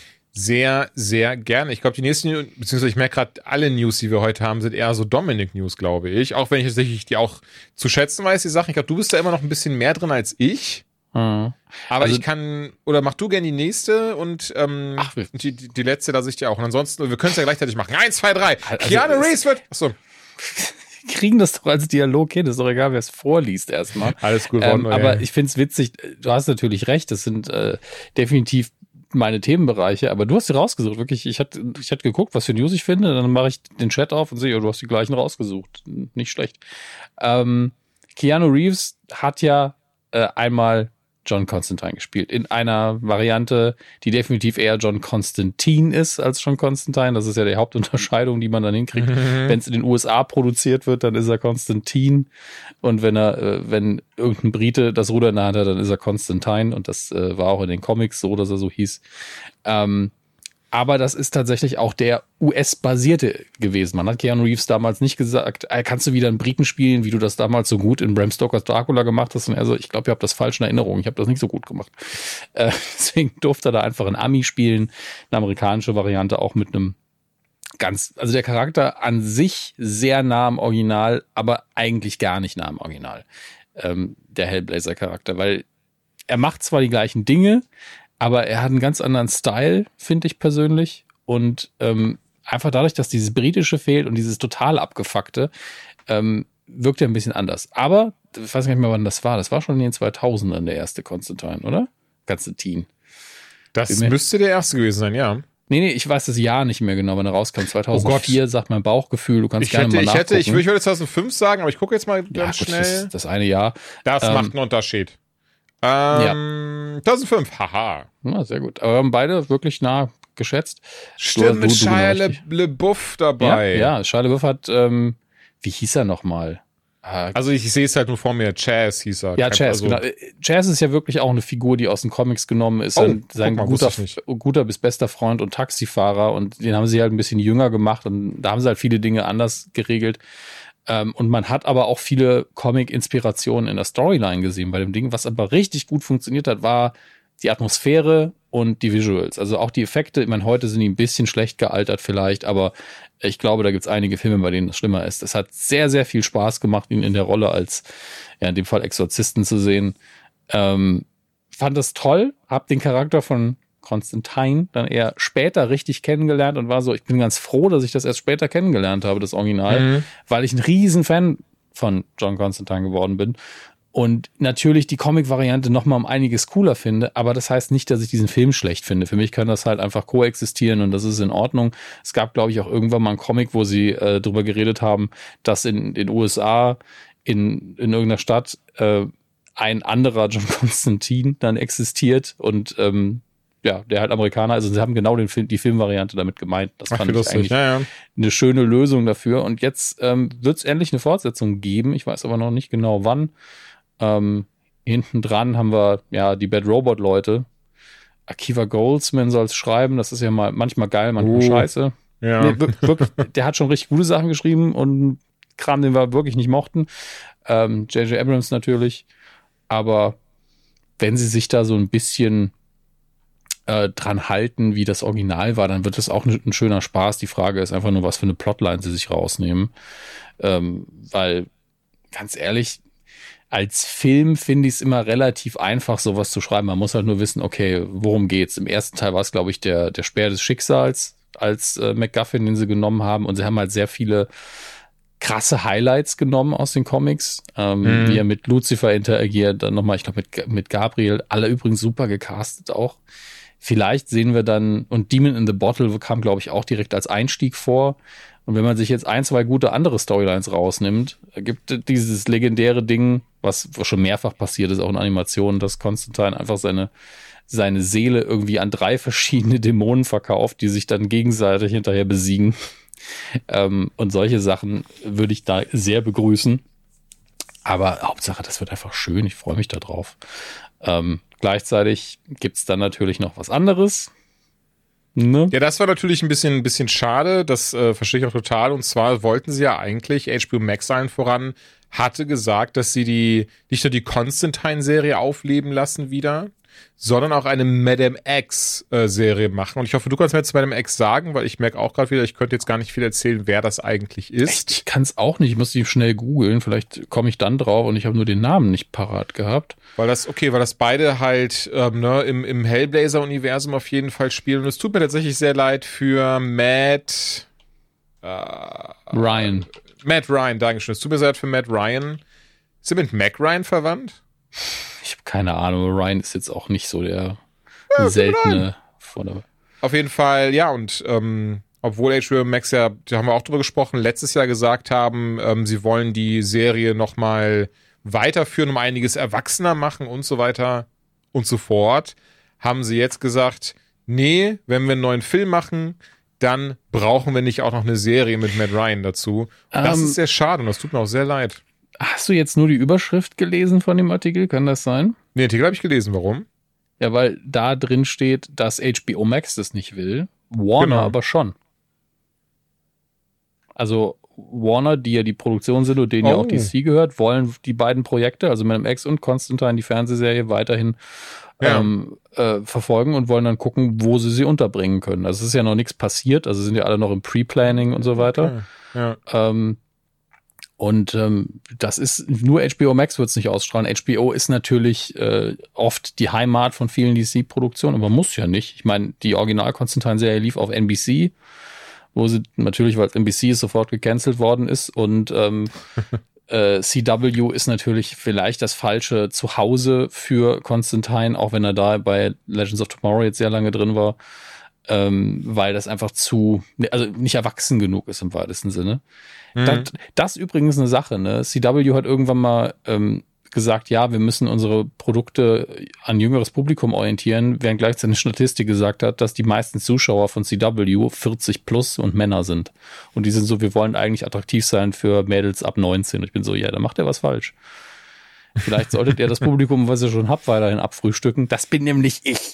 Sehr, sehr gerne. Ich glaube, die nächsten, beziehungsweise ich merke gerade, alle News, die wir heute haben, sind eher so Dominic-News, glaube ich. Auch wenn ich tatsächlich die auch zu schätzen weiß, die Sachen. Ich glaube, du bist da immer noch ein bisschen mehr drin als ich. Hm. Aber also, ich kann, oder mach du gerne die nächste und ähm, ach, die, die, die letzte lasse ich dir auch. Und ansonsten, wir können es ja gleichzeitig machen. Eins, zwei, drei. Also, Keanu Reeves wird. Achso. Kriegen das doch als Dialog hin, ist doch egal, wer es vorliest erstmal. Alles gut. Ähm, aber ja. Ich finde es witzig, du hast natürlich recht, das sind äh, definitiv meine Themenbereiche, aber du hast sie rausgesucht, wirklich. Ich hatte ich hatte geguckt, was für News ich finde, dann mache ich den Chat auf und sehe, oh, du hast die gleichen rausgesucht. Nicht schlecht. Ähm, Keanu Reeves hat ja äh, einmal John Constantine gespielt. In einer Variante, die definitiv eher John Constantine ist als John Constantine. Das ist ja die Hauptunterscheidung, die man dann hinkriegt. Mhm. Wenn es in den U S A produziert wird, dann ist er Constantine. Und wenn er, äh, wenn irgendein Brite das Ruder in der Hand hat, dann ist er Constantine. Und das äh, war auch in den Comics so, dass er so hieß. Ähm, aber das ist tatsächlich auch der U S-basierte gewesen. Man hat Keanu Reeves damals nicht gesagt, ey, kannst du wieder einen Briten spielen, wie du das damals so gut in Bram Stokers Dracula gemacht hast. Und also ich glaube, ihr habt das falsch in Erinnerung. Ich habe das nicht so gut gemacht. Äh, deswegen durfte er da einfach einen Ami spielen. Eine amerikanische Variante auch mit einem ganz, also der Charakter an sich sehr nah am Original, aber eigentlich gar nicht nah am Original. Ähm, der Hellblazer-Charakter, weil er macht zwar die gleichen Dinge, aber er hat einen ganz anderen Style, finde ich persönlich. Und ähm, einfach dadurch, dass dieses Britische fehlt und dieses total Abgefuckte, ähm, wirkt er ein bisschen anders. Aber, ich weiß nicht mehr, wann das war. Das war schon in den zweitausendern der erste Constantine, oder? Constantine. Das müsste der erste gewesen sein, ja. Nee, nee, ich weiß das Jahr nicht mehr genau, wann er rauskam. zweitausendvier, oh sagt mein Bauchgefühl. Du kannst ich gerne hätte, mal ich nachgucken. Hätte, ich würde jetzt zweitausendfünf sagen, aber ich gucke jetzt mal ganz ja, gut, schnell. Das, das eine Jahr. Das ähm, macht einen Unterschied. Ähm, ja. zweitausendfünf, haha. Ja, sehr gut. Aber wir haben beide wirklich nah geschätzt. Stimmt, du, mit Shia Le, LeBouf dabei. Ja, ja, Shia LeBouf hat, ähm, wie hieß er nochmal? Äh, also ich, ich sehe es halt nur vor mir, Chaz hieß er. Ja, Chaz, also, genau. Chaz ist ja wirklich auch eine Figur, die aus den Comics genommen ist. Oh, sein sein mal, guter, guter bis bester Freund und Taxifahrer und den haben sie halt ein bisschen jünger gemacht und da haben sie halt viele Dinge anders geregelt. Ähm, und man hat aber auch viele Comic-Inspirationen in der Storyline gesehen bei dem Ding. Was aber richtig gut funktioniert hat, war die Atmosphäre und die Visuals. Also auch die Effekte, ich meine, heute sind die ein bisschen schlecht gealtert vielleicht, aber ich glaube, da gibt es einige Filme, bei denen das schlimmer ist. Es hat sehr, sehr viel Spaß gemacht, ihn in der Rolle als, ja, in dem Fall Exorzisten zu sehen. Ähm, fand das toll, hab den Charakter von Constantine dann eher später richtig kennengelernt und war so, ich bin ganz froh, dass ich das erst später kennengelernt habe, das Original, mhm. weil ich ein riesen Fan von John Constantine geworden bin und natürlich die Comic-Variante nochmal um einiges cooler finde, aber das heißt nicht, dass ich diesen Film schlecht finde. Für mich kann das halt einfach koexistieren und das ist in Ordnung. Es gab, glaube ich, auch irgendwann mal einen Comic, wo sie äh, drüber geredet haben, dass in den U S A in, in irgendeiner Stadt äh, ein anderer John Constantine dann existiert und ähm, ja, der halt Amerikaner ist. Also sie haben genau den Film, die Filmvariante damit gemeint. Das Ach, fand ich lustig. eigentlich Ja, ja. eine schöne Lösung dafür. Und jetzt ähm, wird es endlich eine Fortsetzung geben. Ich weiß aber noch nicht genau wann. Ähm, hinten dran haben wir ja die Bad Robot Leute. Akiva Goldsman soll es schreiben. Das ist ja mal manchmal geil, manchmal Oh. scheiße. Ja. Nee, wir- wirklich, der hat schon richtig gute Sachen geschrieben und Kram, den wir wirklich nicht mochten. Ähm, J J Abrams natürlich. Aber wenn sie sich da so ein bisschen äh, dran halten, wie das Original war, dann wird es auch ein, ein schöner Spaß. Die Frage ist einfach nur, was für eine Plotline sie sich rausnehmen. Ähm, weil, ganz ehrlich, als Film finde ich es immer relativ einfach, sowas zu schreiben. Man muss halt nur wissen, okay, worum geht's? Im ersten Teil war es, glaube ich, der, der Speer des Schicksals als äh, MacGuffin, den sie genommen haben. Und sie haben halt sehr viele krasse Highlights genommen aus den Comics, ähm, Mhm. wie er mit Lucifer interagiert, dann nochmal, ich glaube, mit, mit Gabriel, alle übrigens super gecastet auch. Vielleicht sehen wir dann, und Demon in the Bottle kam, glaube ich, auch direkt als Einstieg vor. Und wenn man sich jetzt ein, zwei gute andere Storylines rausnimmt, gibt es dieses legendäre Ding, was schon mehrfach passiert ist, auch in Animationen, dass Constantine einfach seine, seine Seele irgendwie an drei verschiedene Dämonen verkauft, die sich dann gegenseitig hinterher besiegen. Ähm, und solche Sachen würde ich da sehr begrüßen. Aber Hauptsache, das wird einfach schön. Ich freue mich da drauf. Ähm, gleichzeitig gibt es dann natürlich noch was anderes. Ne? Ja, das war natürlich ein bisschen, ein bisschen schade. Das äh, verstehe ich auch total. Und zwar wollten sie ja eigentlich, H B O Max allen voran, hatte gesagt, dass sie die nicht nur die Constantine-Serie aufleben lassen wieder, sondern auch eine Madame X-Serie machen. Und ich hoffe, du kannst mir jetzt Madame X sagen, weil ich merke auch gerade wieder, ich könnte jetzt gar nicht viel erzählen, wer das eigentlich ist. Ich kann es auch nicht. Ich muss die schnell googeln. Vielleicht komme ich dann drauf und ich habe nur den Namen nicht parat gehabt. Weil das, okay, weil das beide halt ähm, ne, im, im Hellblazer-Universum auf jeden Fall spielen. Und es tut mir tatsächlich sehr leid für Matt äh, Ryan. Matt Ryan, Dankeschön. Es tut mir sehr leid für Matt Ryan. Ist er mit Mac Ryan verwandt? Ich habe keine Ahnung. Ryan ist jetzt auch nicht so der Ja, seltene von der. Auf jeden Fall, ja, und ähm, obwohl H B O Max ja, da haben wir auch drüber gesprochen, letztes Jahr gesagt haben, ähm, sie wollen die Serie nochmal weiterführen, um einiges erwachsener machen und so weiter und so fort, haben sie jetzt gesagt, nee, wenn wir einen neuen Film machen, dann brauchen wir nicht auch noch eine Serie mit Matt Ryan dazu. Und das Ähm, ist sehr schade und das tut mir auch sehr leid. Hast du jetzt nur die Überschrift gelesen von dem Artikel? Kann das sein? Nee, den Artikel habe ich gelesen. Warum? Ja, weil da drin steht, dass H B O Max das nicht will, Warner Genau. aber schon. Also Warner, die ja die Produktion sind und denen ja Oh. auch D C gehört, wollen die beiden Projekte, also Madame X und Constantine, die Fernsehserie, weiterhin Ja. ähm, äh, verfolgen und wollen dann gucken, wo sie sie unterbringen können. Also es ist ja noch nichts passiert, also sind ja alle noch im Pre-Planning und so weiter. Ja. Ähm, und ähm, das ist, nur H B O Max wird es nicht ausstrahlen. H B O ist natürlich äh, oft die Heimat von vielen D C-Produktionen, aber muss ja nicht. Ich meine, die Original-Constantine-Serie lief auf N B C, wo sie natürlich, weil es N B C ist, sofort gecancelt worden ist. Und ähm, äh, C W ist natürlich vielleicht das falsche Zuhause für Constantine, auch wenn er da bei Legends of Tomorrow jetzt sehr lange drin war. Ähm, weil das einfach zu, also nicht erwachsen genug ist im weitesten Sinne. Mhm. Das, das ist übrigens eine Sache, ne? C W hat irgendwann mal ähm, gesagt, ja, wir müssen unsere Produkte an jüngeres Publikum orientieren, während gleichzeitig eine Statistik gesagt hat, dass die meisten Zuschauer von C W vierzig plus und Männer sind. Und die sind so, wir wollen eigentlich attraktiv sein für Mädels ab neunzehn. Und ich bin so, ja, da macht er was falsch. Vielleicht solltet ihr das Publikum, was ihr schon habt, weiterhin abfrühstücken. Das bin nämlich ich.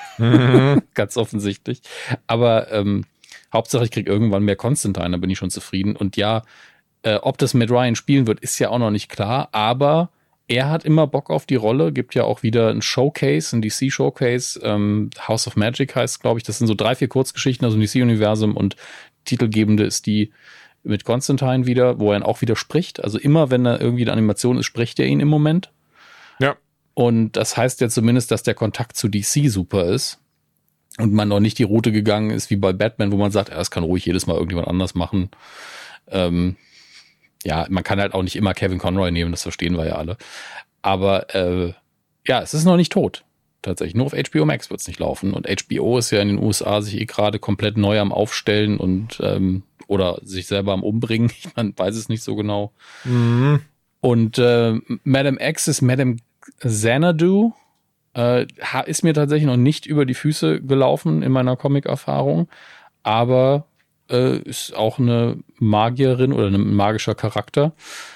Ganz offensichtlich. Aber ähm, Hauptsache, ich kriege irgendwann mehr Constantine, da bin ich schon zufrieden. Und ja, äh, ob das mit Ryan spielen wird, ist ja auch noch nicht klar. Aber er hat immer Bock auf die Rolle. Gibt ja auch wieder ein Showcase, ein D C-Showcase. Ähm, House of Magic heißt, glaube ich. Das sind so drei, vier Kurzgeschichten aus dem D C-Universum. Und titelgebende ist die mit Constantine wieder, wo er ihn auch wieder spricht. Also immer, wenn er irgendwie eine Animation ist, spricht er ihn im Moment. Ja. Und das heißt ja zumindest, dass der Kontakt zu D C super ist und man noch nicht die Route gegangen ist wie bei Batman, wo man sagt, ja, das kann ruhig jedes Mal irgendjemand anders machen. Ähm, ja, man kann halt auch nicht immer Kevin Conroy nehmen, das verstehen wir ja alle. Aber äh, ja, es ist noch nicht tot. Tatsächlich. Nur auf H B O Max wird es nicht laufen. Und H B O ist ja in den U S A sich eh gerade komplett neu am Aufstellen und ähm, oder sich selber am Umbringen. Man weiß es nicht so genau. Mhm. Und äh, Madame X ist Madame Xanadu äh, ist mir tatsächlich noch nicht über die Füße gelaufen in meiner Comic-Erfahrung, aber äh, ist auch eine Magierin oder ein magischer Charakter.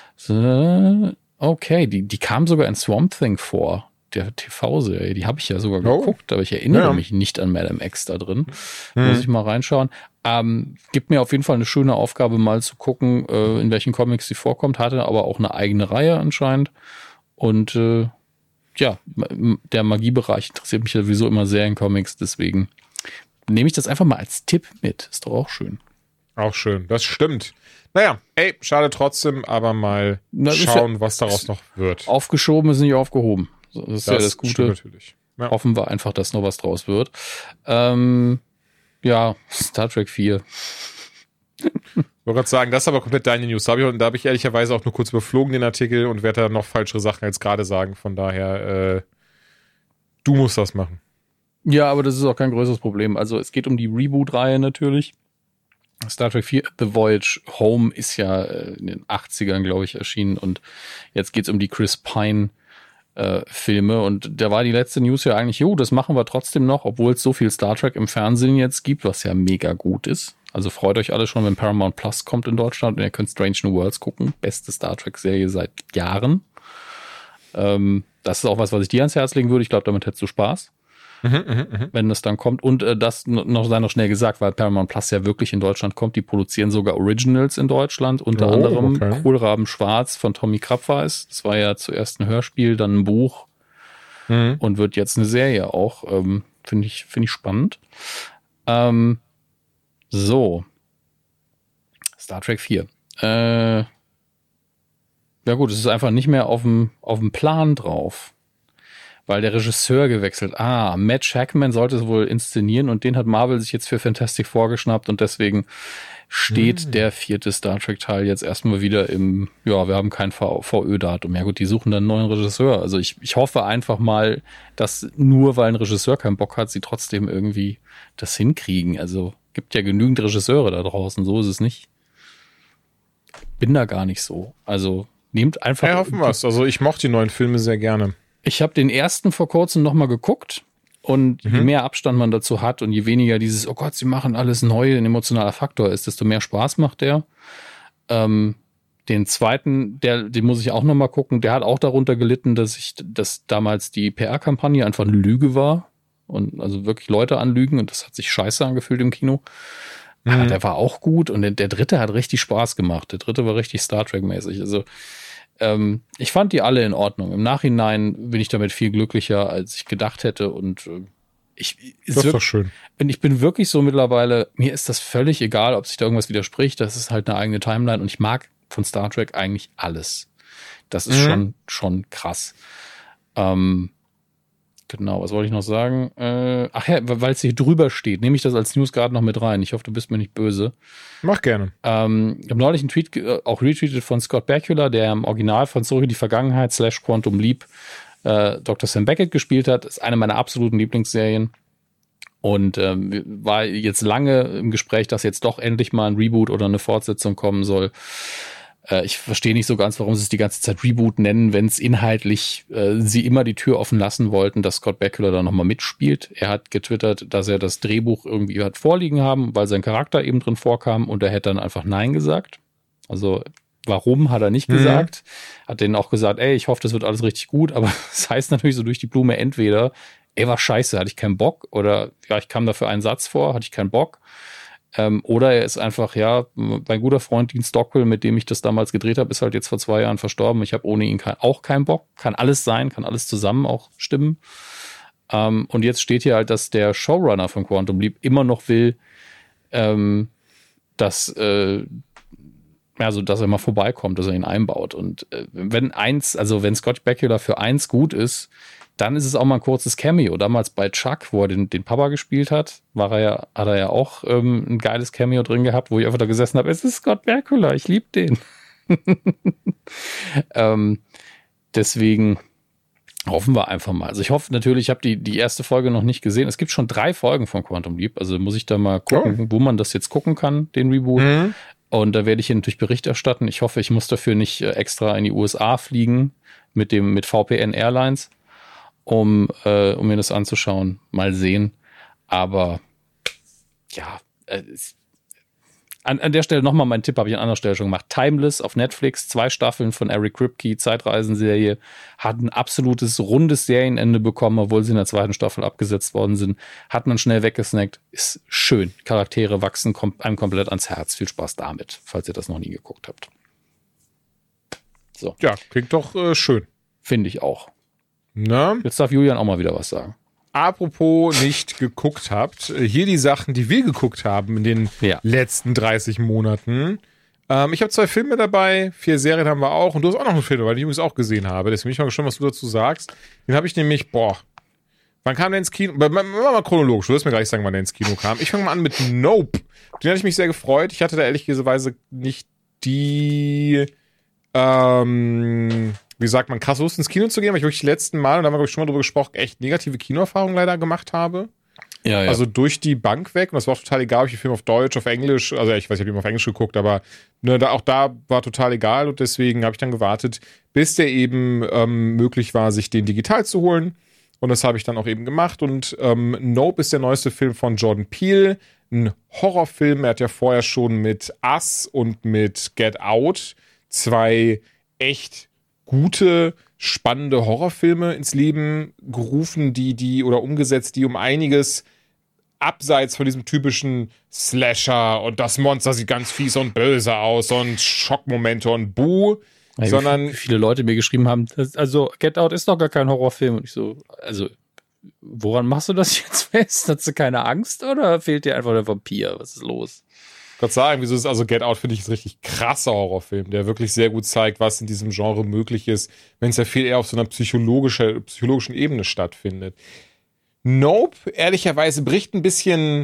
So, okay, die, die kam sogar in Swamp Thing vor, der T V-Serie. Die habe ich ja sogar oh. geguckt, aber ich erinnere ja. mich nicht an Madame X da drin. Hm. Muss ich mal reinschauen. Ähm, gibt mir auf jeden Fall eine schöne Aufgabe, mal zu gucken, äh, in welchen Comics sie vorkommt. Hatte aber auch eine eigene Reihe anscheinend. Und äh, ja, der Magiebereich interessiert mich ja sowieso immer sehr in Comics. Deswegen nehme ich das einfach mal als Tipp mit. Ist doch auch schön. Auch schön, das stimmt. Naja, ey, schade trotzdem, aber mal Na, schauen, ja, was daraus noch wird. Aufgeschoben ist nicht aufgehoben. Das ist das ja das Gute. Natürlich. Ja. Hoffen wir einfach, dass noch was draus wird. Ähm, ja, Star Trek vier. Ich wollte gerade sagen, das ist aber komplett deine News. Da habe ich, da hab ich ehrlicherweise auch nur kurz überflogen, den Artikel, und werde da noch falschere Sachen als gerade sagen. Von daher, äh, du musst das machen. Ja, aber das ist auch kein größeres Problem. Also es geht um die Reboot-Reihe natürlich. Star Trek vier, The Voyage Home ist ja in den achtzigern, glaube ich, erschienen, und jetzt geht's um die Chris Pine äh, Filme, und da war die letzte News ja eigentlich, jo, das machen wir trotzdem noch, obwohl es so viel Star Trek im Fernsehen jetzt gibt, was ja mega gut ist. Also freut euch alle schon, wenn Paramount Plus kommt in Deutschland und ihr könnt Strange New Worlds gucken. Beste Star Trek-Serie seit Jahren. Ähm, das ist auch was, was ich dir ans Herz legen würde. Ich glaube, damit hättest du Spaß. Mhm, mh, wenn das dann kommt. Und äh, das noch sei noch schnell gesagt, weil Paramount Plus ja wirklich in Deutschland kommt. Die produzieren sogar Originals in Deutschland. Unter oh, anderem okay. Kohlraben Schwarz von Tommy Krabweis. Das war ja zuerst ein Hörspiel, dann ein Buch mhm. und wird jetzt eine Serie auch. Ähm, Finde ich, finde ich spannend. Ähm, so. Star Trek vier. Äh, ja gut, es ist einfach nicht mehr auf dem, auf dem Plan drauf. Weil der Regisseur gewechselt. Ah, Matt Shakman sollte es wohl inszenieren, und den hat Marvel sich jetzt für Fantastic vorgeschnappt, und deswegen steht hm. der vierte Star Trek-Teil jetzt erstmal wieder im, ja, wir haben kein V Ö-Datum. Ja gut, die suchen dann einen neuen Regisseur. Also ich, ich hoffe einfach mal, dass nur weil ein Regisseur keinen Bock hat, sie trotzdem irgendwie das hinkriegen. Also gibt ja genügend Regisseure da draußen, so ist es nicht. Bin da gar nicht so. Also nehmt einfach... Ja, hoffen wir es. Also ich mochte die neuen Filme sehr gerne. Ich habe den ersten vor kurzem nochmal geguckt, und mhm. je mehr Abstand man dazu hat und je weniger dieses, oh Gott, sie machen alles neu, ein emotionaler Faktor ist, desto mehr Spaß macht der. Ähm, den zweiten, der, den muss ich auch nochmal gucken, der hat auch darunter gelitten, dass ich, dass damals die P R-Kampagne einfach eine Lüge war, und also wirklich Leute anlügen, und das hat sich scheiße angefühlt im Kino. Mhm. Aber der war auch gut, und der, der dritte hat richtig Spaß gemacht. Der dritte war richtig Star Trek-mäßig. Also Ähm, ich fand die alle in Ordnung. Im Nachhinein bin ich damit viel glücklicher, als ich gedacht hätte. Und äh, ich, das ist doch schön. Und ich bin wirklich so mittlerweile, mir ist das völlig egal, ob sich da irgendwas widerspricht. Das ist halt eine eigene Timeline, und ich mag von Star Trek eigentlich alles. Das ist mhm. schon, schon krass. Ähm, genau, was wollte ich noch sagen? Äh, ach ja, weil es hier drüber steht, nehme ich das als News gerade noch mit rein. Ich hoffe, du bist mir nicht böse. Mach gerne. Ähm, ich habe neulich einen Tweet äh, auch retweetet von Scott Bakula, der im Original von Zurück in die Vergangenheit slash Quantum Leap äh, Doktor Sam Beckett gespielt hat. Das ist eine meiner absoluten Lieblingsserien. Und ähm, war jetzt lange im Gespräch, dass jetzt doch endlich mal ein Reboot oder eine Fortsetzung kommen soll. Äh, ich verstehe nicht so ganz, warum sie es die ganze Zeit Reboot nennen, wenn es inhaltlich äh, sie immer die Tür offen lassen wollten, dass Scott Bakula da nochmal mitspielt. Er hat getwittert, dass er das Drehbuch irgendwie hat vorliegen haben, weil sein Charakter eben drin vorkam, und er hätte dann einfach Nein gesagt. Also warum, hat er nicht mhm. gesagt. Hat denen auch gesagt, ey, ich hoffe, das wird alles richtig gut, aber das heißt natürlich so durch die Blume entweder, ey, war scheiße, hatte ich keinen Bock, oder ja, ich kam dafür einen Satz vor, hatte ich keinen Bock. Ähm, oder er ist einfach, ja, mein guter Freund Dean Stockwell, mit dem ich das damals gedreht habe, ist halt jetzt vor zwei Jahren verstorben. Ich habe ohne ihn kein, auch keinen Bock. Kann alles sein, kann alles zusammen auch stimmen. Ähm, und jetzt steht hier halt, dass der Showrunner von Quantum Leap immer noch will, ähm, dass, äh, also, dass er mal vorbeikommt, dass er ihn einbaut. Und äh, wenn eins, also wenn Scott Bakula für eins gut ist, dann ist es auch mal ein kurzes Cameo. Damals bei Chuck, wo er den, den Papa gespielt hat, war er ja, hat er ja auch ähm, ein geiles Cameo drin gehabt, wo ich einfach da gesessen habe, es ist Scott Bakula, ich liebe den. ähm, deswegen hoffen wir einfach mal. Also ich hoffe natürlich, ich habe die, die erste Folge noch nicht gesehen. Es gibt schon drei Folgen von Quantum Leap, also muss ich da mal gucken, oh. wo man das jetzt gucken kann, den Reboot. Mhm. Und da werde ich hier natürlich Bericht erstatten. Ich hoffe, ich muss dafür nicht extra in die U S A fliegen. mit dem mit V P N Airlines, um, äh, um mir das anzuschauen. Mal sehen. Aber ja, äh, An, an der Stelle nochmal mein Tipp, habe ich an anderer Stelle schon gemacht. Timeless auf Netflix, zwei Staffeln von Eric Kripke, Zeitreisenserie, hat ein absolutes rundes Serienende bekommen, obwohl sie in der zweiten Staffel abgesetzt worden sind. Hat man schnell weggesnackt. Ist schön. Charaktere wachsen kom- einem komplett ans Herz. Viel Spaß damit, falls ihr das noch nie geguckt habt. So. Ja, klingt doch äh, schön. Finde ich auch. Na? Jetzt darf Julian auch mal wieder was sagen. Apropos nicht geguckt habt, hier die Sachen, die wir geguckt haben in den Ja. letzten dreißig Monaten. Ähm, ich habe zwei Filme dabei, vier Serien haben wir auch und du hast auch noch einen Film dabei, den ich übrigens auch gesehen habe. Deswegen bin ich mal gespannt, was du dazu sagst. Den habe ich nämlich, boah, wann kam der ins Kino? Mal, mal, mal chronologisch, du wirst mir gleich sagen, wann der ins Kino kam. Ich fange mal an mit Nope. Den hatte ich mich sehr gefreut. Ich hatte da ehrlicherweise nicht die, ähm... wie sagt man, krass Lust ins Kino zu gehen, weil ich wirklich die letzten Mal, und da haben wir glaube ich schon mal drüber gesprochen, echt negative Kinoerfahrungen leider gemacht habe. Ja, ja. Also durch die Bank weg, und das war auch total egal, ob ich den Film auf Deutsch, auf Englisch, also ich weiß, ich habe ihn auf Englisch geguckt, aber ne, da, auch da war total egal und deswegen habe ich dann gewartet, bis der eben ähm, möglich war, sich den digital zu holen, und das habe ich dann auch eben gemacht. Und ähm, Nope ist der neueste Film von Jordan Peele, ein Horrorfilm. Er hat ja vorher schon mit Us und mit Get Out zwei echt gute, spannende Horrorfilme ins Leben gerufen, die, die, oder umgesetzt, die um einiges abseits von diesem typischen Slasher und das Monster sieht ganz fies und böse aus und Schockmomente und Buh, Weil sondern wie viele Leute mir geschrieben haben, das, also Get Out ist doch gar kein Horrorfilm. Und ich so, also woran machst du das jetzt fest? Hast du keine Angst oder fehlt dir einfach der Vampir? Was ist los? Gott sagen, wieso ist also Get Out, finde ich, ist ein richtig krasser Horrorfilm, der wirklich sehr gut zeigt, was in diesem Genre möglich ist, wenn es ja viel eher auf so einer psychologischer, psychologischen Ebene stattfindet. Nope, ehrlicherweise, bricht ein bisschen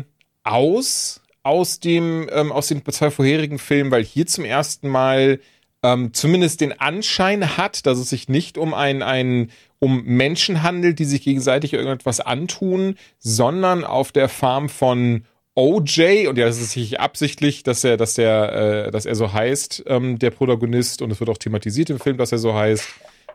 aus aus dem ähm, aus den zwei vorherigen Filmen, weil hier zum ersten Mal ähm, zumindest den Anschein hat, dass es sich nicht um ein, ein um Menschen handelt, die sich gegenseitig irgendetwas antun, sondern auf der Farm von O J, und ja, das ist sicherlich absichtlich, dass er, dass der, äh, dass er so heißt, ähm, der Protagonist, und es wird auch thematisiert im Film, dass er so heißt,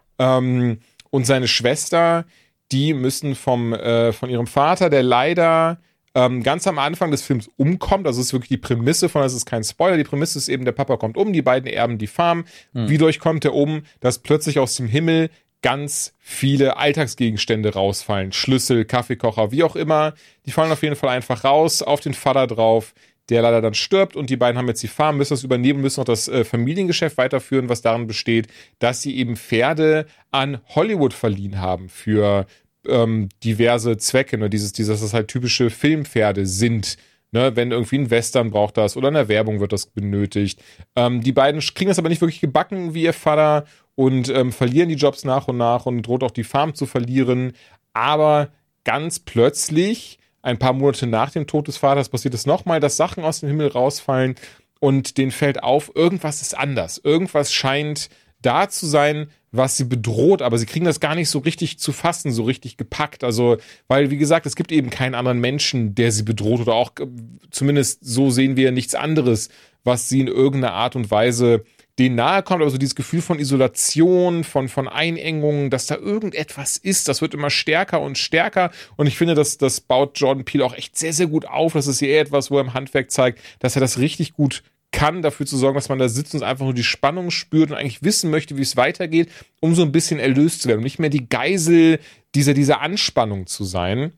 ähm, und seine Schwester, die müssen vom, äh, von ihrem Vater, der leider ähm, ganz am Anfang des Films umkommt, also es ist wirklich die Prämisse von, das ist kein Spoiler, die Prämisse ist eben, der Papa kommt um, die beiden erben die Farm, hm. Wie durchkommt er um, dass plötzlich aus dem Himmel ganz viele Alltagsgegenstände rausfallen. Schlüssel, Kaffeekocher, wie auch immer. Die fallen auf jeden Fall einfach raus, auf den Vater drauf, der leider dann stirbt, und die beiden haben jetzt die Farm, müssen das übernehmen, müssen noch das äh, Familiengeschäft weiterführen, was darin besteht, dass sie eben Pferde an Hollywood verliehen haben für ähm, diverse Zwecke. Ne? Dieses, dieses, dass das halt typische Filmpferde sind. Ne, wenn irgendwie ein Western braucht das oder in der Werbung wird das benötigt. Ähm, die beiden kriegen das aber nicht wirklich gebacken wie ihr Vater und ähm, verlieren die Jobs nach und nach und droht auch die Farm zu verlieren. Aber ganz plötzlich, ein paar Monate nach dem Tod des Vaters, passiert es nochmal, dass Sachen aus dem Himmel rausfallen und denen fällt auf, irgendwas ist anders. Irgendwas scheint da zu sein, was sie bedroht, aber sie kriegen das gar nicht so richtig zu fassen, so richtig gepackt. Also, weil, wie gesagt, es gibt eben keinen anderen Menschen, der sie bedroht, oder auch, zumindest so sehen wir nichts anderes, was sie in irgendeiner Art und Weise denen nahe kommt. Aber so dieses Gefühl von Isolation, von, von Einengung, dass da irgendetwas ist, das wird immer stärker und stärker. Und ich finde, das, das baut Jordan Peele auch echt sehr, sehr gut auf. Das ist hier eher etwas, wo er im Handwerk zeigt, dass er das richtig gut kann, dafür zu sorgen, dass man da sitzt und einfach nur die Spannung spürt und eigentlich wissen möchte, wie es weitergeht, um so ein bisschen erlöst zu werden und nicht mehr die Geisel dieser, dieser Anspannung zu sein.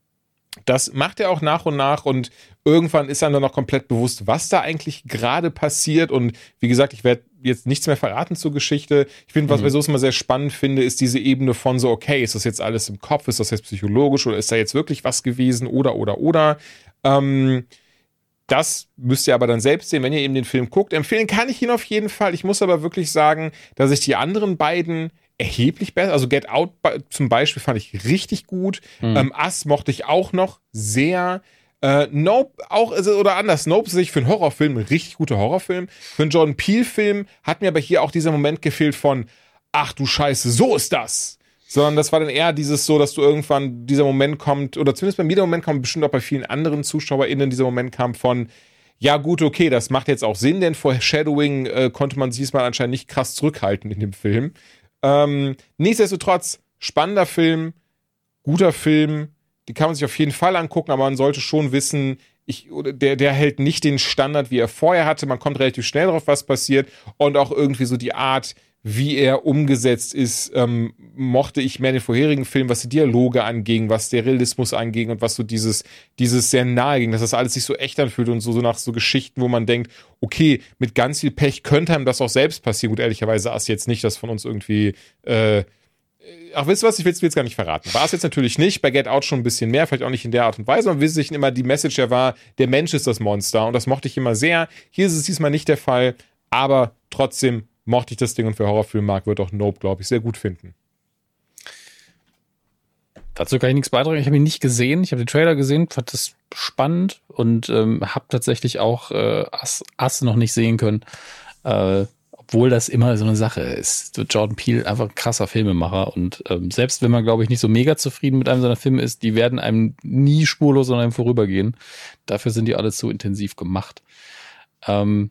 Das macht er auch nach und nach, und irgendwann ist einem dann noch komplett bewusst, was da eigentlich gerade passiert. Und wie gesagt, ich werde jetzt nichts mehr verraten zur Geschichte. Ich finde, was mhm. ich so immer sehr spannend finde, ist diese Ebene von so, okay, ist das jetzt alles im Kopf, ist das jetzt psychologisch oder ist da jetzt wirklich was gewesen oder, oder, oder. Ähm, Das müsst ihr aber dann selbst sehen, wenn ihr eben den Film guckt. Empfehlen kann ich ihn auf jeden Fall. Ich muss aber wirklich sagen, dass ich die anderen beiden erheblich besser, also Get Out zum Beispiel fand ich richtig gut. Mhm. Ähm, Us mochte ich auch noch sehr. Äh, Nope auch, also, oder anders. Nope ist sich für einen Horrorfilm ein richtig guter Horrorfilm. Für einen Jordan Peele-Film hat mir aber hier auch dieser Moment gefehlt von, ach du Scheiße, so ist das. Sondern das war dann eher dieses so, dass du irgendwann dieser Moment kommt, oder zumindest bei mir der Moment kommt, bestimmt auch bei vielen anderen ZuschauerInnen dieser Moment kam von, ja gut, okay, das macht jetzt auch Sinn, denn Foreshadowing äh, konnte man sich diesmal anscheinend nicht krass zurückhalten in dem Film. Ähm, nichtsdestotrotz, spannender Film, guter Film, die kann man sich auf jeden Fall angucken, aber man sollte schon wissen, ich, der, der hält nicht den Standard, wie er vorher hatte. Man kommt relativ schnell drauf, was passiert. Und auch irgendwie so die Art, wie er umgesetzt ist, ähm, mochte ich mehr in den vorherigen Filmen, was die Dialoge anging, was der Realismus anging und was so dieses, dieses sehr nahe ging, dass das alles sich so echt anfühlt und so, so nach so Geschichten, wo man denkt, okay, mit ganz viel Pech könnte einem das auch selbst passieren. Gut, ehrlicherweise ist jetzt nicht, dass von uns irgendwie, äh, ach, wisst ihr was, ich will es jetzt gar nicht verraten. War es jetzt natürlich nicht, bei Get Out schon ein bisschen mehr, vielleicht auch nicht in der Art und Weise, aber wissen sich immer, die Message ja war, der Mensch ist das Monster und das mochte ich immer sehr. Hier ist es diesmal nicht der Fall, aber trotzdem mochte ich das Ding und für Horrorfilm mag, wird auch Nope, glaube ich, sehr gut finden. Dazu kann ich nichts beitragen. Ich habe ihn nicht gesehen. Ich habe den Trailer gesehen, fand das spannend und ähm, habe tatsächlich auch äh, Ass, Ass noch nicht sehen können. Äh, obwohl das immer so eine Sache ist. Jordan Peele einfach ein krasser Filmemacher und ähm, selbst wenn man, glaube ich, nicht so mega zufrieden mit einem seiner Filme ist, die werden einem nie spurlos an einem vorübergehen. Dafür sind die alle zu intensiv gemacht. Ähm,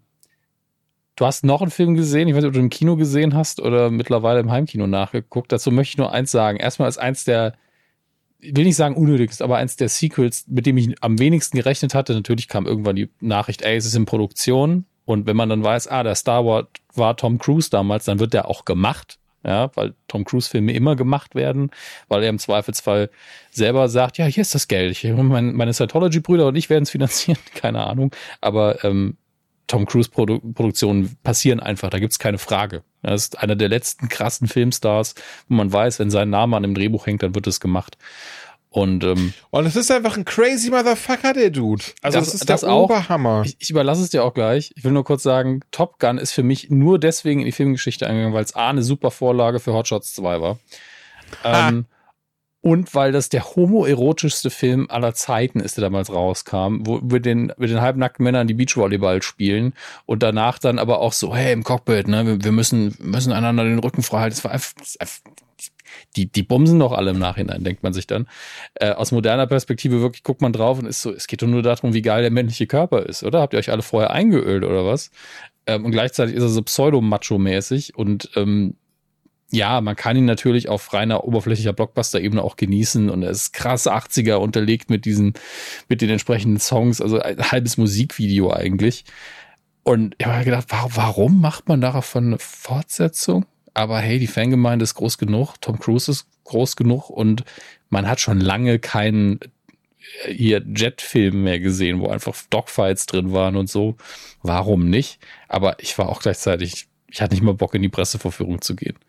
Du hast noch einen Film gesehen, ich weiß nicht, ob du im Kino gesehen hast oder mittlerweile im Heimkino nachgeguckt. Dazu möchte ich nur eins sagen. Erstmal ist eins der, ich will nicht sagen unnötigst, aber eins der Sequels, mit dem ich am wenigsten gerechnet hatte. Natürlich kam irgendwann die Nachricht, ey, es ist in Produktion. Und wenn man dann weiß, ah, der Star war, war Tom Cruise damals, dann wird der auch gemacht. Ja, weil Tom Cruise-Filme immer gemacht werden, weil er im Zweifelsfall selber sagt, ja, hier ist das Geld. Ich, meine, meine Scientology-Brüder und ich werden es finanzieren, keine Ahnung. Aber ähm, Tom Cruise-Produktionen passieren einfach, da gibt's keine Frage. Das ist einer der letzten krassen Filmstars, wo man weiß, wenn sein Name an dem Drehbuch hängt, dann wird es gemacht. Und ähm, und es ist einfach ein crazy Motherfucker, der Dude. Also das, das ist das der auch, Oberhammer. Ich, ich überlasse es dir auch gleich. Ich will nur kurz sagen, Top Gun ist für mich nur deswegen in die Filmgeschichte eingegangen, weil es A, eine super Vorlage für Hot Shots zwei war. Ah. Ähm, Und weil das der homoerotischste Film aller Zeiten ist, der damals rauskam, wo wir den, mit den halbnackten Männern die Beachvolleyball spielen und danach dann aber auch so, hey, im Cockpit, ne, wir, wir müssen, müssen einander den Rücken frei halten. Das war einfach, das einfach die, die bumsen doch alle im Nachhinein, denkt man sich dann. Äh, aus moderner Perspektive wirklich guckt man drauf und ist so, es geht doch nur darum, wie geil der männliche Körper ist, oder? Habt ihr euch alle vorher eingeölt oder was? Ähm, und gleichzeitig ist er so pseudo-macho-mäßig und, ähm, ja, man kann ihn natürlich auf reiner oberflächlicher Blockbuster-Ebene auch genießen und er ist krass achtziger unterlegt mit diesen, mit den entsprechenden Songs, also ein halbes Musikvideo eigentlich. Und ich habe gedacht, warum macht man davon eine Fortsetzung? Aber hey, die Fangemeinde ist groß genug, Tom Cruise ist groß genug und man hat schon lange keinen hier Jet-Film mehr gesehen, wo einfach Dogfights drin waren und so. Warum nicht? Aber ich war auch gleichzeitig, ich hatte nicht mal Bock, in die Pressevorführung zu gehen.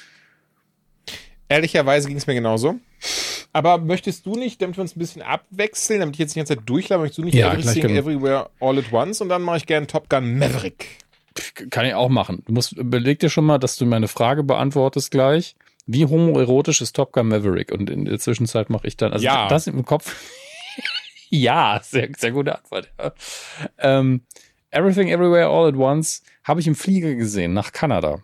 Ehrlicherweise ging es mir genauso. Aber möchtest du nicht, damit wir uns ein bisschen abwechseln, damit ich jetzt die ganze Zeit durchlaufe, möchtest du nicht ja, Everything Everywhere All at Once und dann mache ich gerne Top Gun Maverick. Kann ich auch machen. Du musst, überleg dir schon mal, dass du meine Frage beantwortest gleich. Wie homoerotisch ist Top Gun Maverick? Und in der Zwischenzeit mache ich dann, also ja. das im Kopf. Ja, sehr, sehr gute Antwort. Ja. Ähm, Everything Everywhere All at Once habe ich im Flieger gesehen nach Kanada.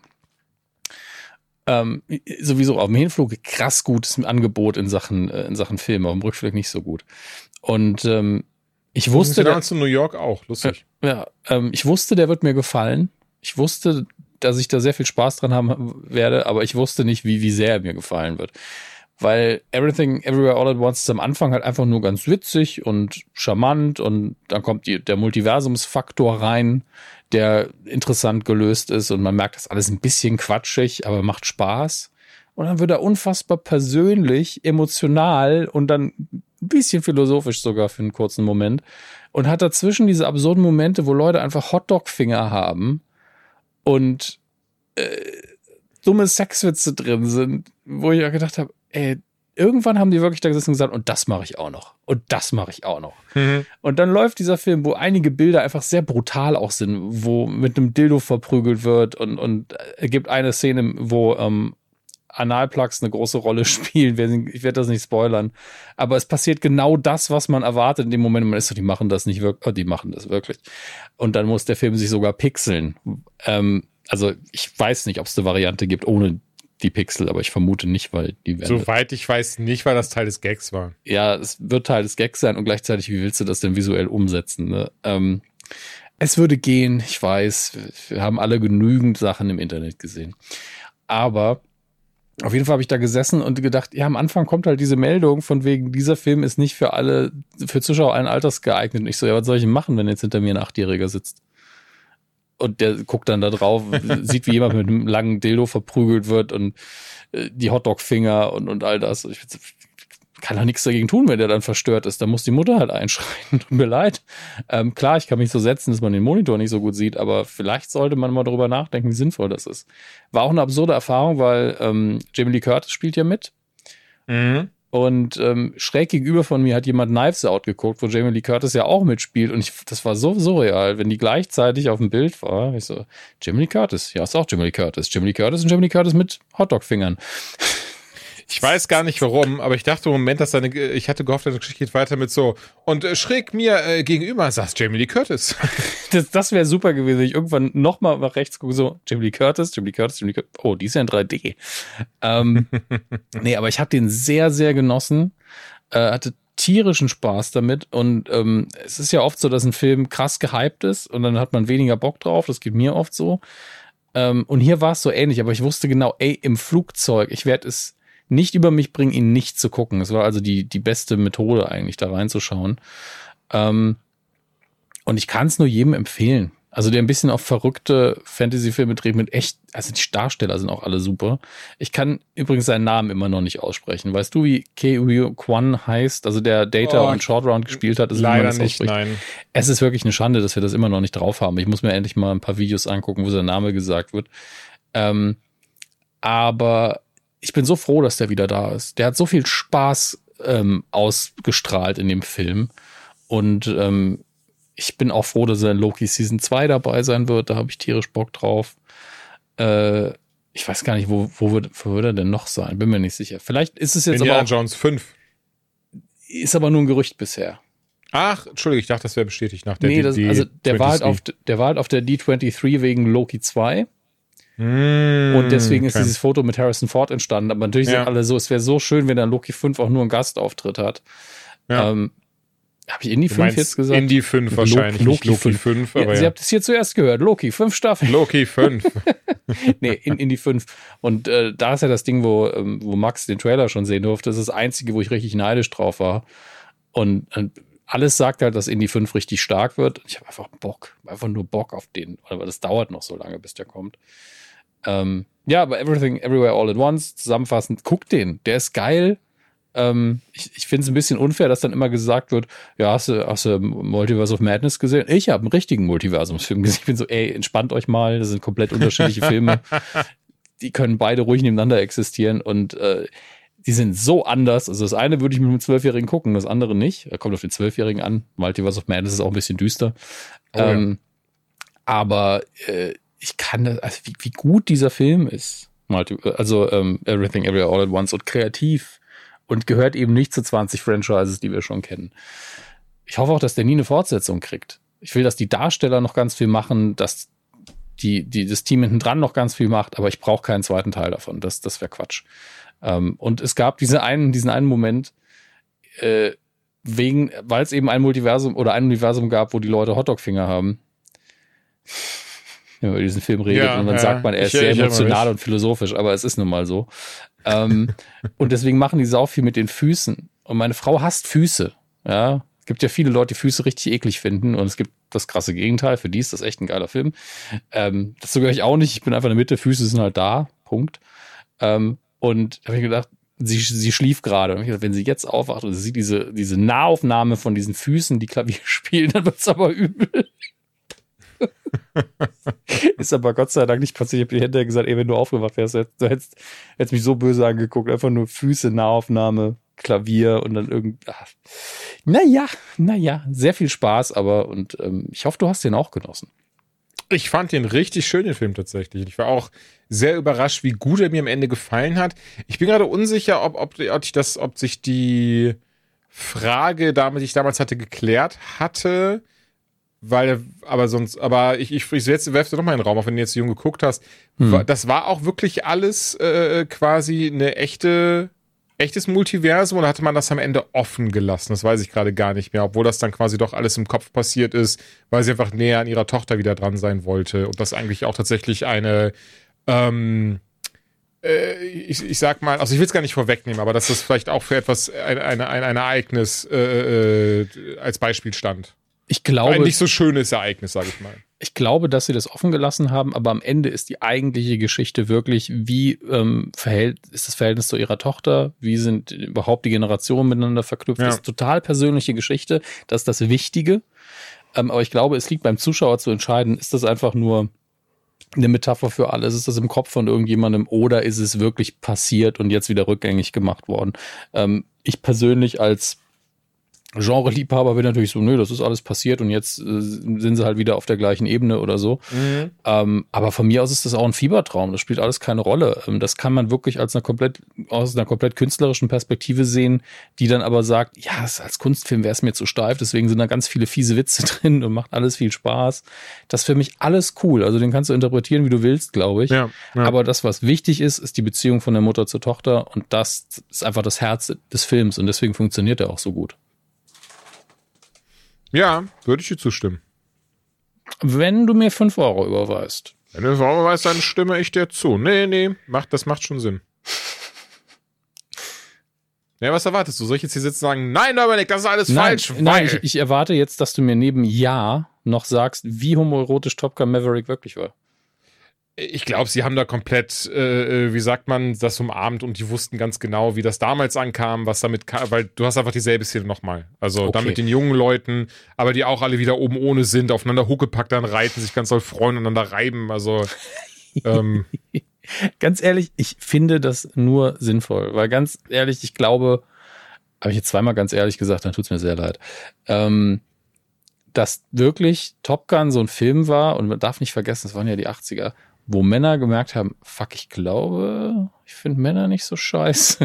Ähm, sowieso auf dem Hinflug krass gutes Angebot in Sachen äh, in Sachen Filme, auf dem Rückflug nicht so gut. Und ähm, ich wusste, damals in New York auch lustig. Äh, ja, ähm, ich wusste, der wird mir gefallen. Ich wusste, dass ich da sehr viel Spaß dran haben werde, aber ich wusste nicht, wie wie sehr er mir gefallen wird. Weil Everything Everywhere All at Once ist am Anfang halt einfach nur ganz witzig und charmant und dann kommt die, der Multiversumsfaktor rein, der interessant gelöst ist und man merkt, das ist alles ein bisschen quatschig, aber macht Spaß. Und dann wird er unfassbar persönlich, emotional und dann ein bisschen philosophisch sogar für einen kurzen Moment und hat dazwischen diese absurden Momente, wo Leute einfach Hotdog-Finger haben und äh, dumme Sexwitze drin sind, wo ich ja gedacht habe, ey, irgendwann haben die wirklich da gesessen und gesagt, und das mache ich auch noch. Und das mache ich auch noch. Mhm. Und dann läuft dieser Film, wo einige Bilder einfach sehr brutal auch sind, wo mit einem Dildo verprügelt wird und, und es gibt eine Szene, wo ähm, Analplugs eine große Rolle spielen. Ich werde das nicht spoilern. Aber es passiert genau das, was man erwartet in dem Moment. Man ist so, die machen das nicht wirklich. Oh, die machen das wirklich. Und dann muss der Film sich sogar pixeln. Ähm, also ich weiß nicht, ob es eine Variante gibt ohne die Pixel, aber ich vermute nicht, weil die werden... Soweit ich weiß, nicht, weil das Teil des Gags war. Ja, es wird Teil des Gags sein und gleichzeitig, wie willst du das denn visuell umsetzen? Ne? Ähm, es würde gehen, ich weiß, wir haben alle genügend Sachen im Internet gesehen. Aber Auf jeden Fall habe ich da gesessen und gedacht, ja, am Anfang kommt halt diese Meldung von wegen, dieser Film ist nicht für alle, für Zuschauer allen Alters geeignet. Und ich so, ja, was soll ich denn machen, wenn jetzt hinter mir ein Achtjähriger sitzt? Und der guckt dann da drauf, sieht, wie jemand mit einem langen Dildo verprügelt wird und äh, die Hotdog-Finger und, und all das. Ich kann doch nichts dagegen tun, wenn der dann verstört ist. Da muss die Mutter halt einschreiten. Tut mir leid. Ähm, klar, ich kann mich so setzen, dass man den Monitor nicht so gut sieht, aber vielleicht sollte man mal darüber nachdenken, wie sinnvoll das ist. War auch eine absurde Erfahrung, weil ähm, Jamie Lee Curtis spielt ja mit. Mhm. Und ähm, schräg gegenüber von mir hat jemand Knives Out geguckt, wo Jamie Lee Curtis ja auch mitspielt. Und ich, das war so surreal, wenn die gleichzeitig auf dem Bild war. Ich so, Jamie Lee Curtis, ja, ist auch Jamie Lee Curtis. Jamie Lee Curtis und Jamie Lee Curtis mit Hotdog-Fingern. Ich weiß gar nicht warum, aber ich dachte im Moment, dass deine, ich hatte gehofft, deine Geschichte geht weiter mit so, und äh, schräg mir äh, gegenüber saß Jamie Lee Curtis. Das, das wäre super gewesen, wenn ich irgendwann nochmal nach rechts gucke, so, Jamie Lee Curtis, Jamie Lee Curtis, Jamie Lee Curtis, oh, die ist ja in drei D. Ähm, nee, aber ich habe den sehr, sehr genossen, äh, hatte tierischen Spaß damit und ähm, es ist ja oft so, dass ein Film krass gehypt ist und dann hat man weniger Bock drauf, das geht mir oft so. Ähm, und hier war es so ähnlich, aber ich wusste genau, ey, im Flugzeug, ich werde es nicht über mich bringen, ihn nicht zu gucken. Das war also die, die beste Methode eigentlich, da reinzuschauen. Ähm, und ich kann es nur jedem empfehlen. Also der ein bisschen auf verrückte Fantasy-Filme dreht mit echt, also die Darsteller sind auch alle super. Ich kann übrigens seinen Namen immer noch nicht aussprechen. Weißt du, wie Ke-Huy Quan heißt? Also der Data oh, und Short Round gespielt hat. Ist leider nicht, ausspricht. Nein. Es ist wirklich eine Schande, dass wir das immer noch nicht drauf haben. Ich muss mir endlich mal ein paar Videos angucken, wo sein Name gesagt wird. Ähm, aber ich bin so froh, dass der wieder da ist. Der hat so viel Spaß ähm, ausgestrahlt in dem Film. Und ähm, ich bin auch froh, dass er in Loki Season zwei dabei sein wird. Da habe ich tierisch Bock drauf. Äh, ich weiß gar nicht, wo, wo, wird, wo wird er denn noch sein? Bin mir nicht sicher. Vielleicht ist es jetzt Indiana aber auch, Jones fünf. Ist aber nur ein Gerücht bisher. Ach, Entschuldige, ich dachte, das wäre bestätigt nach der nee, das, D- also der war, halt auf, D der war halt auf der D dreiundzwanzig wegen Loki zwei. Mm, Und deswegen ist okay. dieses Foto mit Harrison Ford entstanden. Aber natürlich Ja. sind alle so, es wäre so schön, wenn dann Loki fünf auch nur einen Gastauftritt hat. Ja. Ähm, Habe ich Indie Du fünf meinst jetzt gesagt? Indie fünf Lo- wahrscheinlich, Loki nicht Loki fünf. fünf, Ja, aber Sie ja. habt es hier zuerst gehört. Loki, fünf Staffeln. Loki fünf. nee, in, Indie fünf. Und äh, da ist ja das Ding, wo, ähm, wo Max den Trailer schon sehen durfte. Das ist das Einzige, wo ich richtig neidisch drauf war. Und äh, alles sagt halt, dass Indie fünf richtig stark wird. Und ich habe einfach Bock. Einfach nur Bock auf den. Aber das dauert noch so lange, bis der kommt. Ähm, ja, aber Everything, Everywhere, All at Once, zusammenfassend, guckt den. Der ist geil. Ähm, ich ich finde es ein bisschen unfair, dass dann immer gesagt wird, ja, hast du, hast du Multiverse of Madness gesehen? Ich habe einen richtigen Multiversumsfilm gesehen. Ich bin so, ey, entspannt euch mal. Das sind komplett unterschiedliche Filme. Die können beide ruhig nebeneinander existieren und äh, die sind so anders. Also das eine würde ich mit einem Zwölfjährigen gucken, das andere nicht. Er kommt auf den Zwölfjährigen an. Multiverse of Madness ist auch ein bisschen düster. Oh, ja. ähm, aber äh, ich kann das, also wie, wie gut dieser Film ist. Also ähm, Everything, Everywhere, All at Once und kreativ und gehört eben nicht zu zwanzig Franchises, die wir schon kennen. Ich hoffe auch, dass der nie eine Fortsetzung kriegt. Ich will, dass die Darsteller noch ganz viel machen, dass die, die, das Team hinten dran noch ganz viel macht, aber ich brauche keinen zweiten Teil davon. Das, das wäre Quatsch. Ähm, und es gab diese einen, diesen einen Moment, äh, wegen, weil es eben ein Multiversum oder ein Universum gab, wo die Leute Hotdog-Finger haben. Wenn man über diesen Film redet Ja, und dann ja. sagt man, er ist Ich- sehr ich erinnere emotional mich. und philosophisch, aber es ist nun mal so. ähm, und deswegen machen die sau viel mit den Füßen. Und meine Frau hasst Füße. Ja, es gibt ja viele Leute, die Füße richtig eklig finden und es gibt das krasse Gegenteil. Für die ist das echt ein geiler Film. Ähm, dazu gehöre ich auch nicht. Ich bin einfach in der Mitte. Füße sind halt da. Punkt. Ähm, und habe ich gedacht, sie, sie schlief gerade. Und hab ich gedacht, wenn sie jetzt aufwacht und sie sieht diese, diese Nahaufnahme von diesen Füßen, die Klavier spielen, dann wird's aber übel. Ist aber Gott sei Dank nicht passiert. Ich habe die hinterher gesagt, ey, wenn du aufgewacht wärst, du hättest, hättest mich so böse angeguckt. Einfach nur Füße, Nahaufnahme, Klavier und dann irgend. Ach. Naja, naja, sehr viel Spaß, aber und ähm, ich hoffe, du hast den auch genossen. Ich fand den richtig schön, den Film tatsächlich. Ich war auch sehr überrascht, wie gut er mir am Ende gefallen hat. Ich bin gerade unsicher, ob, ob, ob, ich das, ob sich die Frage, damit ich damals hatte, geklärt hatte. Weil, aber sonst, aber ich, ich, ich jetzt werfst du noch mal in den Raum, auch wenn du jetzt jung geguckt hast. Hm. Das war auch wirklich alles äh, quasi eine echte, echtes Multiversum oder hatte man das am Ende offen gelassen? Das weiß ich gerade gar nicht mehr, obwohl das dann quasi doch alles im Kopf passiert ist, weil sie einfach näher an ihrer Tochter wieder dran sein wollte und das eigentlich auch tatsächlich eine, ähm, äh, ich, ich sag mal, also ich will es gar nicht vorwegnehmen, aber dass das vielleicht auch für etwas, ein, eine, ein, ein Ereignis äh, äh, als Beispiel stand. Ich glaube, ein nicht so schönes Ereignis, sage ich mal. Ich glaube, dass sie das offen gelassen haben, aber am Ende ist die eigentliche Geschichte wirklich, wie ähm, verhält, ist das Verhältnis zu ihrer Tochter, wie sind überhaupt die Generationen miteinander verknüpft. Ja. Das ist eine total persönliche Geschichte, das ist das Wichtige. Ähm, aber ich glaube, es liegt beim Zuschauer zu entscheiden, ist das einfach nur eine Metapher für alles, ist das im Kopf von irgendjemandem oder ist es wirklich passiert und jetzt wieder rückgängig gemacht worden. Ähm, ich persönlich als Genre-Liebhaber bin natürlich so, nö, das ist alles passiert und jetzt äh, sind sie halt wieder auf der gleichen Ebene oder so. Mhm. Ähm, aber von mir aus ist das auch ein Fiebertraum. Das spielt alles keine Rolle. Ähm, das kann man wirklich als einer komplett, aus einer komplett künstlerischen Perspektive sehen, die dann aber sagt, ja, als Kunstfilm wäre es mir zu steif, deswegen sind da ganz viele fiese Witze drin und macht alles viel Spaß. Das ist für mich alles cool. Also den kannst du interpretieren, wie du willst, glaube ich. Ja, ja. Aber das, was wichtig ist, ist die Beziehung von der Mutter zur Tochter und das ist einfach das Herz des Films und deswegen funktioniert er auch so gut. Ja, würde ich dir zustimmen. Wenn du mir fünf Euro überweist. Wenn du fünf Euro überweist, dann stimme ich dir zu. Nee, nee, macht, das macht schon Sinn. Ja, was erwartest du? Soll ich jetzt hier sitzen und sagen, nein, Dominik, das ist alles nein, falsch? Nein, ich, ich erwarte jetzt, dass du mir neben Ja noch sagst, wie homoerotisch Top Gun Maverick wirklich war. Ich glaube, sie haben da komplett, äh, wie sagt man, das umarmt und die wussten ganz genau, wie das damals ankam, was damit kam, weil du hast einfach dieselbe Szene nochmal. Also okay. Dann mit den jungen Leuten, aber die auch alle wieder oben ohne sind, aufeinander huckepackt dann reiten, sich ganz doll freuen, aneinander reiben, also ähm. Ganz ehrlich, ich finde das nur sinnvoll, weil ganz ehrlich, ich glaube, habe ich jetzt zweimal ganz ehrlich gesagt, dann tut's mir sehr leid, ähm, dass wirklich Top Gun so ein Film war und man darf nicht vergessen, das waren ja die achtziger, wo Männer gemerkt haben, fuck, ich glaube, ich finde Männer nicht so scheiße.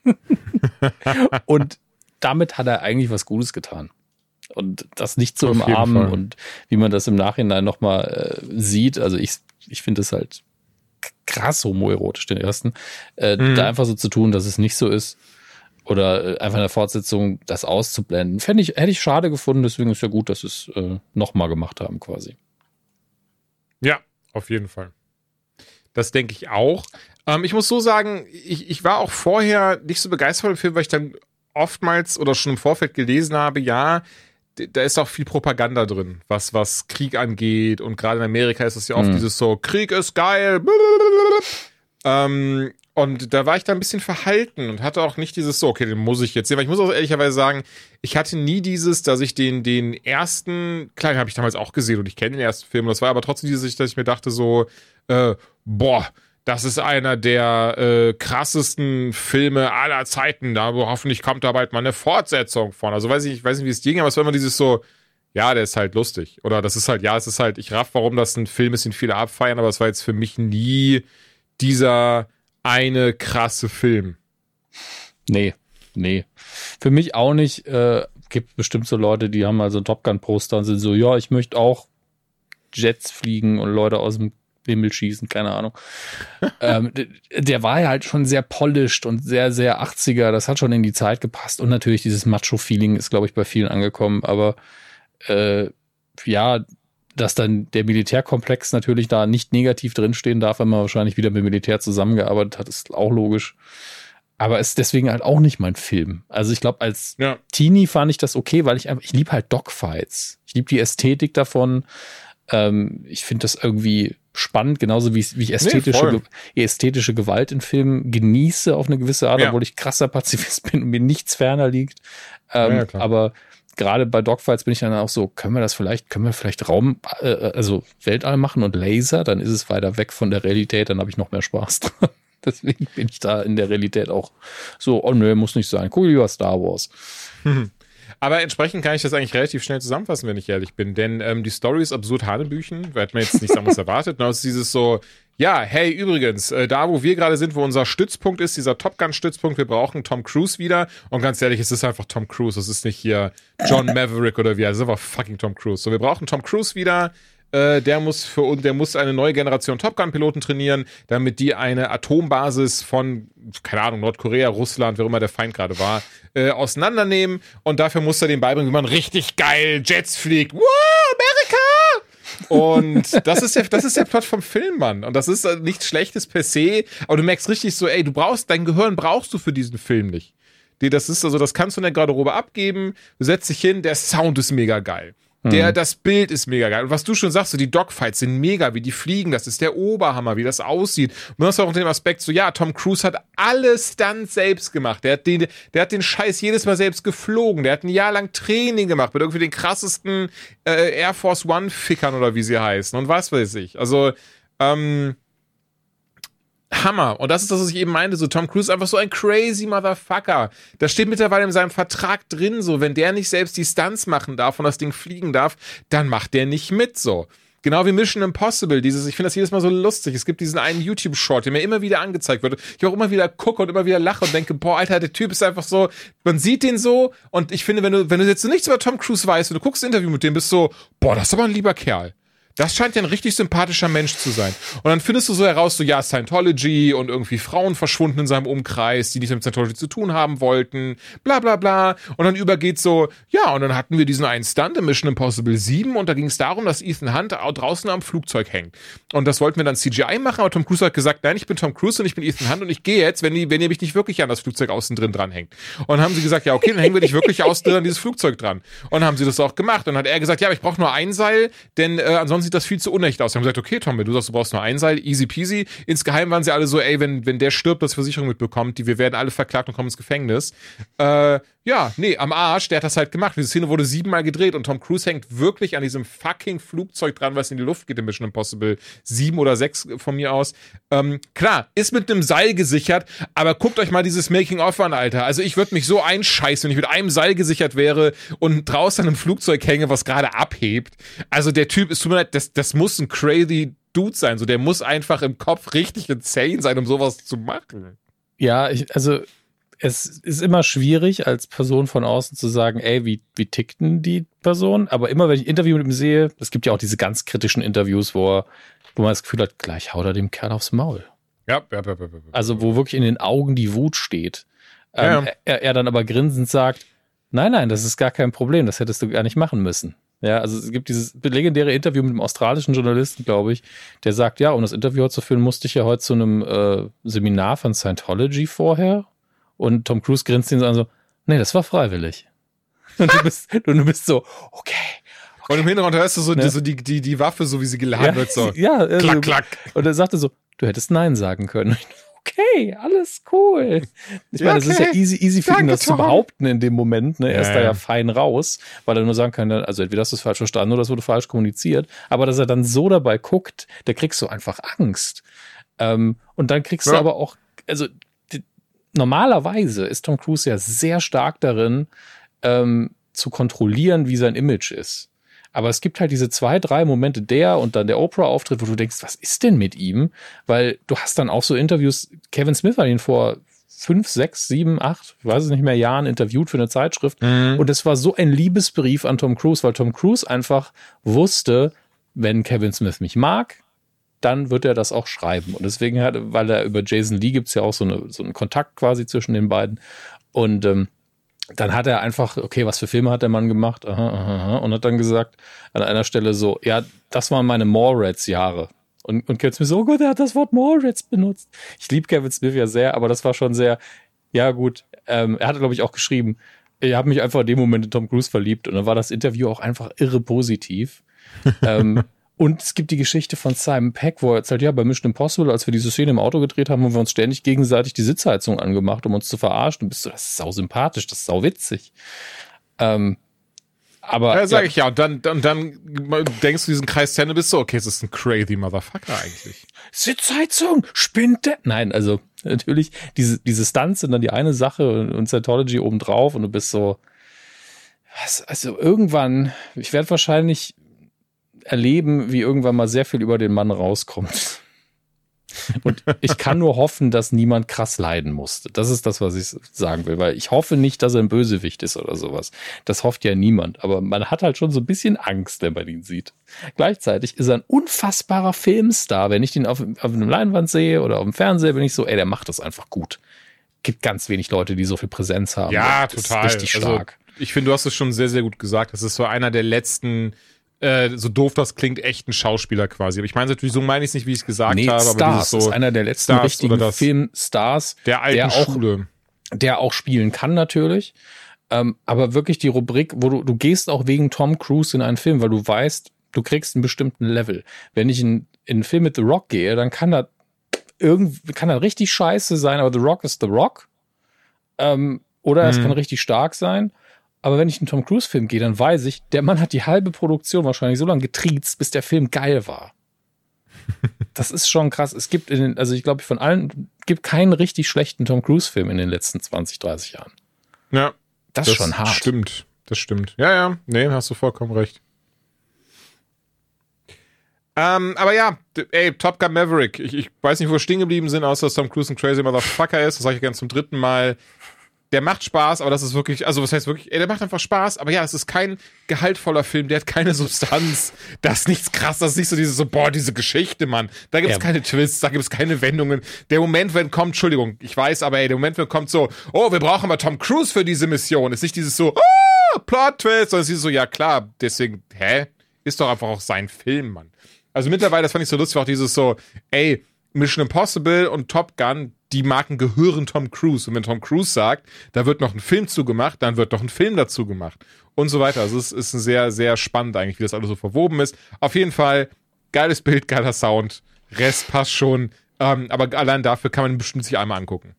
Und damit hat er eigentlich was Gutes getan. Und das nicht zu umarmen und wie man das im Nachhinein nochmal äh, sieht, also ich, ich finde es halt krass homoerotisch, den ersten, äh, mhm. da einfach so zu tun, dass es nicht so ist oder äh, einfach in der Fortsetzung das auszublenden. Fände ich, hätte ich schade gefunden, deswegen ist ja gut, dass es äh, nochmal gemacht haben quasi. Ja, auf jeden Fall. Das denke ich auch. Ähm, ich muss so sagen, ich, ich war auch vorher nicht so begeistert von dem Film, weil ich dann oftmals oder schon im Vorfeld gelesen habe, ja, d- da ist auch viel Propaganda drin, was, was Krieg angeht. Und gerade in Amerika ist es ja oft mhm. dieses so, Krieg ist geil. Ähm, und da war ich da ein bisschen verhalten und hatte auch nicht dieses so, okay, den muss ich jetzt sehen. Weil ich muss auch ehrlicherweise sagen, ich hatte nie dieses, dass ich den, den ersten, klar, den habe ich damals auch gesehen und ich kenne den ersten Film. Und das war aber trotzdem dieses, dass ich mir dachte so, äh, boah, das ist einer der äh, krassesten Filme aller Zeiten. Da hoffentlich kommt da bald mal eine Fortsetzung von. Also weiß ich, ich weiß nicht, wie es dir ging, aber es war immer dieses so, ja, der ist halt lustig. Oder das ist halt, ja, es ist halt, ich raff, warum das ein Film ist, den viele abfeiern, aber es war jetzt für mich nie dieser eine krasse Film. Nee, nee. Für mich auch nicht. Äh, gibt bestimmt so Leute, die haben mal so ein Top Gun Poster und sind so, ja, ich möchte auch Jets fliegen und Leute aus dem Himmel schießen, keine Ahnung. ähm, der war ja halt schon sehr polished und sehr, sehr achtziger. Das hat schon in die Zeit gepasst. Und natürlich dieses Macho-Feeling ist, glaube ich, bei vielen angekommen. Aber äh, ja, dass dann der Militärkomplex natürlich da nicht negativ drinstehen darf, wenn man wahrscheinlich wieder mit dem Militär zusammengearbeitet hat, ist auch logisch. Aber ist deswegen halt auch nicht mein Film. Also ich glaube, als ja. Teenie fand ich das okay, weil ich einfach, ich liebe halt Dogfights. Ich liebe die Ästhetik davon. Ähm, ich finde das irgendwie spannend, genauso wie ich, wie ich ästhetische, nee, Ge- ästhetische Gewalt in Filmen genieße auf eine gewisse Art, ja. obwohl ich krasser Pazifist bin und mir nichts ferner liegt. Ähm, ja, aber gerade bei Dogfights bin ich dann auch so, können wir das vielleicht, können wir vielleicht Raum, äh, also Weltall machen und Laser, dann ist es weiter weg von der Realität, dann habe ich noch mehr Spaß dran. Deswegen bin ich da in der Realität auch so, oh nö, muss nicht sein. Guck lieber Star Wars. Mhm. Aber entsprechend kann ich das eigentlich relativ schnell zusammenfassen, wenn ich ehrlich bin. Denn ähm, die Story ist absurd Hanebüchen. Wir hatten jetzt nichts anderes erwartet. Und es ist dieses so, ja, hey, übrigens, äh, da wo wir gerade sind, wo unser Stützpunkt ist, dieser Top Gun-Stützpunkt, wir brauchen Tom Cruise wieder. Und ganz ehrlich, es ist einfach Tom Cruise. Es ist nicht hier John Maverick oder wie. Es ist einfach fucking Tom Cruise. So, wir brauchen Tom Cruise wieder. Äh, der muss für uns, der muss eine neue Generation Top Gun-Piloten trainieren, damit die eine Atombasis von, keine Ahnung, Nordkorea, Russland, wer immer der Feind gerade war, äh, auseinandernehmen. Und dafür muss er denen beibringen, wie man richtig geil Jets fliegt. Wow, Amerika! Und das ist, der, das ist der Plot vom Film, Mann. Und das ist nichts Schlechtes per se, aber du merkst richtig so, ey, du brauchst, dein Gehirn brauchst du für diesen Film nicht. Das ist also, das kannst du in der Garderobe abgeben, du setzt dich hin, der Sound ist mega geil. Der, das Bild ist mega geil. Und was du schon sagst, so die Dogfights sind mega, wie die fliegen, das ist der Oberhammer, wie das aussieht. Und du hast auch den Aspekt so, ja, Tom Cruise hat alle Stunts selbst gemacht. Der hat den, der hat den Scheiß jedes Mal selbst geflogen. Der hat ein Jahr lang Training gemacht mit irgendwie den krassesten äh, Air Force One Fickern oder wie sie heißen und was weiß ich. Also, ähm, Hammer. Und das ist das, was ich eben meinte. So, Tom Cruise ist einfach so ein crazy Motherfucker. Das steht mittlerweile in seinem Vertrag drin, so, wenn der nicht selbst die Stunts machen darf und das Ding fliegen darf, dann macht der nicht mit, so. Genau wie Mission Impossible, dieses, ich finde das jedes Mal so lustig. Es gibt diesen einen YouTube-Short, der mir immer wieder angezeigt wird. Ich auch immer wieder gucke und immer wieder lache und denke, boah, Alter, der Typ ist einfach so, man sieht den so und ich finde, wenn du, wenn du jetzt so nichts über Tom Cruise weißt und du guckst ein Interview mit dem, bist so, boah, das ist aber ein lieber Kerl. Das scheint ja ein richtig sympathischer Mensch zu sein. Und dann findest du so heraus, so ja, Scientology und irgendwie Frauen verschwunden in seinem Umkreis, die nichts mit Scientology zu tun haben wollten, bla bla bla. Und dann übergeht so, ja, und dann hatten wir diesen einen Stunt in Mission Impossible sieben und da ging es darum, dass Ethan Hunt draußen am Flugzeug hängt. Und das wollten wir dann C G I machen, aber Tom Cruise hat gesagt, nein, ich bin Tom Cruise und ich bin Ethan Hunt und ich gehe jetzt, wenn, die, wenn ihr mich nicht wirklich an das Flugzeug außen drin dranhängt. Und dann haben sie gesagt, ja, okay, dann hängen wir dich wirklich außen drin an dieses Flugzeug dran. Und dann haben sie das auch gemacht. Und dann hat er gesagt, ja, aber ich brauche nur ein Seil, denn äh, ansonsten sieht das viel zu unecht aus. Sie haben gesagt, okay, Tom, wenn du sagst, du brauchst nur ein Seil, easy peasy. Insgeheim waren sie alle so, ey, wenn, wenn der stirbt, das Versicherung mitbekommt, die, wir werden alle verklagt und kommen ins Gefängnis. Äh, ja, nee, am Arsch, der hat das halt gemacht. Diese Szene wurde siebenmal gedreht und Tom Cruise hängt wirklich an diesem fucking Flugzeug dran, was in die Luft geht in Mission Impossible sieben oder sechs von mir aus. Ähm, klar, ist mit einem Seil gesichert, aber guckt euch mal dieses Making-of an, Alter. Also ich würde mich so einscheißen, wenn ich mit einem Seil gesichert wäre und draußen an einem Flugzeug hänge, was gerade abhebt. Also der Typ, ist tut mir leid, das, das muss ein crazy Dude sein. So, der muss einfach im Kopf richtig insane sein, um sowas zu machen. Ja, ich, also es ist immer schwierig, als Person von außen zu sagen, ey, wie, wie tickt denn die Person? Aber immer, wenn ich ein Interview mit ihm sehe, es gibt ja auch diese ganz kritischen Interviews, wo, er, wo man das Gefühl hat, gleich haut er dem Kerl aufs Maul. Ja, ja, ja, ja, ja. Also, wo wirklich in den Augen die Wut steht. Ja, Ähm, ja. er, er dann aber grinsend sagt, nein, nein, das ist gar kein Problem, das hättest du gar nicht machen müssen. Ja, also es gibt dieses legendäre Interview mit einem australischen Journalisten, glaube ich, der sagt, ja, um das Interview heute zu führen, musste ich ja heute zu einem äh, Seminar von Scientology vorher. Und Tom Cruise grinst ihn so an so, nee, das war freiwillig. Und du bist, und du bist so, okay. okay. Und im Hintergrund hörst du so, Ne? die, so die, die, die Waffe, so wie sie geladen Ja, wird, so. ja, also, Klack, klack. Und er sagte so, du hättest Nein sagen können. Und ich, okay, alles cool. Ich Ja, meine, das ist ja okay. easy, easy für ihn, Danke, das zu Tom. behaupten in dem Moment. Ne? Er Ja, ist da ja. ja fein raus, weil er nur sagen kann, also entweder hast du es falsch verstanden oder es wurde falsch kommuniziert. Aber dass er dann so dabei guckt, da kriegst du einfach Angst. Ähm, und dann kriegst du Ja. aber auch, also die, normalerweise ist Tom Cruise ja sehr stark darin, ähm, zu kontrollieren, wie sein Image ist. Aber es gibt halt diese zwei, drei Momente, der und dann der Oprah-Auftritt, wo du denkst, was ist denn mit ihm? Weil du hast dann auch so Interviews, Kevin Smith hat ihn vor fünf, sechs, sieben, acht, ich weiß es nicht mehr, Jahren interviewt für eine Zeitschrift. Mhm. Und es war so ein Liebesbrief an Tom Cruise, weil Tom Cruise einfach wusste, wenn Kevin Smith mich mag, dann wird er das auch schreiben. Und deswegen hat, weil er über Jason Lee gibt's ja auch so, eine, so einen Kontakt quasi zwischen den beiden. Und ähm, dann hat er einfach, okay, was für Filme hat der Mann gemacht? Aha, aha, aha. Und hat dann gesagt, an einer Stelle so, ja, das waren meine Mallrats-Jahre. Und, und Kevin Smith so, oh Gott, er hat das Wort Mallrats benutzt. Ich liebe Kevin Smith ja sehr, aber das war schon sehr, ja gut, ähm, er hatte, glaube ich, auch geschrieben, ich habe mich einfach in dem Moment in Tom Cruise verliebt und dann war das Interview auch einfach irre positiv. ähm, und es gibt die Geschichte von Simon Pegg, wo er erzählt, ja, bei Mission Impossible, als wir diese Szene im Auto gedreht haben, haben wir uns ständig gegenseitig die Sitzheizung angemacht, um uns zu verarschen. Und bist so, das ist sau sympathisch, das ist sau witzig. Ähm, aber Ja, sag ich ja. Und dann, dann, dann denkst du diesen Kreis zu Ende, bist so, okay, es ist ein crazy Motherfucker eigentlich. Sitzheizung, spinnt der? Nein, also natürlich, diese, diese Stunts sind dann die eine Sache und, und Scientology obendrauf und du bist so, was, also irgendwann, ich werde wahrscheinlich erleben, wie irgendwann mal sehr viel über den Mann rauskommt. Und ich kann nur hoffen, dass niemand krass leiden musste. Das ist das, was ich sagen will, weil ich hoffe nicht, dass er ein Bösewicht ist oder sowas. Das hofft ja niemand. Aber man hat halt schon so ein bisschen Angst, wenn man ihn sieht. Gleichzeitig ist er ein unfassbarer Filmstar. Wenn ich ihn auf, auf einem Leinwand sehe oder auf dem Fernseher, bin ich so, ey, der macht das einfach gut. Gibt ganz wenig Leute, die so viel Präsenz haben. Ja, das total. Ist richtig stark. Also, ich finde, du hast es schon sehr, sehr gut gesagt. Das ist so einer der letzten äh, so doof das klingt, echten Schauspieler quasi. Aber ich meine natürlich, so meine ich es nicht, wie ich es gesagt nee, habe. Stars, aber dieses so ist einer der letzten Stars richtigen Filmstars. Der alten der auch, Schule. Der auch spielen kann natürlich. Ähm, aber wirklich die Rubrik, wo du, du gehst auch wegen Tom Cruise in einen Film, weil du weißt, du kriegst einen bestimmten Level. Wenn ich in, in einen Film mit The Rock gehe, dann kann das irgendwie, kann das richtig scheiße sein, aber The Rock ist The Rock. Ähm, oder hm. es kann richtig stark sein. Aber wenn ich in einen Tom Cruise Film gehe, dann weiß ich, der Mann hat die halbe Produktion wahrscheinlich so lange getriezt, bis der Film geil war. Das ist schon krass. Es gibt in den, also ich glaube, von allen gibt keinen richtig schlechten Tom Cruise Film in den letzten zwanzig, dreißig Jahren. Ja. Das, das ist schon hart. Das stimmt. Das stimmt. Ja, ja. Nee, hast du vollkommen recht. Ähm, aber ja, ey, Top Gun Maverick. Ich, ich weiß nicht, wo wir stehen geblieben sind, außer dass Tom Cruise ein crazy Motherfucker ist. Das sage ich gerne zum dritten Mal. Der macht Spaß, aber das ist wirklich, also was heißt wirklich, ey, der macht einfach Spaß, aber ja, es ist kein gehaltvoller Film, der hat keine Substanz, das ist nichts krass, das ist nicht so dieses so, boah, diese Geschichte, Mann, da gibt es ja. keine Twists, da gibt es keine Wendungen, der Moment, wenn kommt, Entschuldigung, ich weiß, aber ey, der Moment, wenn kommt so, oh, wir brauchen aber Tom Cruise für diese Mission, ist nicht dieses so, oh, Plot-Twist, sondern es ist so, ja klar, deswegen, hä, ist doch einfach auch sein Film, Mann. Also mittlerweile, das fand ich so lustig, auch dieses so, ey, Mission Impossible und Top Gun, die Marken gehören Tom Cruise. Und wenn Tom Cruise sagt, da wird noch ein Film zugemacht, dann wird noch ein Film dazu gemacht. Und so weiter. Also es ist ein sehr, sehr spannend eigentlich, wie das alles so verwoben ist. Auf jeden Fall, geiles Bild, geiler Sound. Rest passt schon. Ähm, aber allein dafür kann man bestimmt sich einmal angucken.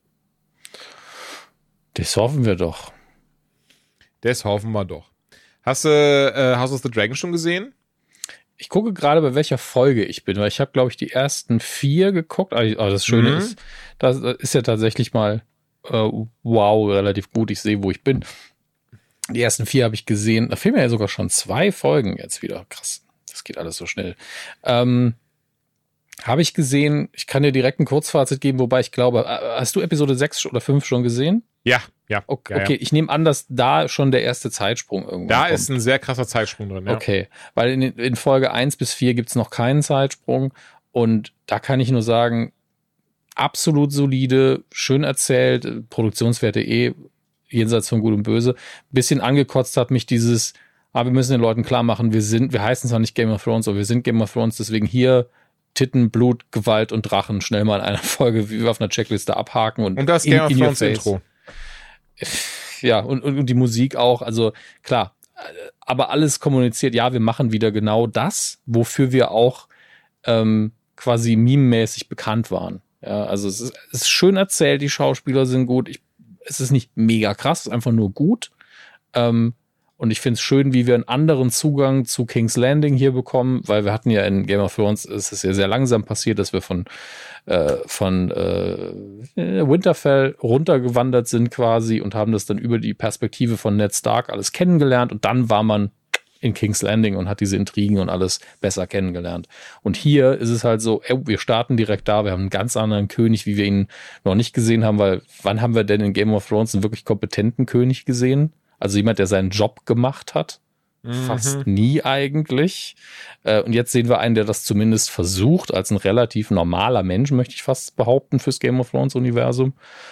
Das hoffen wir doch. Das hoffen wir doch. Hast du äh, House of the Dragon schon gesehen? Ich gucke gerade, bei welcher Folge ich bin, weil ich habe, glaube ich, die ersten vier geguckt. Aber das Schöne mhm. ist, das ist ja tatsächlich mal äh, wow, relativ gut. Ich sehe, wo ich bin. Die ersten vier habe ich gesehen. Da fehlen mir ja sogar schon zwei Folgen jetzt wieder. Krass, das geht alles so schnell. Ähm, habe ich gesehen, ich kann dir direkt ein Kurzfazit geben, wobei ich glaube, hast du Episode sechs oder fünf schon gesehen? Ja, ja. Okay, ja, ja. okay, ich nehme an, dass da schon der erste Zeitsprung irgendwo Da kommt. ist ein sehr krasser Zeitsprung drin, ja. Okay, weil in, in Folge eins bis vier gibt's noch keinen Zeitsprung und da kann ich nur sagen, absolut solide, schön erzählt, Produktionswerte eh jenseits von Gut und Böse. Bisschen angekotzt hat mich dieses, ah, wir müssen den Leuten klar machen, wir sind, wir heißen zwar nicht Game of Thrones, aber wir sind Game of Thrones, deswegen hier Titten, Blut, Gewalt und Drachen schnell mal in einer Folge, wie wir auf einer Checkliste abhaken. Und, und das in, Game of in Thrones Intro. Ja, und, und, und die Musik auch, also klar, aber alles kommuniziert, ja, wir machen wieder genau das, wofür wir auch ähm, quasi meme-mäßig bekannt waren. Ja, also es ist, es ist schön erzählt, die Schauspieler sind gut, ich, es ist nicht mega krass, es ist einfach nur gut. Ähm, Und ich finde es schön, wie wir einen anderen Zugang zu King's Landing hier bekommen, weil wir hatten ja in Game of Thrones, es ist ja sehr langsam passiert, dass wir von, äh, von äh, Winterfell runtergewandert sind quasi und haben das dann über die Perspektive von Ned Stark alles kennengelernt und dann war man in King's Landing und hat diese Intrigen und alles besser kennengelernt. Und hier ist es halt so, ey, wir starten direkt da, wir haben einen ganz anderen König, wie wir ihn noch nicht gesehen haben, weil wann haben wir denn in Game of Thrones einen wirklich kompetenten König gesehen? Also jemand, der seinen Job gemacht hat. Mhm. Fast nie eigentlich. Und jetzt sehen wir einen, der das zumindest versucht, als ein relativ normaler Mensch, möchte ich fast behaupten, fürs Game of Thrones Universum.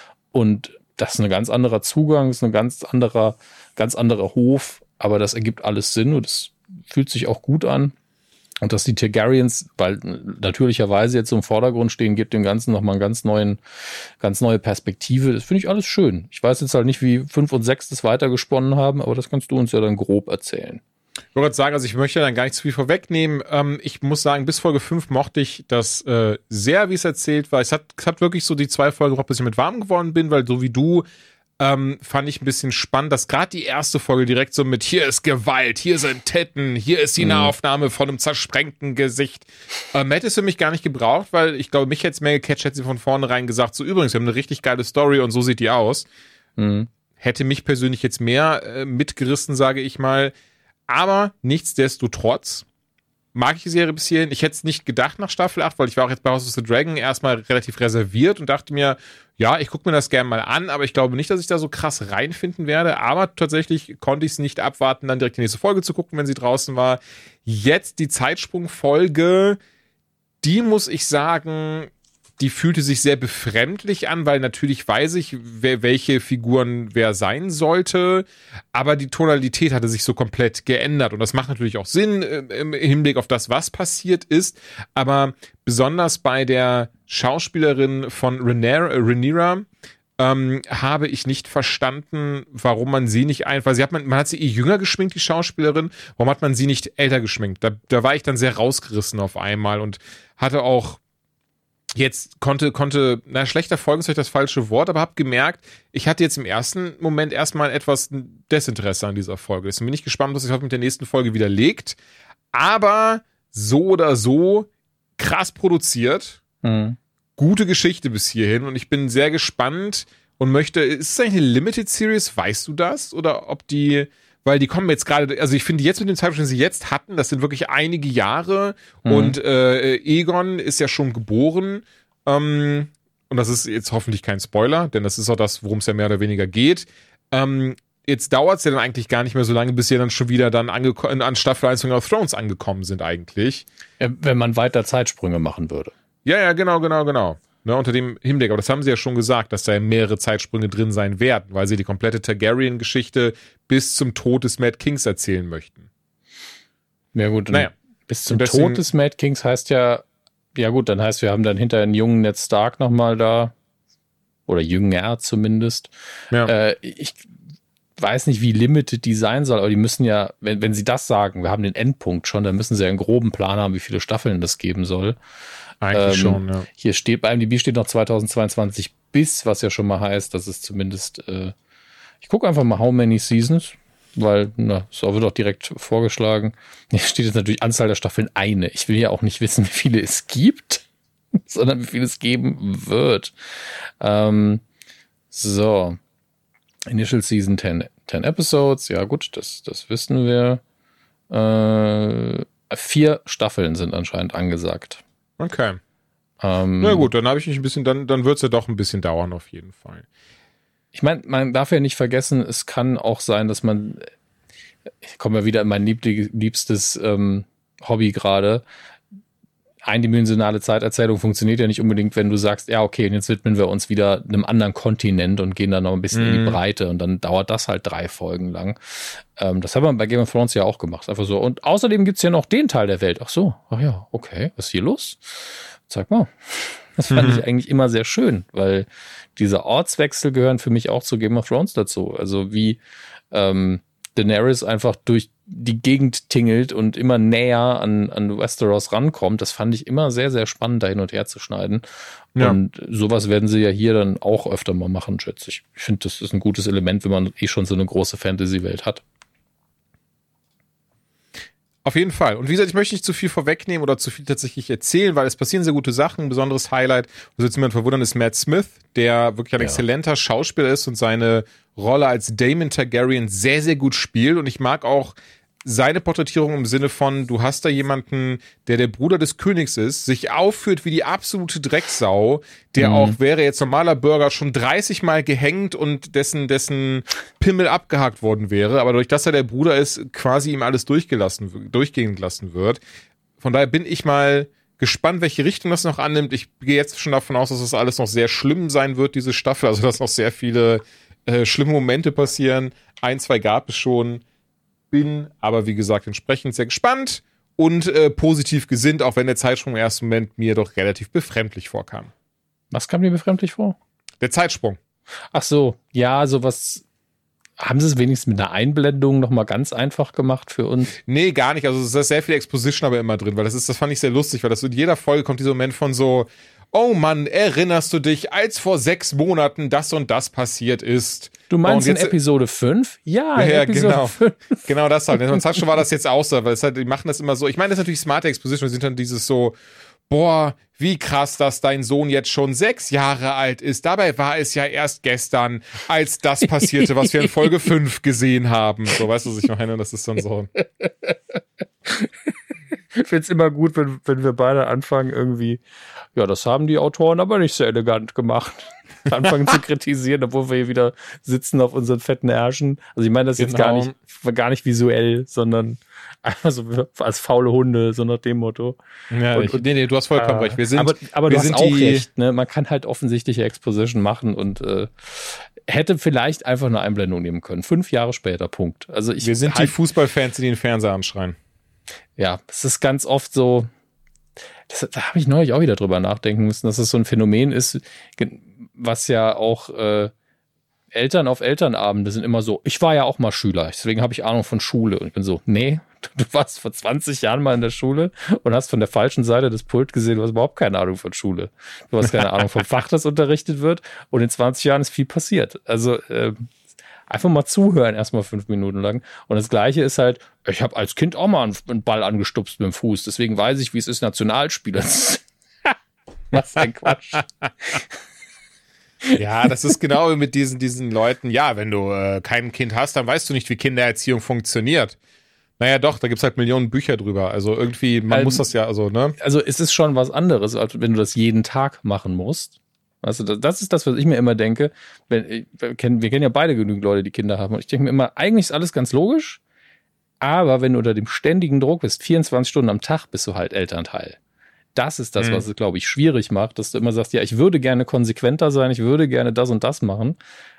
Und das ist ein ganz anderer Zugang, das ist ein ganz anderer, ganz anderer Hof. Aber das ergibt alles Sinn und es fühlt sich auch gut an. Und dass die Targaryens, weil natürlicherweise jetzt so im Vordergrund stehen, gibt dem Ganzen nochmal einen ganz neuen, ganz neue Perspektive. Das finde ich alles schön. Ich weiß jetzt halt nicht, wie fünf und sechs das weitergesponnen haben, aber das kannst du uns ja dann grob erzählen. Ich wollte sagen, also ich möchte dann gar nicht zu viel vorwegnehmen. Ähm, ich muss sagen, bis Folge fünf mochte ich das äh, sehr, wie es erzählt war. Es hat, es hat wirklich so die zwei Folgen gebraucht, bis ich mit warm geworden bin, weil so wie du Ähm, fand ich ein bisschen spannend, dass gerade die erste Folge direkt so mit hier ist Gewalt, hier sind Titten, hier ist die Nahaufnahme von einem zersprengten Gesicht. Ähm, hätte es für mich gar nicht gebraucht, weil ich glaube, mich hätte es mehr gecatcht, hätte sie von vornherein gesagt, so übrigens, wir haben eine richtig geile Story und so sieht die aus. Mhm. Hätte mich persönlich jetzt mehr äh, mitgerissen, sage ich mal. Aber nichtsdestotrotz mag ich die Serie bis hierhin. Ich hätte es nicht gedacht nach Staffel acht, weil ich war auch jetzt bei House of the Dragon erstmal relativ reserviert und dachte mir, ja, ich gucke mir das gerne mal an, aber ich glaube nicht, dass ich da so krass reinfinden werde. Aber tatsächlich konnte ich es nicht abwarten, dann direkt die nächste Folge zu gucken, wenn sie draußen war. Jetzt die Zeitsprungfolge, die muss ich sagen, die fühlte sich sehr befremdlich an, weil natürlich weiß ich, wer, welche Figuren wer sein sollte, aber die Tonalität hatte sich so komplett geändert und das macht natürlich auch Sinn äh, im Hinblick auf das, was passiert ist, aber besonders bei der Schauspielerin von Rhaenyra, äh, Rhaenyra ähm, habe ich nicht verstanden, warum man sie nicht einfach, sie hat man, man hat sie eh jünger geschminkt, die Schauspielerin, warum hat man sie nicht älter geschminkt? Da, da war ich dann sehr rausgerissen auf einmal und hatte auch jetzt konnte, konnte, na, schlechter Folgen ist vielleicht das falsche Wort, aber habe gemerkt, ich hatte jetzt im ersten Moment erstmal etwas Desinteresse an dieser Folge. Deswegen bin ich gespannt, was sich heute mit der nächsten Folge widerlegt. Aber so oder so krass produziert. Mhm. Gute Geschichte bis hierhin und ich bin sehr gespannt und möchte, ist es eigentlich eine Limited Series, weißt du das? Oder ob die, weil die kommen jetzt gerade, also ich finde jetzt mit dem Zeitpunkt, den sie jetzt hatten, das sind wirklich einige Jahre mhm. und äh, Aegon ist ja schon geboren ähm, und das ist jetzt hoffentlich kein Spoiler, denn das ist auch das, worum es ja mehr oder weniger geht. Ähm, jetzt dauert es ja dann eigentlich gar nicht mehr so lange, bis sie dann schon wieder dann angeko- an Staffel eins von Game of Thrones angekommen sind eigentlich. Ja, wenn man weiter Zeitsprünge machen würde. Ja, ja, genau, genau, genau. Ne, unter dem Hinblick. Aber das haben sie ja schon gesagt, dass da mehrere Zeitsprünge drin sein werden, weil sie die komplette Targaryen-Geschichte bis zum Tod des Mad Kings erzählen möchten. Ja gut, naja. bis zum deswegen, Tod des Mad Kings heißt ja, ja gut, dann heißt, wir haben dann hinter einen jungen Ned Stark nochmal da, oder jünger zumindest. Ja. Äh, ich weiß nicht, wie limited die sein soll, aber die müssen ja, wenn, wenn sie das sagen, wir haben den Endpunkt schon, dann müssen sie ja einen groben Plan haben, wie viele Staffeln das geben soll. Eigentlich ähm, schon, ja. Hier steht, bei I M D B steht noch zweitausendzweiundzwanzig bis, was ja schon mal heißt, dass es zumindest, äh, ich gucke einfach mal, how many seasons, weil, na, so wird auch direkt vorgeschlagen. Hier steht jetzt natürlich Anzahl der Staffeln eine. Ich will ja auch nicht wissen, wie viele es gibt, sondern wie viele es geben wird. Ähm, so. Initial Season ten, ten Episodes, ja gut, das, das wissen wir. Äh, vier Staffeln sind anscheinend angesagt. Okay. Ähm, Na gut, dann habe ich mich ein bisschen, dann, dann wird es ja doch ein bisschen dauern auf jeden Fall. Ich meine, man darf ja nicht vergessen, es kann auch sein, dass man, ich komme ja wieder in mein lieb- liebstes ähm, Hobby gerade, eindimensionale Zeiterzählung funktioniert ja nicht unbedingt, wenn du sagst, ja okay, und jetzt widmen wir uns wieder einem anderen Kontinent und gehen da noch ein bisschen mm. in die Breite und dann dauert das halt drei Folgen lang. Ähm, das haben wir bei Game of Thrones ja auch gemacht, einfach so. Und außerdem gibt's ja noch den Teil der Welt. Ach so, ach ja, okay, was ist hier los? Sag mal. Das fand mhm. ich eigentlich immer sehr schön, weil diese Ortswechsel gehören für mich auch zu Game of Thrones dazu. Also wie ähm, Daenerys einfach durch die Gegend tingelt und immer näher an, an Westeros rankommt, das fand ich immer sehr, sehr spannend, da hin und her zu schneiden. Ja. Und sowas werden sie ja hier dann auch öfter mal machen, schätze ich. Ich finde, das ist ein gutes Element, wenn man eh schon so eine große Fantasy-Welt hat. Auf jeden Fall. Und wie gesagt, ich möchte nicht zu viel vorwegnehmen oder zu viel tatsächlich erzählen, weil es passieren sehr gute Sachen. Ein besonderes Highlight, was jetzt niemand verwundern, ist Matt Smith, der wirklich ein ja. exzellenter Schauspieler ist und seine Rolle als Daemon Targaryen sehr, sehr gut spielt. Und ich mag auch seine Porträtierung im Sinne von, du hast da jemanden, der der Bruder des Königs ist, sich aufführt wie die absolute Drecksau, der mhm. auch, wäre jetzt normaler Bürger, schon dreißig Mal gehängt und dessen, dessen Pimmel abgehakt worden wäre, aber dadurch, dass er der Bruder ist, quasi ihm alles durchgelassen, durchgehen lassen wird. Von daher bin ich mal gespannt, welche Richtung das noch annimmt. Ich gehe jetzt schon davon aus, dass das alles noch sehr schlimm sein wird, diese Staffel, also dass noch sehr viele äh, schlimme Momente passieren. Ein, zwei gab es schon. Bin aber, wie gesagt, entsprechend sehr gespannt und äh, positiv gesinnt, auch wenn der Zeitsprung im ersten Moment mir doch relativ befremdlich vorkam. Was kam dir befremdlich vor? Der Zeitsprung. Ach so, ja, sowas. Haben sie es wenigstens mit einer Einblendung nochmal ganz einfach gemacht für uns? Nee, gar nicht. Also es ist sehr viel Exposition aber immer drin, weil das ist, das fand ich sehr lustig, weil das in jeder Folge kommt dieser Moment von so, oh Mann, erinnerst du dich, als vor sechs Monaten das und das passiert ist? Du meinst oh, jetzt, in Episode fünf? Ja, in ja Episode genau. fünf. Genau das halt. Und schon war das jetzt auch so, weil es halt, die machen das immer so. Ich meine, das ist natürlich smarte Exposition. Wir sind dann dieses so, boah, wie krass, dass dein Sohn jetzt schon sechs Jahre alt ist. Dabei war es ja erst gestern, als das passierte, was wir in Folge fünf gesehen haben. So, weißt du, was ich meine? Das ist dann so. Ich finde es immer gut, wenn, wenn wir beide anfangen irgendwie, ja, das haben die Autoren aber nicht so elegant gemacht. anfangen zu kritisieren, obwohl wir hier wieder sitzen auf unseren fetten Ärschen. Also ich meine das jetzt Genau. gar nicht, gar nicht visuell, sondern einfach so als faule Hunde, so nach dem Motto. Ja, Und- ich, nee, nee, du hast vollkommen Äh, recht. Wir sind, aber aber wir du hast sind auch die, recht, ne? Man kann halt offensichtliche Exposition machen und äh, hätte vielleicht einfach eine Einblendung nehmen können. Fünf Jahre später, Punkt. Also ich wir sind die halt, Fußballfans, die den Fernseher anschreien. ja, es ist ganz oft so, das, da habe ich neulich auch wieder drüber nachdenken müssen, dass es so ein Phänomen ist, ge- was ja auch äh, Eltern auf Elternabende sind immer so, ich war ja auch mal Schüler, deswegen habe ich Ahnung von Schule. Und ich bin so, nee, du, du warst vor zwanzig Jahren mal in der Schule und hast von der falschen Seite des Pult gesehen, du hast überhaupt keine Ahnung von Schule. Du hast keine Ahnung vom Fach, das unterrichtet wird, und in zwanzig Jahren ist viel passiert. Also äh, einfach mal zuhören, erstmal fünf Minuten lang. Und das Gleiche ist halt, ich habe als Kind auch mal einen, einen Ball angestupst mit dem Fuß, deswegen weiß ich, wie es ist, Nationalspieler. Was ein Quatsch. Ja, das ist genau wie mit diesen, diesen Leuten. Ja, wenn du äh, kein Kind hast, dann weißt du nicht, wie Kindererziehung funktioniert. Naja, doch, da gibt's halt Millionen Bücher drüber. Also irgendwie, man Ähm, muss das ja, also, ne? Also es ist schon was anderes, als wenn du das jeden Tag machen musst. Weißt du, das- das ist das, was ich mir immer denke. Wenn, wir, kennen, wir kennen ja beide genügend Leute, die Kinder haben. Und ich denke mir immer, eigentlich ist alles ganz logisch. Aber wenn du unter dem ständigen Druck bist, vierundzwanzig Stunden am Tag, bist du halt Elternteil. Das ist das, Mhm. was es, glaube ich, schwierig macht, dass du immer sagst, ja, ich würde gerne konsequenter sein, ich würde gerne das und das machen.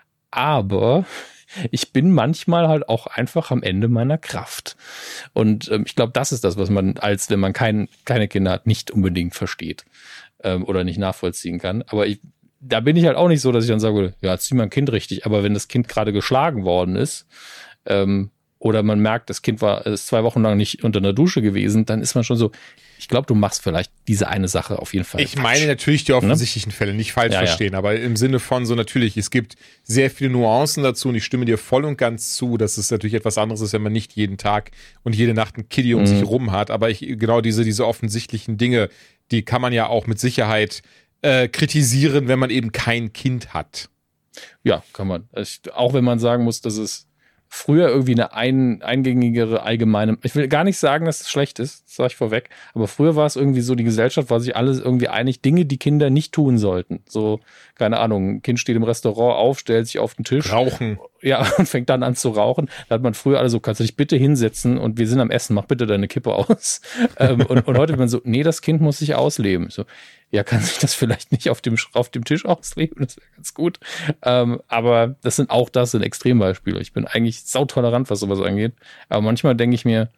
Aber ich bin manchmal halt auch einfach am Ende meiner Kraft. Und ähm, ich glaube, das ist das, was man, als wenn man kein, keine Kinder hat, nicht unbedingt versteht ähm, oder nicht nachvollziehen kann. Aber ich, da bin ich halt auch nicht so, dass ich dann sage, ja, zieh mein Kind richtig. Aber wenn das Kind gerade geschlagen worden ist, ähm, oder man merkt, das Kind war ist zwei Wochen lang nicht unter einer Dusche gewesen, dann ist man schon so, ich glaube, du machst vielleicht diese eine Sache auf jeden Fall. Ich falsch. meine natürlich die offensichtlichen Fälle, nicht falsch Ja, ja. verstehen, aber im Sinne von so natürlich, es gibt sehr viele Nuancen dazu und ich stimme dir voll und ganz zu, dass es natürlich etwas anderes ist, wenn man nicht jeden Tag und jede Nacht ein Kiddie um Mhm. sich rum hat, aber ich, genau diese, diese offensichtlichen Dinge, die kann man ja auch mit Sicherheit äh, kritisieren, wenn man eben kein Kind hat. Ja, kann man. Ich, auch wenn man sagen muss, dass es früher irgendwie eine ein, eingängigere allgemeine, ich will gar nicht sagen, dass es schlecht ist, das sage ich vorweg, aber früher war es irgendwie so, die Gesellschaft war sich alles irgendwie einig, Dinge, die Kinder nicht tun sollten. So, keine Ahnung, ein Kind steht im Restaurant auf, stellt sich auf den Tisch. Rauchen. Ja, und fängt dann an zu rauchen. Da hat man früher alle so, kannst du dich bitte hinsetzen und wir sind am Essen, mach bitte deine Kippe aus. ähm, und, und heute wird man so, nee, das Kind muss sich ausleben. So, ja, kann sich das vielleicht nicht auf dem, auf dem Tisch ausleben, das wäre ganz gut. Ähm, aber das sind auch das sind Extrembeispiele. Ich bin eigentlich sautolerant, was sowas angeht. Aber manchmal denke ich mir,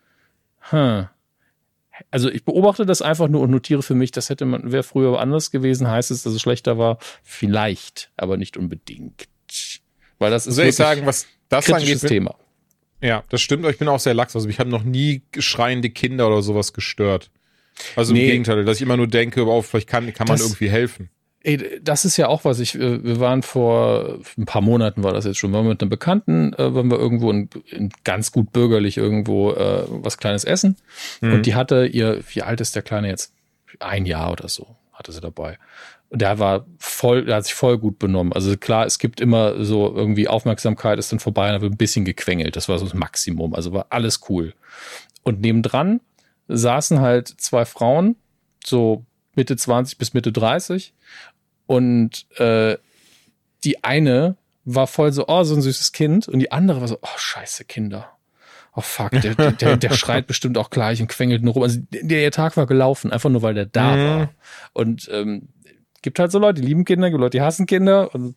hm, also ich beobachte das einfach nur und notiere für mich, das hätte man, wäre früher anders gewesen, heißt es, dass es schlechter war? Vielleicht, aber nicht unbedingt. Weil das ist Soll ich wirklich sagen, was das kritisches angeht? Thema. Ja, das stimmt, aber ich bin auch sehr lax. Also ich habe noch nie schreiende Kinder oder sowas gestört. Also Nee. im Gegenteil, dass ich immer nur denke, oh, vielleicht kann, kann man Das- irgendwie helfen. Ey, das ist ja auch was ich, äh, wir waren vor ein paar Monaten war das jetzt schon, waren wir mit einem Bekannten, äh, waren wir irgendwo in, in ganz gut bürgerlich irgendwo äh, was Kleines essen. Mhm. Und die hatte ihr, wie alt ist der Kleine jetzt? Ein Jahr oder so hatte sie dabei. Und der war voll, der hat sich voll gut benommen. Also klar, es gibt immer so irgendwie Aufmerksamkeit, ist dann vorbei und da wird ein bisschen gequengelt. Das war so das Maximum. Also war alles cool. Und nebendran saßen halt zwei Frauen, so Mitte zwanzig bis Mitte dreißig. Und äh, die eine war voll so, oh, so ein süßes Kind. Und die andere war so, oh, scheiße, Kinder. Oh, fuck, der, der, der, der schreit bestimmt auch gleich und quengelt nur rum. Also der, der Tag war gelaufen, einfach nur, weil der da Mhm. war. Und ähm, gibt halt so Leute, die lieben Kinder, gibt Leute, die hassen Kinder. Und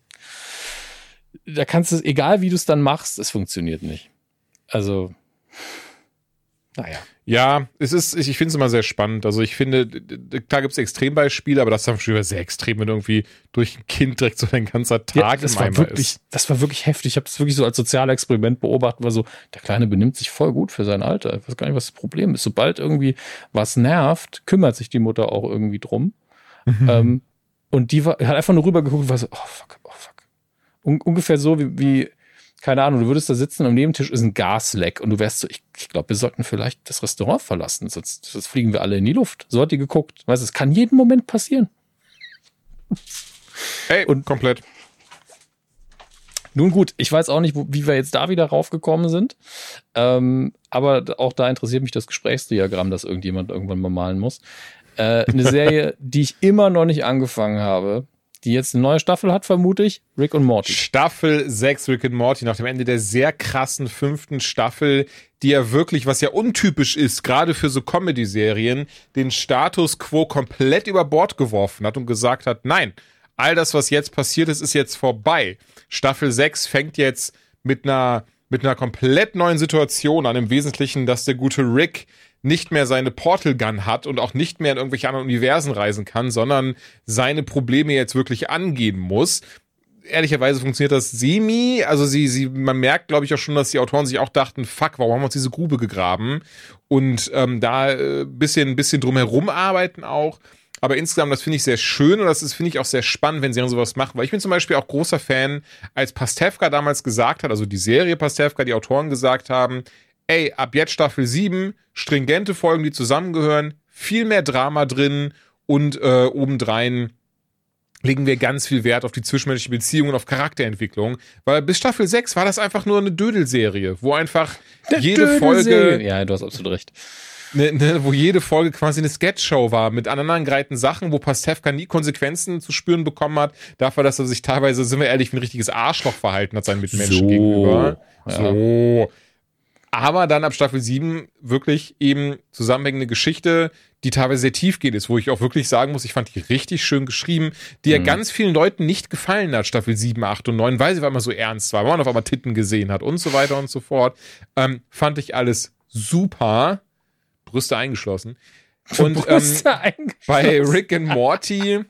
da kannst du, egal wie du es dann machst, es funktioniert nicht. Also, naja. Ja, es ist, ich, ich finde es immer sehr spannend. Also ich finde, d- d- klar gibt es Extrembeispiele, aber das ist dann schon wieder sehr extrem, wenn irgendwie durch ein Kind direkt so dein ganzer Tag Ja, im das war Eimer wirklich, ist. das war wirklich heftig. Ich habe das wirklich so als Sozialexperiment beobachtet, war so, der Kleine benimmt sich voll gut für sein Alter. Ich weiß gar nicht, was das Problem ist. Sobald irgendwie was nervt, kümmert sich die Mutter auch irgendwie drum. Mhm. Ähm, und die war, hat einfach nur rübergeguckt und war so, oh fuck, oh fuck. Un ungefähr so wie, wie, keine Ahnung, du würdest da sitzen und am Nebentisch ist ein Gasleck und du wärst so, ich, ich glaube, wir sollten vielleicht das Restaurant verlassen, sonst, sonst fliegen wir alle in die Luft. So hat die geguckt. Weißt du, es kann jeden Moment passieren. Ey, und- komplett. Nun gut, ich weiß auch nicht, wo, wie wir jetzt da wieder raufgekommen sind. Ähm, aber auch da interessiert mich das Gesprächsdiagramm, das irgendjemand irgendwann mal malen muss. Äh, eine Serie, die ich immer noch nicht angefangen habe, die jetzt eine neue Staffel hat, vermute ich. Rick und Morty. Staffel sechs Rick and Morty, nach dem Ende der sehr krassen fünften Staffel, die ja wirklich, was ja untypisch ist, gerade für so Comedy-Serien, den Status quo komplett über Bord geworfen hat und gesagt hat, nein, all das, was jetzt passiert ist, ist jetzt vorbei. Staffel sechs fängt jetzt mit einer, mit einer komplett neuen Situation an, im Wesentlichen, dass der gute Rick nicht mehr seine Portal Gun hat und auch nicht mehr in irgendwelche anderen Universen reisen kann, sondern seine Probleme jetzt wirklich angehen muss. Ehrlicherweise funktioniert das semi, also sie, sie, man merkt, glaube ich, auch schon, dass die Autoren sich auch dachten, fuck, warum haben wir uns diese Grube gegraben? Und ähm, da äh, bisschen, bisschen drumherum arbeiten auch. Aber insgesamt, das finde ich sehr schön und das ist, finde ich, auch sehr spannend, wenn Serien sowas machen, weil ich bin zum Beispiel auch großer Fan, als Pastewka damals gesagt hat, also die Serie Pastewka, die Autoren gesagt haben, ey, ab jetzt Staffel sieben, stringente Folgen, die zusammengehören, viel mehr Drama drin und äh, obendrein legen wir ganz viel Wert auf die zwischenmenschliche Beziehung und auf Charakterentwicklung, weil bis Staffel sechs war das einfach nur eine Dödelserie, wo einfach Der jede Folge... Ja, du hast absolut recht. Ne, ne, wo jede Folge quasi eine Sketchshow war mit aneinandergereihten Sachen, wo Pastewka nie Konsequenzen zu spüren bekommen hat, dafür, dass er sich teilweise, sind wir ehrlich, ein richtiges Arschloch verhalten hat seinen Mitmenschen so, gegenüber. Ja. So. Aber dann ab Staffel sieben wirklich eben zusammenhängende Geschichte, die teilweise sehr tiefgehend ist, wo ich auch wirklich sagen muss, ich fand die richtig schön geschrieben, die mhm. ja ganz vielen Leuten nicht gefallen hat, Staffel sieben, acht und neun, weil sie immer so ernst war, weil man auf einmal Titten gesehen hat und so weiter und so fort. Ähm, fand ich alles super. Brüste eingeschlossen. Und Brüste ähm, eingeschlossen. Bei Rick and Morty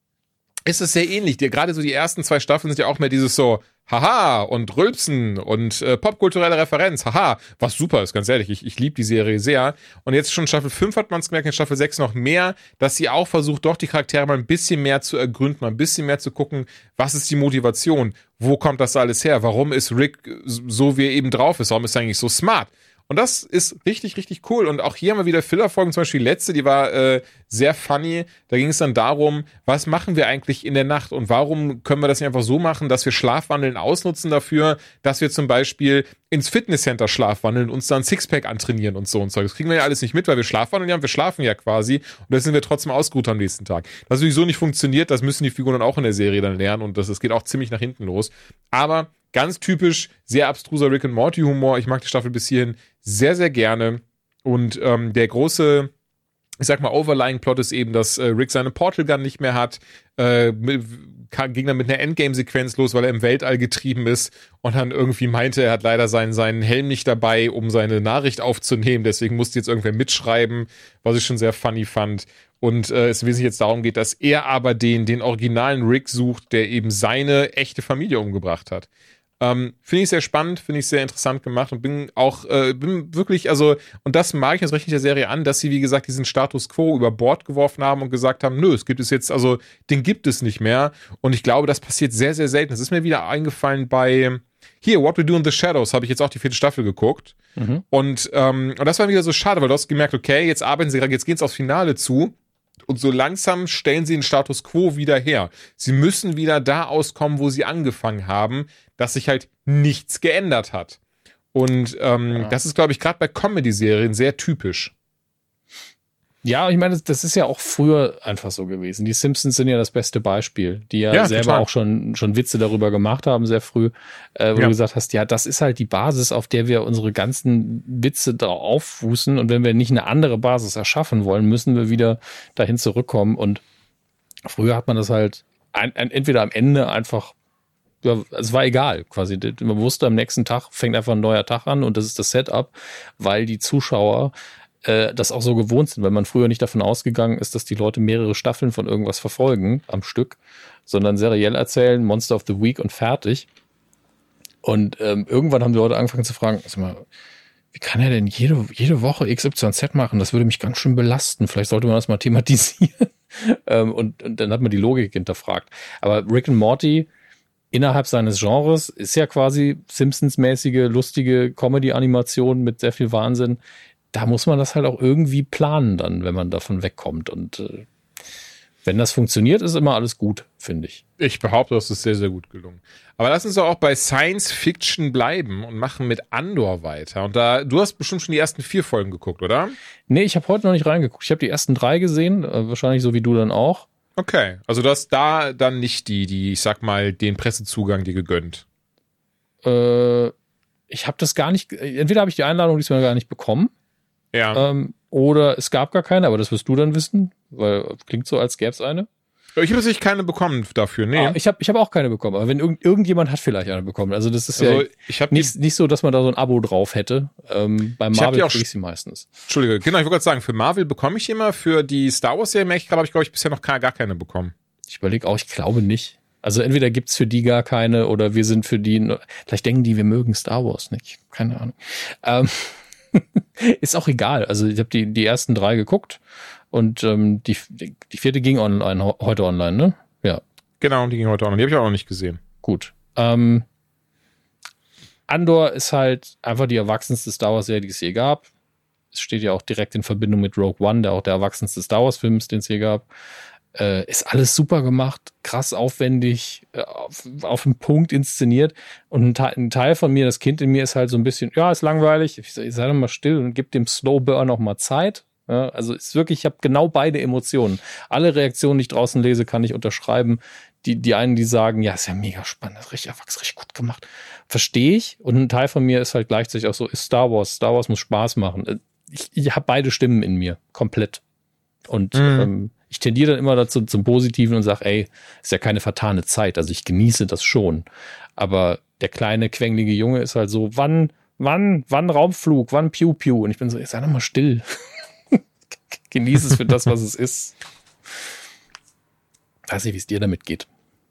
ist es sehr ähnlich. Die, gerade so die ersten zwei Staffeln sind ja auch mehr dieses so Haha und Rülpsen und äh, popkulturelle Referenz. Haha, was super ist, ganz ehrlich. Ich, ich liebe die Serie sehr. Und jetzt schon Staffel fünf hat man es gemerkt, in Staffel sechs noch mehr, dass sie auch versucht, doch die Charaktere mal ein bisschen mehr zu ergründen, mal ein bisschen mehr zu gucken, was ist die Motivation? Wo kommt das alles her? Warum ist Rick so, wie er eben drauf ist? Warum ist er eigentlich so smart? Und das ist richtig, richtig cool. Und auch hier haben wir wieder Filler-Folgen, zum Beispiel die letzte, die war äh, sehr funny. Da ging es dann darum, was machen wir eigentlich in der Nacht und warum können wir das nicht einfach so machen, dass wir Schlafwandeln ausnutzen dafür, dass wir zum Beispiel ins Fitnesscenter schlafwandeln, uns dann Sixpack antrainieren und so und so. Das kriegen wir ja alles nicht mit, weil wir schlafwandeln ja, wir schlafen ja quasi und da sind wir trotzdem ausgeruht am nächsten Tag. Das natürlich so nicht funktioniert, das müssen die Figuren dann auch in der Serie dann lernen und das, das geht auch ziemlich nach hinten los. Aber ganz typisch, sehr abstruser Rick and Morty Humor. Ich mag die Staffel bis hierhin sehr, sehr gerne. Und ähm, der große, ich sag mal, overlying Plot ist eben, dass äh, Rick seine Portal Gun nicht mehr hat. Äh, mit, ging dann mit einer Endgame-Sequenz los, weil er im Weltall getrieben ist und dann irgendwie meinte, er hat leider seinen, seinen Helm nicht dabei, um seine Nachricht aufzunehmen. Deswegen musste jetzt irgendwer mitschreiben, was ich schon sehr funny fand. Und äh, es wesentlich jetzt darum geht, dass er aber den, den originalen Rick sucht, der eben seine echte Familie umgebracht hat. Ähm, finde ich sehr spannend, finde ich sehr interessant gemacht und bin auch, äh, bin wirklich, also, und das mag ich jetzt richtig der Serie an, dass sie, wie gesagt, diesen Status quo über Bord geworfen haben und gesagt haben, nö, es gibt es jetzt, also, den gibt es nicht mehr. Und ich glaube, das passiert sehr, sehr selten. Es ist mir wieder eingefallen bei, hier, What We Do in the Shadows, habe ich jetzt auch die vierte Staffel geguckt. Mhm. Und, ähm, und das war wieder so schade, weil du hast gemerkt, okay, jetzt arbeiten sie gerade, jetzt geht's aufs Finale zu. Und so langsam stellen sie den Status quo wieder her. Sie müssen wieder da auskommen, wo sie angefangen haben, dass sich halt nichts geändert hat. Und ähm, ja. das ist, glaube ich, gerade bei Comedy-Serien sehr typisch. Ja, ich meine, das ist ja auch früher einfach so gewesen. Die Simpsons sind ja das beste Beispiel, die ja, ja selber total. auch schon schon Witze darüber gemacht haben, sehr früh, äh, wo ja. du gesagt hast, ja, das ist halt die Basis, auf der wir unsere ganzen Witze drauf auffußen. Und wenn wir nicht eine andere Basis erschaffen wollen, müssen wir wieder dahin zurückkommen. Und früher hat man das halt ein, ein, entweder am Ende einfach, ja, es war egal, quasi. Man wusste, am nächsten Tag fängt einfach ein neuer Tag an und das ist das Setup, weil die Zuschauer das auch so gewohnt sind, weil man früher nicht davon ausgegangen ist, dass die Leute mehrere Staffeln von irgendwas verfolgen am Stück, sondern seriell erzählen, Monster of the Week und fertig. Und ähm, irgendwann haben die Leute angefangen zu fragen, sag mal, wie kann er denn jede, jede Woche X Y Z machen? Das würde mich ganz schön belasten. Vielleicht sollte man das mal thematisieren. ähm, und, und dann hat man die Logik hinterfragt. Aber Rick and Morty innerhalb seines Genres ist ja quasi Simpsons-mäßige, lustige Comedy-Animation mit sehr viel Wahnsinn. Da muss man das halt auch irgendwie planen dann, wenn man davon wegkommt. Und äh, wenn das funktioniert, ist immer alles gut, finde ich. Ich behaupte, das ist sehr, sehr gut gelungen. Aber lass uns doch auch bei Science Fiction bleiben und machen mit Andor weiter. Und da, du hast bestimmt schon die ersten vier Folgen geguckt, oder? Nee, ich habe heute noch nicht reingeguckt. Ich habe die ersten drei gesehen, äh, wahrscheinlich so wie du dann auch. Okay, also du hast da dann nicht die, die, ich sag mal, den Pressezugang dir gegönnt. Äh, ich habe das gar nicht, entweder habe ich die Einladung diesmal gar nicht bekommen, Ja. ähm, oder es gab gar keine, aber das wirst du dann wissen, weil klingt so, als gäbe es eine. Ich habe tatsächlich keine bekommen dafür, nee. Ah, ich habe ich hab auch keine bekommen, aber wenn irgend, irgendjemand hat vielleicht eine bekommen. Also das ist Also ja ich hab nicht, nicht so, dass man da so ein Abo drauf hätte. Ähm, bei Ich hab Marvel die auch kriege ich sie meistens. Entschuldige, genau, ich wollte gerade sagen, für Marvel bekomme ich immer, für die Star Wars Serie merke ich gerade, habe ich glaube ich bisher noch gar, gar keine bekommen. Ich überlege auch, ich glaube nicht. Also entweder gibt's für die gar keine oder wir sind für die, vielleicht denken die, wir mögen Star Wars nicht. Keine Ahnung. Ähm, ist auch egal. Also ich habe die, die ersten drei geguckt und ähm, die, die vierte ging online, heute online, ne? Ja. Genau, die ging heute online. Die habe ich auch noch nicht gesehen. Gut. Ähm, Andor ist halt einfach die erwachsenste Star Wars-Serie, die es je gab. Es steht ja auch direkt in Verbindung mit Rogue One, der auch der erwachsenste Star Wars-Film ist, den es je gab. Äh, ist alles super gemacht, krass aufwendig, äh, auf, auf den Punkt inszeniert. Und ein, Te- ein Teil von mir, das Kind in mir, ist halt so ein bisschen, ja, ist langweilig. Ich sag, sei doch mal still und gib dem Slowburn noch mal Zeit. Ja, also ist wirklich, ich habe genau beide Emotionen. Alle Reaktionen, die ich draußen lese, kann ich unterschreiben. Die, die einen, die sagen, ja, ist ja mega spannend, das ist richtig erwachsen, richtig gut gemacht. Verstehe ich. Und ein Teil von mir ist halt gleichzeitig auch so, ist Star Wars. Star Wars muss Spaß machen. Ich, ich habe beide Stimmen in mir, komplett. Und mhm. ähm, ich tendiere dann immer dazu zum Positiven und sage, ey, ist ja keine vertane Zeit. Also ich genieße das schon. Aber der kleine, quengelige Junge ist halt so, wann, wann, wann Raumflug, wann Piu Piu? Und ich bin so, sei doch mal still. Genieße es für das, was es ist. Weiß nicht, wie es dir damit geht.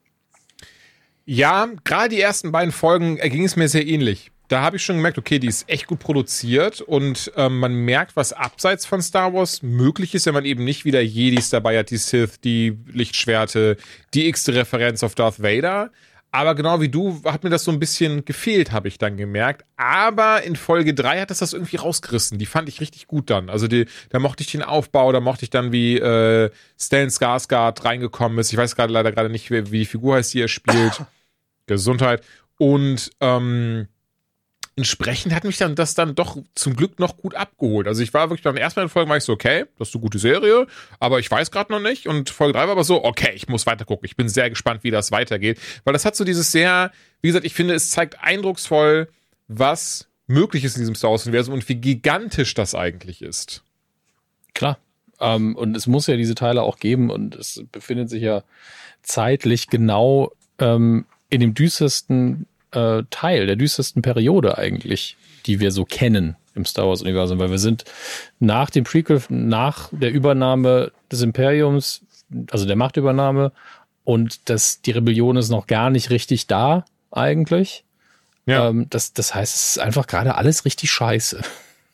Ja, gerade die ersten beiden Folgen ging es mir sehr ähnlich. Da habe ich schon gemerkt, okay, die ist echt gut produziert und ähm, man merkt, was abseits von Star Wars möglich ist, wenn man eben nicht wieder Jedis dabei hat, die Sith, die Lichtschwerte, die x-te Referenz auf Darth Vader. Aber genau wie du hat mir das so ein bisschen gefehlt, habe ich dann gemerkt. Aber in Folge drei hat das das irgendwie rausgerissen. Die fand ich richtig gut dann. Also die, da mochte ich den Aufbau, da mochte ich dann, wie äh, Stellan Skarsgård reingekommen ist. Ich weiß gerade leider gerade nicht, wie, wie die Figur heißt, die er spielt. Gesundheit. Und ähm, entsprechend hat mich dann das dann doch zum Glück noch gut abgeholt. Also ich war wirklich beim ersten Mal in Folge, war ich so, okay, das ist eine gute Serie, aber ich weiß gerade noch nicht. Und Folge drei war aber so, okay, ich muss weiter gucken. Ich bin sehr gespannt, wie das weitergeht. Weil das hat so dieses sehr, wie gesagt, ich finde, es zeigt eindrucksvoll, was möglich ist in diesem Star Wars-Universum und wie gigantisch das eigentlich ist. Klar. Ähm, und es muss ja diese Teile auch geben und es befindet sich ja zeitlich genau ähm, in dem düstersten äh, Teil, der düstersten Periode eigentlich, die wir so kennen im Star Wars-Universum, weil wir sind nach dem Prequel, nach der Übernahme des Imperiums, also der Machtübernahme, und das, die Rebellion ist noch gar nicht richtig da eigentlich. Ja. Ähm, das, das heißt, es ist einfach gerade alles richtig scheiße.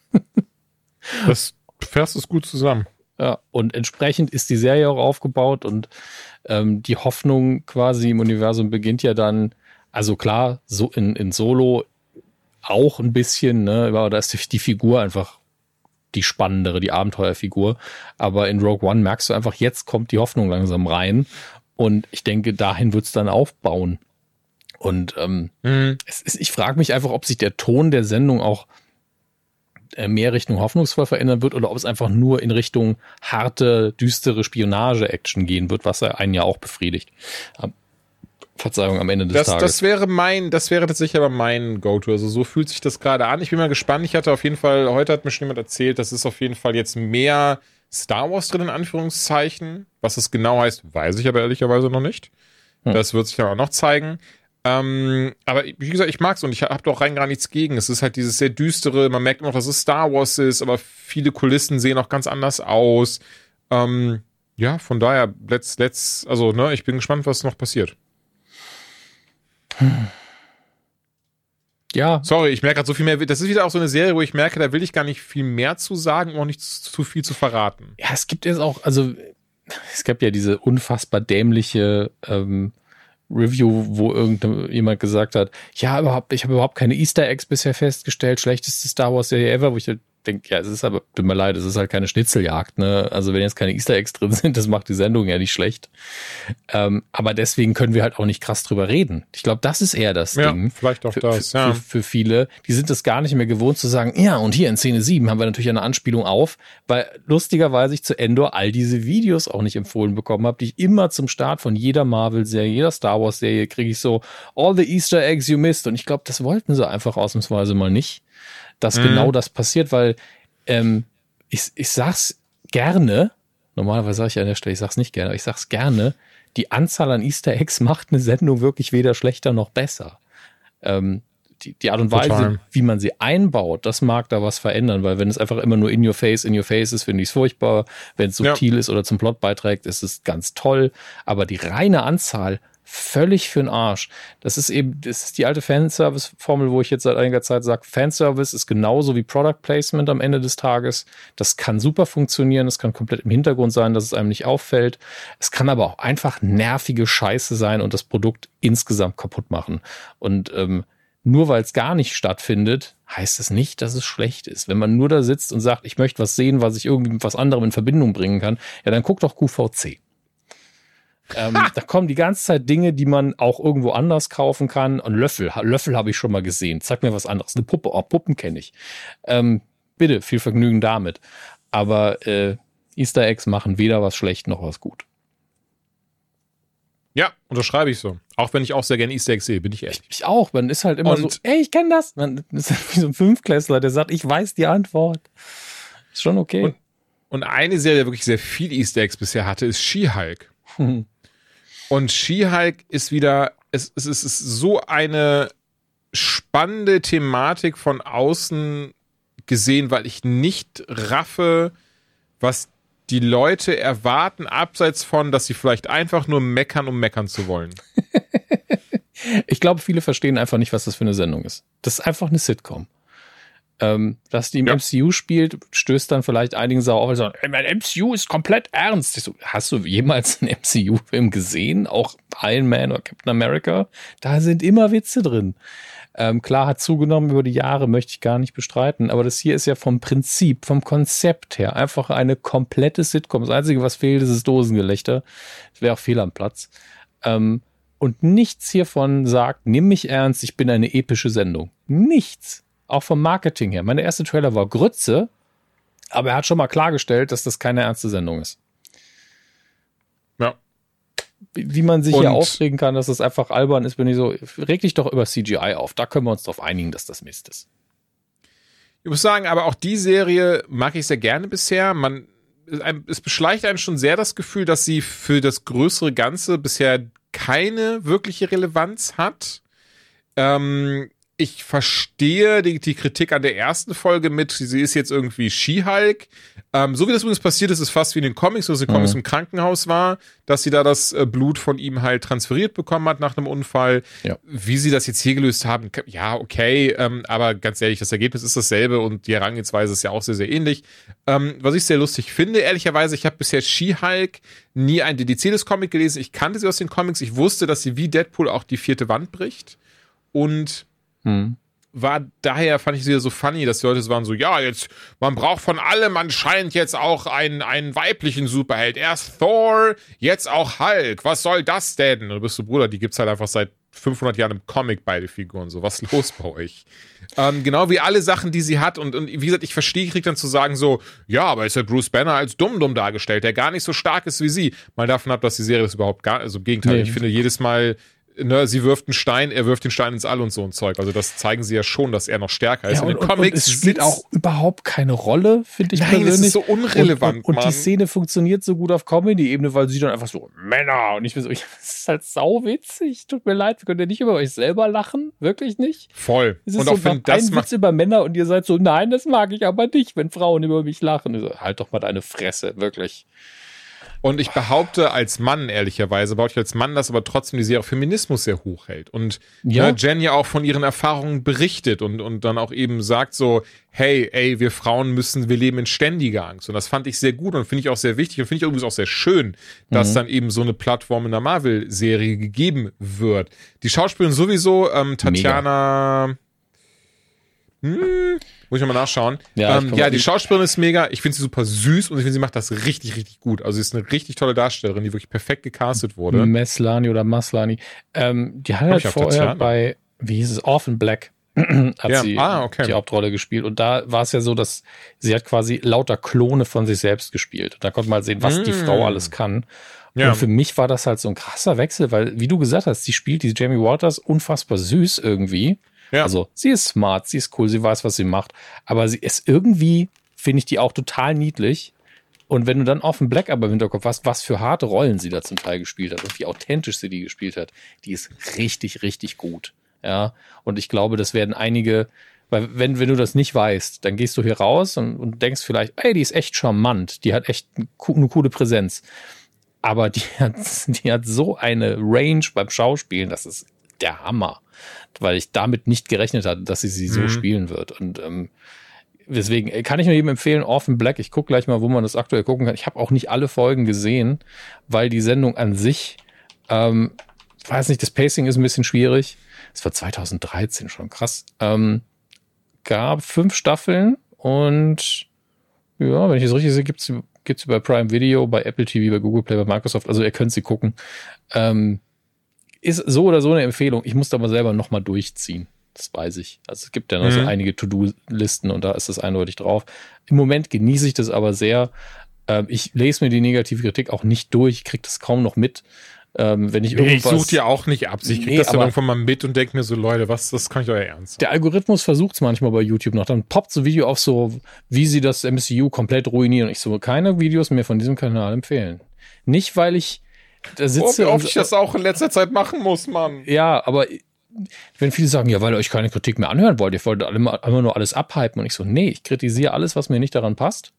Das fährst du gut zusammen. Ja, und entsprechend ist die Serie auch aufgebaut und ähm, die Hoffnung quasi im Universum beginnt ja dann, also klar, so in, in Solo auch ein bisschen, ne, aber da ist die, die Figur einfach die spannendere, die Abenteuerfigur. Aber in Rogue One merkst du einfach, jetzt kommt die Hoffnung langsam rein. Und ich denke, dahin wird es dann aufbauen. Und ähm, mhm. es ist, ich frage mich einfach, ob sich der Ton der Sendung auch äh, mehr Richtung hoffnungsvoll verändern wird oder ob es einfach nur in Richtung harte, düstere Spionage-Action gehen wird, was einen ja auch befriedigt. Ähm, Verzeihung, am Ende des das, Tages. Das wäre mein, das wäre tatsächlich aber mein Go-To. Also so fühlt sich das gerade an. Ich bin mal gespannt. Ich hatte auf jeden Fall, heute hat mir schon jemand erzählt, das ist auf jeden Fall jetzt mehr Star Wars drin, in Anführungszeichen. Was es genau heißt, weiß ich aber ehrlicherweise noch nicht. Hm. Das wird sich dann auch noch zeigen. Ähm, aber wie gesagt, ich mag's und ich habe doch rein gar nichts gegen. Es ist halt dieses sehr düstere, man merkt immer noch, dass es Star Wars ist, aber viele Kulissen sehen auch ganz anders aus. Ähm, ja, von daher, let's, let's, also, ne, ich bin gespannt, was noch passiert. Ja. Sorry, ich merke gerade so viel mehr. Das ist wieder auch so eine Serie, wo ich merke, da will ich gar nicht viel mehr zu sagen, um auch nicht zu viel zu verraten. Ja, es gibt jetzt auch, also es gab ja diese unfassbar dämliche ähm, Review, wo irgendjemand gesagt hat, ja, überhaupt, ich habe überhaupt keine Easter Eggs bisher festgestellt, schlechteste Star Wars Serie ever, wo ich denke, ja, es ist aber, tut mir leid, es ist halt keine Schnitzeljagd, ne? Also wenn jetzt keine Easter Eggs drin sind, das macht die Sendung ja nicht schlecht. Ähm, aber deswegen können wir halt auch nicht krass drüber reden. Ich glaube, das ist eher das ja, Ding. Vielleicht auch für, das, für, ja. Für, für viele, die sind es gar nicht mehr gewohnt zu sagen, ja, und hier in Szene sieben haben wir natürlich eine Anspielung auf, weil lustigerweise ich zu Endor all diese Videos auch nicht empfohlen bekommen habe, die ich immer zum Start von jeder Marvel-Serie, jeder Star Wars-Serie kriege ich so, all the Easter Eggs you missed. Und ich glaube, das wollten sie einfach ausnahmsweise mal nicht, dass mhm. genau das passiert, weil ähm, ich, ich sag's gerne, normalerweise sage ich an der Stelle, ich sag's nicht gerne, aber ich sag's gerne, die Anzahl an Easter Eggs macht eine Sendung wirklich weder schlechter noch besser. Ähm, die, die Art und Weise, Total. Wie man sie einbaut, das mag da was verändern, weil wenn es einfach immer nur in your face, in your face ist, finde ich es furchtbar. Wenn es subtil ja. ist oder zum Plot beiträgt, ist es ganz toll. Aber die reine Anzahl völlig für den Arsch. Das ist eben, das ist die alte Fanservice-Formel, wo ich jetzt seit einiger Zeit sage, Fanservice ist genauso wie Product Placement am Ende des Tages. Das kann super funktionieren, es kann komplett im Hintergrund sein, dass es einem nicht auffällt. Es kann aber auch einfach nervige Scheiße sein und das Produkt insgesamt kaputt machen. Und ähm, nur weil es gar nicht stattfindet, heißt es nicht, dass es schlecht ist. Wenn man nur da sitzt und sagt, ich möchte was sehen, was ich irgendwie mit was anderem in Verbindung bringen kann, ja, dann guck doch Q V C. Ähm, da kommen die ganze Zeit Dinge, die man auch irgendwo anders kaufen kann. Und Löffel, Löffel habe ich schon mal gesehen. Zeig mir was anderes. Eine Puppe, oh, Puppen kenne ich. Ähm, bitte, viel Vergnügen damit. Aber äh, Easter Eggs machen weder was schlecht noch was gut. Ja, unterschreibe ich so. Auch wenn ich auch sehr gerne Easter Eggs sehe, bin ich ehrlich. Ich, ich auch. Man ist halt immer und so, ey, ich kenne das. Man ist halt wie so ein Fünftklässler, der sagt, ich weiß die Antwort. Ist schon okay. Und, und eine Serie, die wirklich sehr viel Easter Eggs bisher hatte, ist She-Hulk. Hm. Und She-Hulk ist wieder, es, es ist so eine spannende Thematik von außen gesehen, weil ich nicht raffe, was die Leute erwarten, abseits von, dass sie vielleicht einfach nur meckern, um meckern zu wollen. Ich glaube, viele verstehen einfach nicht, was das für eine Sendung ist. Das ist einfach eine Sitcom. Ähm, dass die im ja. M C U spielt, stößt dann vielleicht einigen sauer auf und sagen, mein M C U ist komplett ernst. Ich so, hast du jemals einen M C U-Film gesehen? Auch Iron Man oder Captain America? Da sind immer Witze drin. Ähm, klar, hat zugenommen über die Jahre, möchte ich gar nicht bestreiten, aber das hier ist ja vom Prinzip, vom Konzept her einfach eine komplette Sitcom. Das Einzige, was fehlt, ist das Dosengelächter. Das wäre auch fehl am Platz. Ähm, und nichts hiervon sagt, nimm mich ernst, ich bin eine epische Sendung. Nichts. Auch vom Marketing her. Meine erste Trailer war Grütze, aber er hat schon mal klargestellt, dass das keine ernste Sendung ist. Ja. Wie, wie man sich und hier aufregen kann, dass das einfach albern ist, bin ich so, reg dich doch über C G I auf. Da können wir uns drauf einigen, dass das Mist ist. Ich muss sagen, aber auch die Serie mag ich sehr gerne bisher. Man, es beschleicht einem schon sehr das Gefühl, dass sie für das größere Ganze bisher keine wirkliche Relevanz hat. Ähm, Ich verstehe die, die Kritik an der ersten Folge mit, sie ist jetzt irgendwie She-Hulk. Ähm, so wie das übrigens passiert ist, ist fast wie in den Comics, wo es in den Comics mhm. im Krankenhaus war, dass sie da das äh, Blut von ihm halt transferiert bekommen hat nach einem Unfall. Ja. Wie sie das jetzt hier gelöst haben, ja, okay, ähm, aber ganz ehrlich, das Ergebnis ist dasselbe und die Herangehensweise ist ja auch sehr, sehr ähnlich. Ähm, was ich sehr lustig finde, ehrlicherweise, ich habe bisher She-Hulk nie ein dediziertes Comic gelesen. Ich kannte sie aus den Comics. Ich wusste, dass sie wie Deadpool auch die vierte Wand bricht. Und Hm. war daher, fand ich sie so funny, dass die Leute so waren so, ja, jetzt, man braucht von allem anscheinend jetzt auch einen, einen weiblichen Superheld. Erst Thor, jetzt auch Hulk. Was soll das denn? Und du bist so, Bruder, die gibt's halt einfach seit fünfhundert Jahren im Comic, beide Figuren. So, was ist los bei euch? Ähm, genau wie alle Sachen, die sie hat. Und, und wie gesagt, ich verstehe, krieg dann zu sagen so, ja, aber ist ja Bruce Banner als dumm-dumm dargestellt, der gar nicht so stark ist wie sie. Mal davon ab, dass die Serie das überhaupt gar, also im Gegenteil. Nee. Ich finde jedes Mal, ne, sie wirft einen Stein, er wirft den Stein ins All und so ein Zeug. Also das zeigen sie ja schon, dass er noch stärker ist. Ja, und, in den und, Comics und es spielt auch überhaupt keine Rolle, finde ich Nein, persönlich. es ist so unrelevant, Und, und, und die Szene funktioniert so gut auf Comedy-Ebene, weil sie dann einfach so, Männer. Und ich bin so, das ist halt sauwitzig. Tut mir leid, wir können ja nicht über euch selber lachen. Wirklich nicht. Voll. Es ist und so auch wenn das ein Witz über Männer und ihr seid so, nein, das mag ich aber nicht, wenn Frauen über mich lachen. Ich so, halt doch mal deine Fresse, wirklich. Und ich behaupte als Mann, ehrlicherweise, behaupte ich als Mann, dass aber trotzdem die Serie Feminismus sehr hoch hält. Und ja. ne, Jen ja auch von ihren Erfahrungen berichtet und, und dann auch eben sagt so, hey, ey, wir Frauen müssen, wir leben in ständiger Angst. Und das fand ich sehr gut und finde ich auch sehr wichtig und finde ich übrigens auch sehr schön, dass mhm. dann eben so eine Plattform in der Marvel-Serie gegeben wird. Die Schauspielerin sowieso, ähm, Tatjana... Mega. Hm, muss ich mal nachschauen. Ja, ähm, ja die Schauspielerin ist mega. Ich finde sie super süß und ich finde, sie macht das richtig, richtig gut. Also sie ist eine richtig tolle Darstellerin, die wirklich perfekt gecastet wurde. Meslani oder Maslani. Ähm, die hat halt vorher bei, wie hieß es, Orphan Black hat ja. sie ah, okay. die Hauptrolle gespielt. Und da war es ja so, dass sie hat quasi lauter Klone von sich selbst gespielt. Und da konnte man sehen, was mm. die Frau alles kann. Ja. Und für mich war das halt so ein krasser Wechsel, weil, wie du gesagt hast, sie spielt die Jamie Waters unfassbar süß irgendwie. Ja. Also sie ist smart, sie ist cool, sie weiß, was sie macht. Aber sie ist irgendwie, finde ich die auch total niedlich. Und wenn du dann auf dem Black aber im Hinterkopf hast, was für harte Rollen sie da zum Teil gespielt hat und wie authentisch sie die gespielt hat, die ist richtig, richtig gut. Ja, und ich glaube, das werden einige, weil wenn, wenn du das nicht weißt, dann gehst du hier raus und, und denkst vielleicht, ey, die ist echt charmant, die hat echt eine coole Präsenz. Aber die hat, die hat so eine Range beim Schauspielen, das ist der Hammer. Weil ich damit nicht gerechnet hatte, dass sie sie so mhm. spielen wird. Und ähm, deswegen kann ich nur jedem empfehlen, Orphan Black, ich gucke gleich mal, wo man das aktuell gucken kann. Ich habe auch nicht alle Folgen gesehen, weil die Sendung an sich, ähm, weiß nicht, das Pacing ist ein bisschen schwierig. Es war zwanzig dreizehn schon, krass. Ähm, gab fünf Staffeln und ja, wenn ich es richtig sehe, gibt's gibt's bei Prime Video, bei Apple T V, bei Google Play, bei Microsoft. Also ihr könnt sie gucken. Ähm, ist so oder so eine Empfehlung. Ich muss da aber selber nochmal durchziehen. Das weiß ich. Also es gibt ja noch mhm. so einige To-Do-Listen und da ist das eindeutig drauf. Im Moment genieße ich das aber sehr. Ähm, ich lese mir die negative Kritik auch nicht durch. Ich kriege das kaum noch mit. Ähm, wenn ich nee, irgendwas, ich suche dir auch nicht ab. Ich kriege nee, das dann irgendwann mal mit und denke mir so, Leute, was, das kann ich euer Ernst sein. Der Algorithmus versucht es manchmal bei YouTube noch. Dann poppt so ein Video auf so, wie sie das M C U komplett ruinieren. Und ich so, keine Videos mehr von diesem Kanal empfehlen. Nicht, weil ich da sitze. Oh, wie oft ich das auch in letzter Zeit machen muss, Mann. Ja, aber wenn viele sagen, ja, weil ihr euch keine Kritik mehr anhören wollt, ihr wollt immer, immer nur alles abhypen. Und ich so, nee, ich kritisiere alles, was mir nicht daran passt.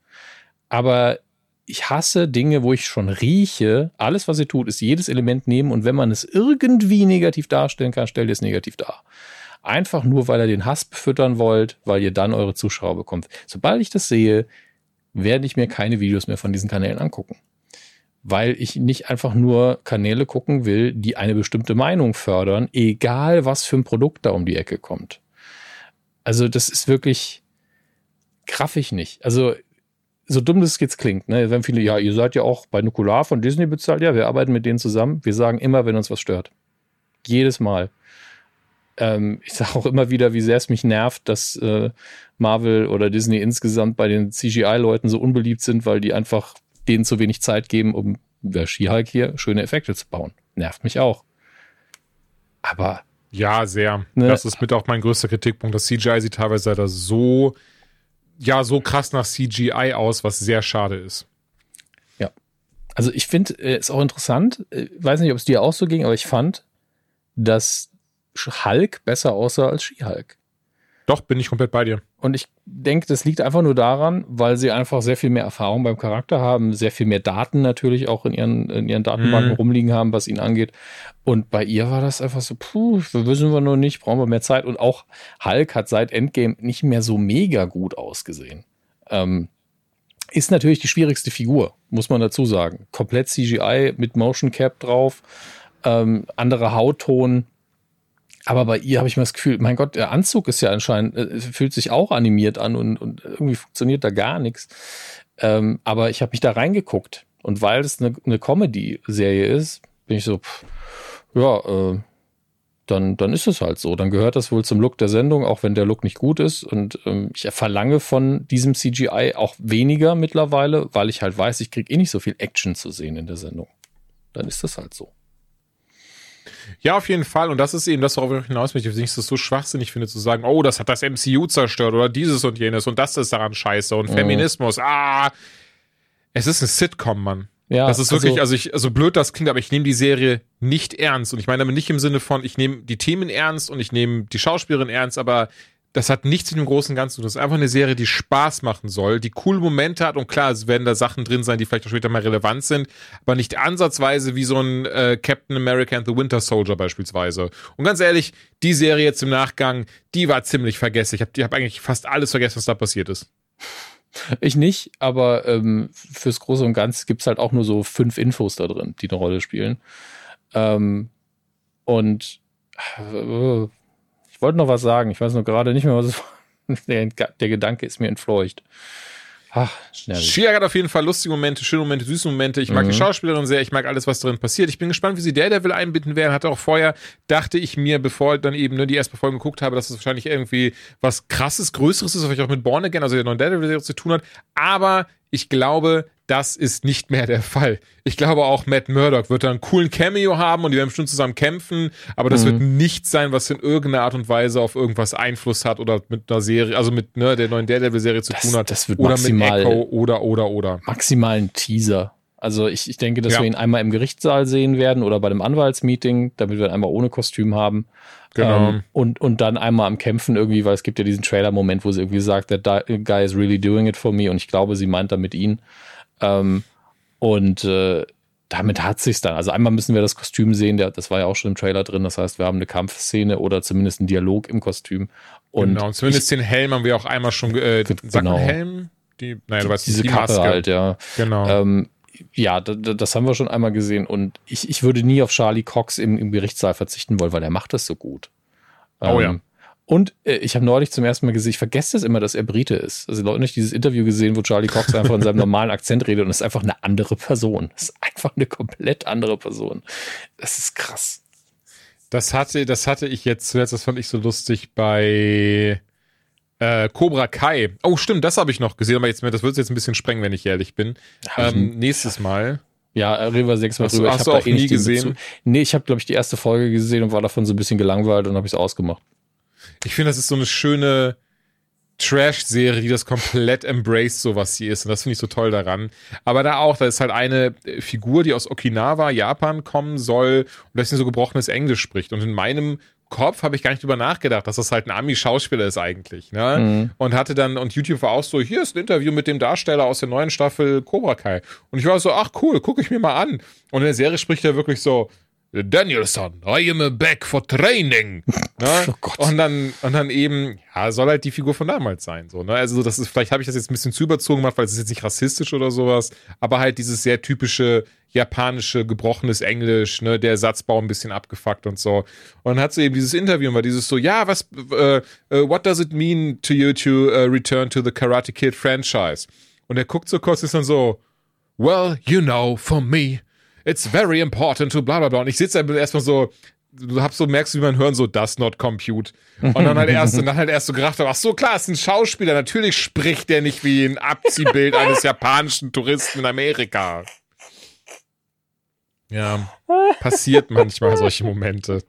Aber ich hasse Dinge, wo ich schon rieche, alles, was ihr tut, ist jedes Element nehmen und wenn man es irgendwie negativ darstellen kann, stellt ihr es negativ dar. Einfach nur, weil ihr den Hass befüttern wollt, weil ihr dann eure Zuschauer bekommt. Sobald ich das sehe, werde ich mir keine Videos mehr von diesen Kanälen angucken. Weil ich nicht einfach nur Kanäle gucken will, die eine bestimmte Meinung fördern, egal was für ein Produkt da um die Ecke kommt. Also das ist wirklich, kraff ich nicht. Also so dumm das jetzt klingt, ne? Wenn viele, ja, ihr seid ja auch bei Nukular von Disney bezahlt, ja, wir arbeiten mit denen zusammen. Wir sagen immer, wenn uns was stört. Jedes Mal. Ähm, ich sage auch immer wieder, wie sehr es mich nervt, dass äh, Marvel oder Disney insgesamt bei den C G I-Leuten so unbeliebt sind, weil die einfach denen zu wenig Zeit geben, um über She-Hulk hier schöne Effekte zu bauen. Nervt mich auch. Aber ja, sehr. Ne? Das ist mit auch mein größter Kritikpunkt. Das C G I sieht teilweise da so ja, so krass nach C G I aus, was sehr schade ist. Ja. Also ich finde, es äh, ist auch interessant, ich weiß nicht, ob es dir auch so ging, aber ich fand, dass Hulk besser aussah als She-Hulk. Doch, bin ich komplett bei dir. Und ich denke, das liegt einfach nur daran, weil sie einfach sehr viel mehr Erfahrung beim Charakter haben, sehr viel mehr Daten natürlich auch in ihren, in ihren Datenbanken mhm. rumliegen haben, was ihn angeht. Und bei ihr war das einfach so, puh, wissen wir noch nicht, brauchen wir mehr Zeit. Und auch Hulk hat seit Endgame nicht mehr so mega gut ausgesehen. Ähm, ist natürlich die schwierigste Figur, muss man dazu sagen. Komplett C G I mit Motion Cap drauf, ähm, anderer Hautton. Aber bei ihr habe ich mir das Gefühl, mein Gott, der Anzug ist ja anscheinend, äh, fühlt sich auch animiert an und, und irgendwie funktioniert da gar nichts. Ähm, aber ich habe mich da reingeguckt. Und weil es eine, eine Comedy-Serie ist, bin ich so, pff, ja, äh, dann, dann ist es halt so. Dann gehört das wohl zum Look der Sendung, auch wenn der Look nicht gut ist. Und ähm, ich verlange von diesem C G I auch weniger mittlerweile, weil ich halt weiß, ich kriege eh nicht so viel Action zu sehen in der Sendung. Dann ist das halt so. Ja, auf jeden Fall. Und das ist eben das, worauf ich hinaus möchte. Ich es so schwachsinnig finde, zu sagen, oh, das hat das M C U zerstört oder dieses und jenes und das ist daran scheiße und mhm. Feminismus. Ah, es ist eine Sitcom, Mann. Ja, das ist wirklich, also, also ich, so blöd das klingt, aber ich nehme die Serie nicht ernst. Und ich meine damit nicht im Sinne von, ich nehme die Themen ernst und ich nehme die Schauspielerin ernst, aber das hat nichts mit dem großen Ganzen. Das ist einfach eine Serie, die Spaß machen soll, die coole Momente hat und klar, es werden da Sachen drin sein, die vielleicht auch später mal relevant sind, aber nicht ansatzweise wie so ein äh, Captain America and the Winter Soldier beispielsweise. Und ganz ehrlich, die Serie jetzt im Nachgang, die war ziemlich vergessen. Ich habe ich hab eigentlich fast alles vergessen, was da passiert ist. Ich nicht, aber ähm, fürs Große und Ganze gibt's halt auch nur so fünf Infos da drin, die eine Rolle spielen. Ähm, und äh, ich wollte noch was sagen, ich weiß noch gerade nicht mehr, was es war. der, der Gedanke ist mir entfleucht. Ach, She-Hulk hat auf jeden Fall lustige Momente, schöne Momente, süße Momente. Ich mag mhm. die Schauspielerin sehr, ich mag alles, was darin passiert. Ich bin gespannt, wie sie Daredevil einbinden werden. Hatte auch vorher, dachte ich mir, bevor ich dann eben ne, die erste Folge geguckt habe, dass es wahrscheinlich irgendwie was Krasses, Größeres ist, was vielleicht auch mit Born Again, also der neuen Daredevil zu tun hat. Aber ich glaube, das ist nicht mehr der Fall. Ich glaube auch, Matt Murdock wird da einen coolen Cameo haben und die werden bestimmt zusammen kämpfen, aber das mhm. wird nichts sein, was in irgendeiner Art und Weise auf irgendwas Einfluss hat oder mit einer Serie, also mit ne, der neuen Daredevil-Serie zu das, tun hat. Das wird oder maximal, mit Echo oder, oder, oder. Maximal ein Teaser. Also ich, ich denke, dass ja. wir ihn einmal im Gerichtssaal sehen werden oder bei dem Anwaltsmeeting, damit wir ihn einmal ohne Kostüm haben. Genau. Ähm, und, und dann einmal am Kämpfen irgendwie, weil es gibt ja diesen Trailer-Moment, wo sie irgendwie sagt, that guy is really doing it for me und ich glaube, sie meint damit ihn. Ähm, Und äh, damit hat sich's dann. Also einmal müssen wir das Kostüm sehen, der, das war ja auch schon im Trailer drin. Das heißt, wir haben eine Kampfszene oder zumindest einen Dialog im Kostüm. Und genau, und zumindest ich, den Helm haben wir auch einmal schon äh, genau. Sagt man Helm? Die, naja, du weißt, diese die Kappe Maske. halt, ja. Genau. Ähm, ja, d- d- das haben wir schon einmal gesehen. Und ich, ich würde nie auf Charlie Cox im, im Gerichtssaal verzichten wollen, weil der macht das so gut. Oh ähm, ja. Und äh, ich habe neulich zum ersten Mal gesehen, ich vergesse das immer, dass er Brite ist. Also Leute nicht dieses Interview gesehen, wo Charlie Cox einfach in seinem normalen Akzent redet und es ist einfach eine andere Person. Es ist einfach eine komplett andere Person. Das ist krass. Das hatte, das hatte ich jetzt zuletzt, das fand ich so lustig bei äh, Cobra Kai. Oh, stimmt, das habe ich noch gesehen, aber jetzt, das wird jetzt ein bisschen sprengen, wenn ich ehrlich bin. Ähm, nächstes Mal. Ja, reden wir sechsmal Hast du- drüber. hast ich du hab auch da eh nie nicht den gesehen? Bezug. Nee, ich habe, glaube ich, die erste Folge gesehen und war davon so ein bisschen gelangweilt und habe es ausgemacht. Ich finde, das ist so eine schöne Trash-Serie, die das komplett embraced, so was sie ist. Und das finde ich so toll daran. Aber da auch, da ist halt eine Figur, die aus Okinawa, Japan kommen soll und das so gebrochenes Englisch spricht. Und in meinem Kopf habe ich gar nicht drüber nachgedacht, dass das halt ein Ami-Schauspieler ist eigentlich. Ne? Mhm. Und hatte dann, und YouTube war auch so, hier ist ein Interview mit dem Darsteller aus der neuen Staffel Cobra Kai. Und ich war so, ach cool, gucke ich mir mal an. Und in der Serie spricht er wirklich so, Danielson, I am back for training. Ne? Oh Gott. Und dann, und dann eben, ja, soll halt die Figur von damals sein. So, ne? Also, das ist, vielleicht habe ich das jetzt ein bisschen zu überzogen gemacht, weil es ist jetzt nicht rassistisch oder sowas, aber halt dieses sehr typische japanische, gebrochenes Englisch, ne, der Satzbau ein bisschen abgefuckt und so. Und dann hat sie eben dieses Interview und war dieses so, ja, was, uh, uh, what does it mean to you to uh, return to the Karate Kid franchise? Und er guckt so kurz, ist dann so, well, you know, for me, it's very important to bla bla bla. Und ich sitze da erstmal so, du hab so, merkst du, wie man hören, so, does not compute. Und dann halt erst, und dann halt erst so gedacht, ach so, klar, ist ein Schauspieler, natürlich spricht der nicht wie ein Abziehbild eines japanischen Touristen in Amerika. Ja, passiert manchmal solche Momente.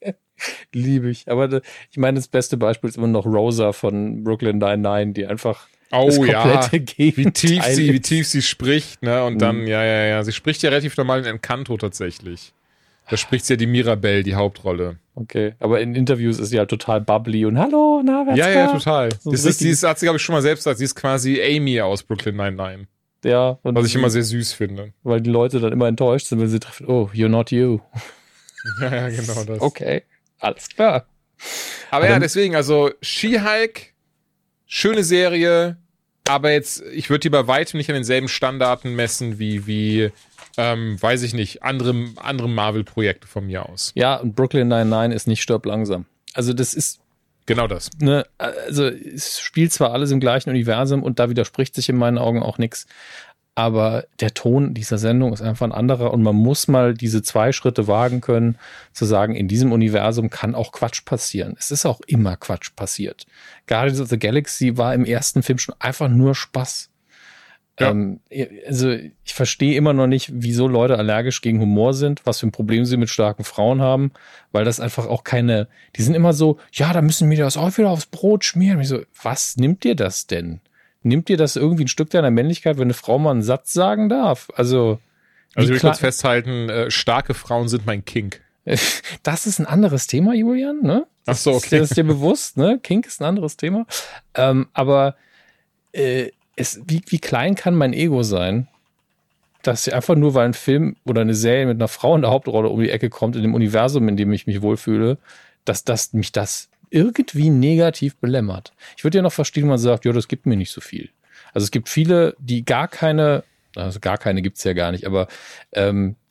Liebe ich. Aber de, ich meine, das beste Beispiel ist immer noch Rosa von Brooklyn Nine-Nine, die einfach Oh das ja, komplette Gegenteil wie tief sie, ist. wie tief sie spricht, ne? Und dann, Mhm. ja, ja, ja, sie spricht ja relativ normal in Encanto tatsächlich. Da spricht sie ja die Mirabelle, die Hauptrolle. Okay, aber in Interviews ist sie halt total bubbly und hallo, na, wer Ja, ja, total. So das ist, richtig- die ist, hat sie, glaube ich, schon mal selbst gesagt, sie ist quasi Amy aus Brooklyn Nine-Nine. Ja, und Was ich immer sehr süß finde. weil die Leute dann immer enttäuscht sind, wenn sie treffen, oh, you're not you. Ja, ja, genau das. Okay, alles klar. Aber ja, Aber- deswegen, also She-Hulk, schöne Serie, aber jetzt, ich würde die bei weitem nicht an denselben Standarten messen wie, wie ähm, weiß ich nicht, andere, andere Marvel-Projekte von mir aus. Ja, und Brooklyn Nine-Nine ist nicht stirb langsam. Also das ist, Genau das. ne, also es spielt zwar alles im gleichen Universum und da widerspricht sich in meinen Augen auch nichts, aber der Ton dieser Sendung ist einfach ein anderer und man muss mal diese zwei Schritte wagen können, zu sagen, in diesem Universum kann auch Quatsch passieren. Es ist auch immer Quatsch passiert. Guardians of the Galaxy war im ersten Film schon einfach nur Spaß. Ja. Ähm, also ich verstehe immer noch nicht, wieso Leute allergisch gegen Humor sind, was für ein Problem sie mit starken Frauen haben, weil das einfach auch keine, die sind immer so, ja, da müssen wir das auch wieder aufs Brot schmieren. Und ich so, was nimmt dir das denn? Nimmt dir das irgendwie ein Stück deiner Männlichkeit, wenn eine Frau mal einen Satz sagen darf? Also, Also wie ich will klar- kurz festhalten, äh, starke Frauen sind mein Kink. das ist ein anderes Thema, Julian, ne? Ach so, Das okay. ist dir bewusst, ne? Kink ist ein anderes Thema. Ähm, aber äh, es, wie, wie klein kann mein Ego sein, dass einfach nur, weil ein Film oder eine Serie mit einer Frau in der Hauptrolle um die Ecke kommt, in dem Universum, in dem ich mich wohlfühle, dass das, mich das irgendwie negativ belämmert. Ich würde ja noch verstehen, wenn man sagt, ja, das gibt mir nicht so viel. Also es gibt viele, die gar keine, also gar keine gibt's ja gar nicht, aber ähm,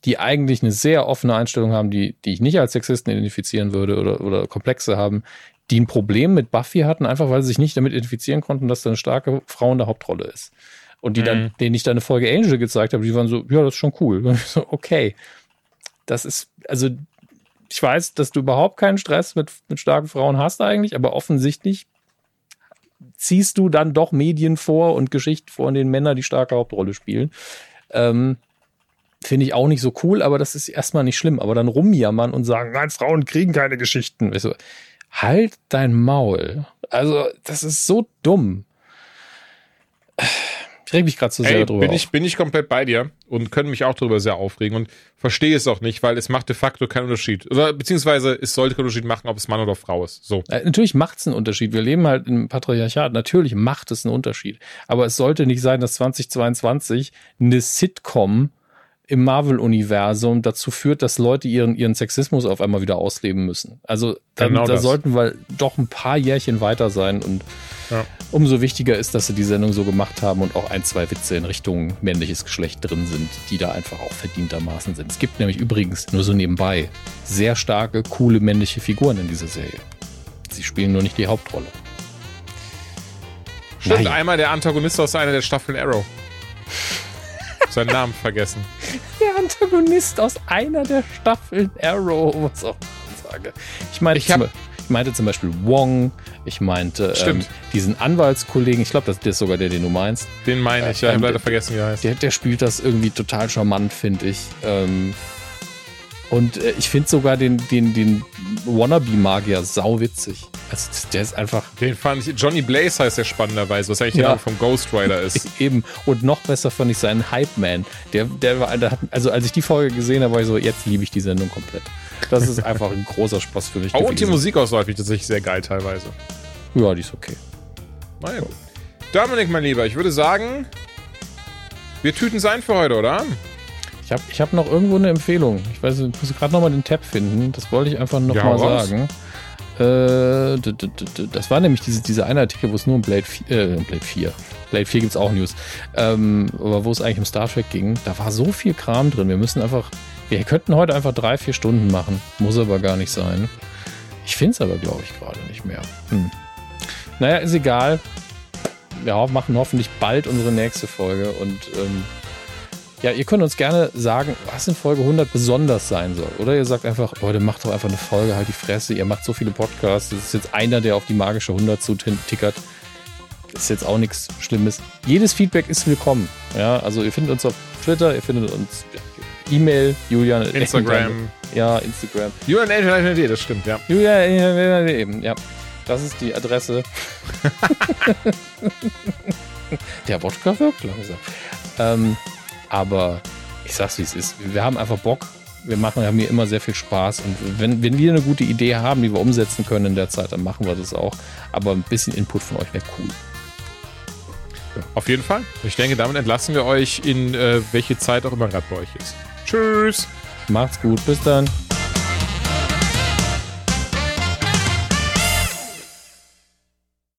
die eigentlich eine sehr offene Einstellung haben, die, die ich nicht als Sexisten identifizieren würde oder, oder Komplexe haben, die ein Problem mit Buffy hatten, einfach weil sie sich nicht damit identifizieren konnten, dass da eine starke Frau in der Hauptrolle ist. Und die dann, mhm. denen ich da eine Folge Angel gezeigt habe, die waren so, ja, das ist schon cool. Und ich so, okay. Das ist, also ich weiß, dass du überhaupt keinen Stress mit, mit starken Frauen hast eigentlich, aber offensichtlich ziehst du dann doch Medien vor und Geschichten vor, in denen Männer die starke Hauptrolle spielen. Ähm, Finde ich auch nicht so cool, aber das ist erstmal nicht schlimm. Aber dann rumjammern und sagen, nein, Frauen kriegen keine Geschichten. Ich so, halt dein Maul. Also, das ist so dumm. Ich reg mich gerade so sehr Ey, drüber bin auf. ich, bin ich komplett bei dir und können mich auch darüber sehr aufregen und verstehe es auch nicht, weil es macht de facto keinen Unterschied. Oder beziehungsweise es sollte keinen Unterschied machen, ob es Mann oder Frau ist. So. Äh, natürlich macht es einen Unterschied. Wir leben halt im Patriarchat. Natürlich macht es einen Unterschied. Aber es sollte nicht sein, dass zweitausendzweiundzwanzig eine Sitcom im Marvel-Universum dazu führt, dass Leute ihren, ihren Sexismus auf einmal wieder ausleben müssen. Also dann, genau da sollten wir doch ein paar Jährchen weiter sein und ja. Umso wichtiger ist, dass sie die Sendung so gemacht haben und auch ein, zwei Witze in Richtung männliches Geschlecht drin sind, die da einfach auch verdientermaßen sind. Es gibt nämlich übrigens, nur so nebenbei, sehr starke, coole männliche Figuren in dieser Serie. Sie spielen nur nicht die Hauptrolle. Stimmt, Nein. Einmal der Antagonist aus einer der Staffeln Arrow. Seinen Namen vergessen. Der Antagonist aus einer der Staffeln Arrow, was auch immer sage. Ich meine, ich, hab, ich meinte zum Beispiel Wong, ich meinte ähm, diesen Anwaltskollegen, ich glaube, das, das ist sogar der, den du meinst. Den meine ich, ja, ich habe leider vergessen, wie er heißt. Der, der spielt das irgendwie total charmant, finde ich. Ähm, und äh, ich finde sogar den, den, den Wannabe-Magier sauwitzig. Also der ist einfach... Den fand ich, Johnny Blaze heißt der spannenderweise, was eigentlich ja. der Name vom Ghost Rider ist. Eben, und noch besser fand ich seinen Hype-Man. Der, der war, der hat, also als ich die Folge gesehen habe, war ich so, jetzt liebe ich die Sendung komplett. Das ist einfach ein großer Spaß für mich oh, gewesen. Und die Musikauswahl finde ich tatsächlich sehr geil teilweise. Ja, die ist okay. Na ja, gut. Dominik, mein Lieber, ich würde sagen, wir tüten es ein für heute, oder? Ich habe ich hab noch irgendwo eine Empfehlung. Ich weiß, ich muss gerade noch mal den Tab finden. Das wollte ich einfach noch ja, mal was? sagen. Äh, das war nämlich diese, diese eine Artikel, wo es nur um Blade vier, äh, Blade vier. Blade vier gibt es auch News. Ähm, aber wo es eigentlich um Star Trek ging, da war so viel Kram drin. Wir müssen einfach, wir könnten heute einfach drei, vier Stunden machen. Muss aber gar nicht sein. Ich finde es aber, glaube ich, gerade nicht mehr. Hm. Naja, ist egal. Wir machen hoffentlich bald unsere nächste Folge und ähm, ja, ihr könnt uns gerne sagen, was in Folge hundert besonders sein soll. Oder ihr sagt einfach, Leute, macht doch einfach eine Folge, halt die Fresse. Ihr macht so viele Podcasts. Das ist jetzt einer, der auf die magische hundert zutickert. Das ist jetzt auch nichts Schlimmes. Jedes Feedback ist willkommen. Ja, also ihr findet uns auf Twitter, ihr findet uns E-Mail, Julian. Instagram. Ja, Instagram. Julian, das stimmt, ja. Julian, eben, ja. Das ist die Adresse. Der Wodka wirkt langsam. Ähm, Aber ich sag's, wie es ist. Wir haben einfach Bock. Wir machen, wir haben hier immer sehr viel Spaß. Und wenn, wenn wir eine gute Idee haben, die wir umsetzen können in der Zeit, dann machen wir das auch. Aber ein bisschen Input von euch wäre cool. Ja. Auf jeden Fall. Ich denke, damit entlassen wir euch in äh, welche Zeit auch immer gerade bei euch ist. Tschüss. Macht's gut. Bis dann.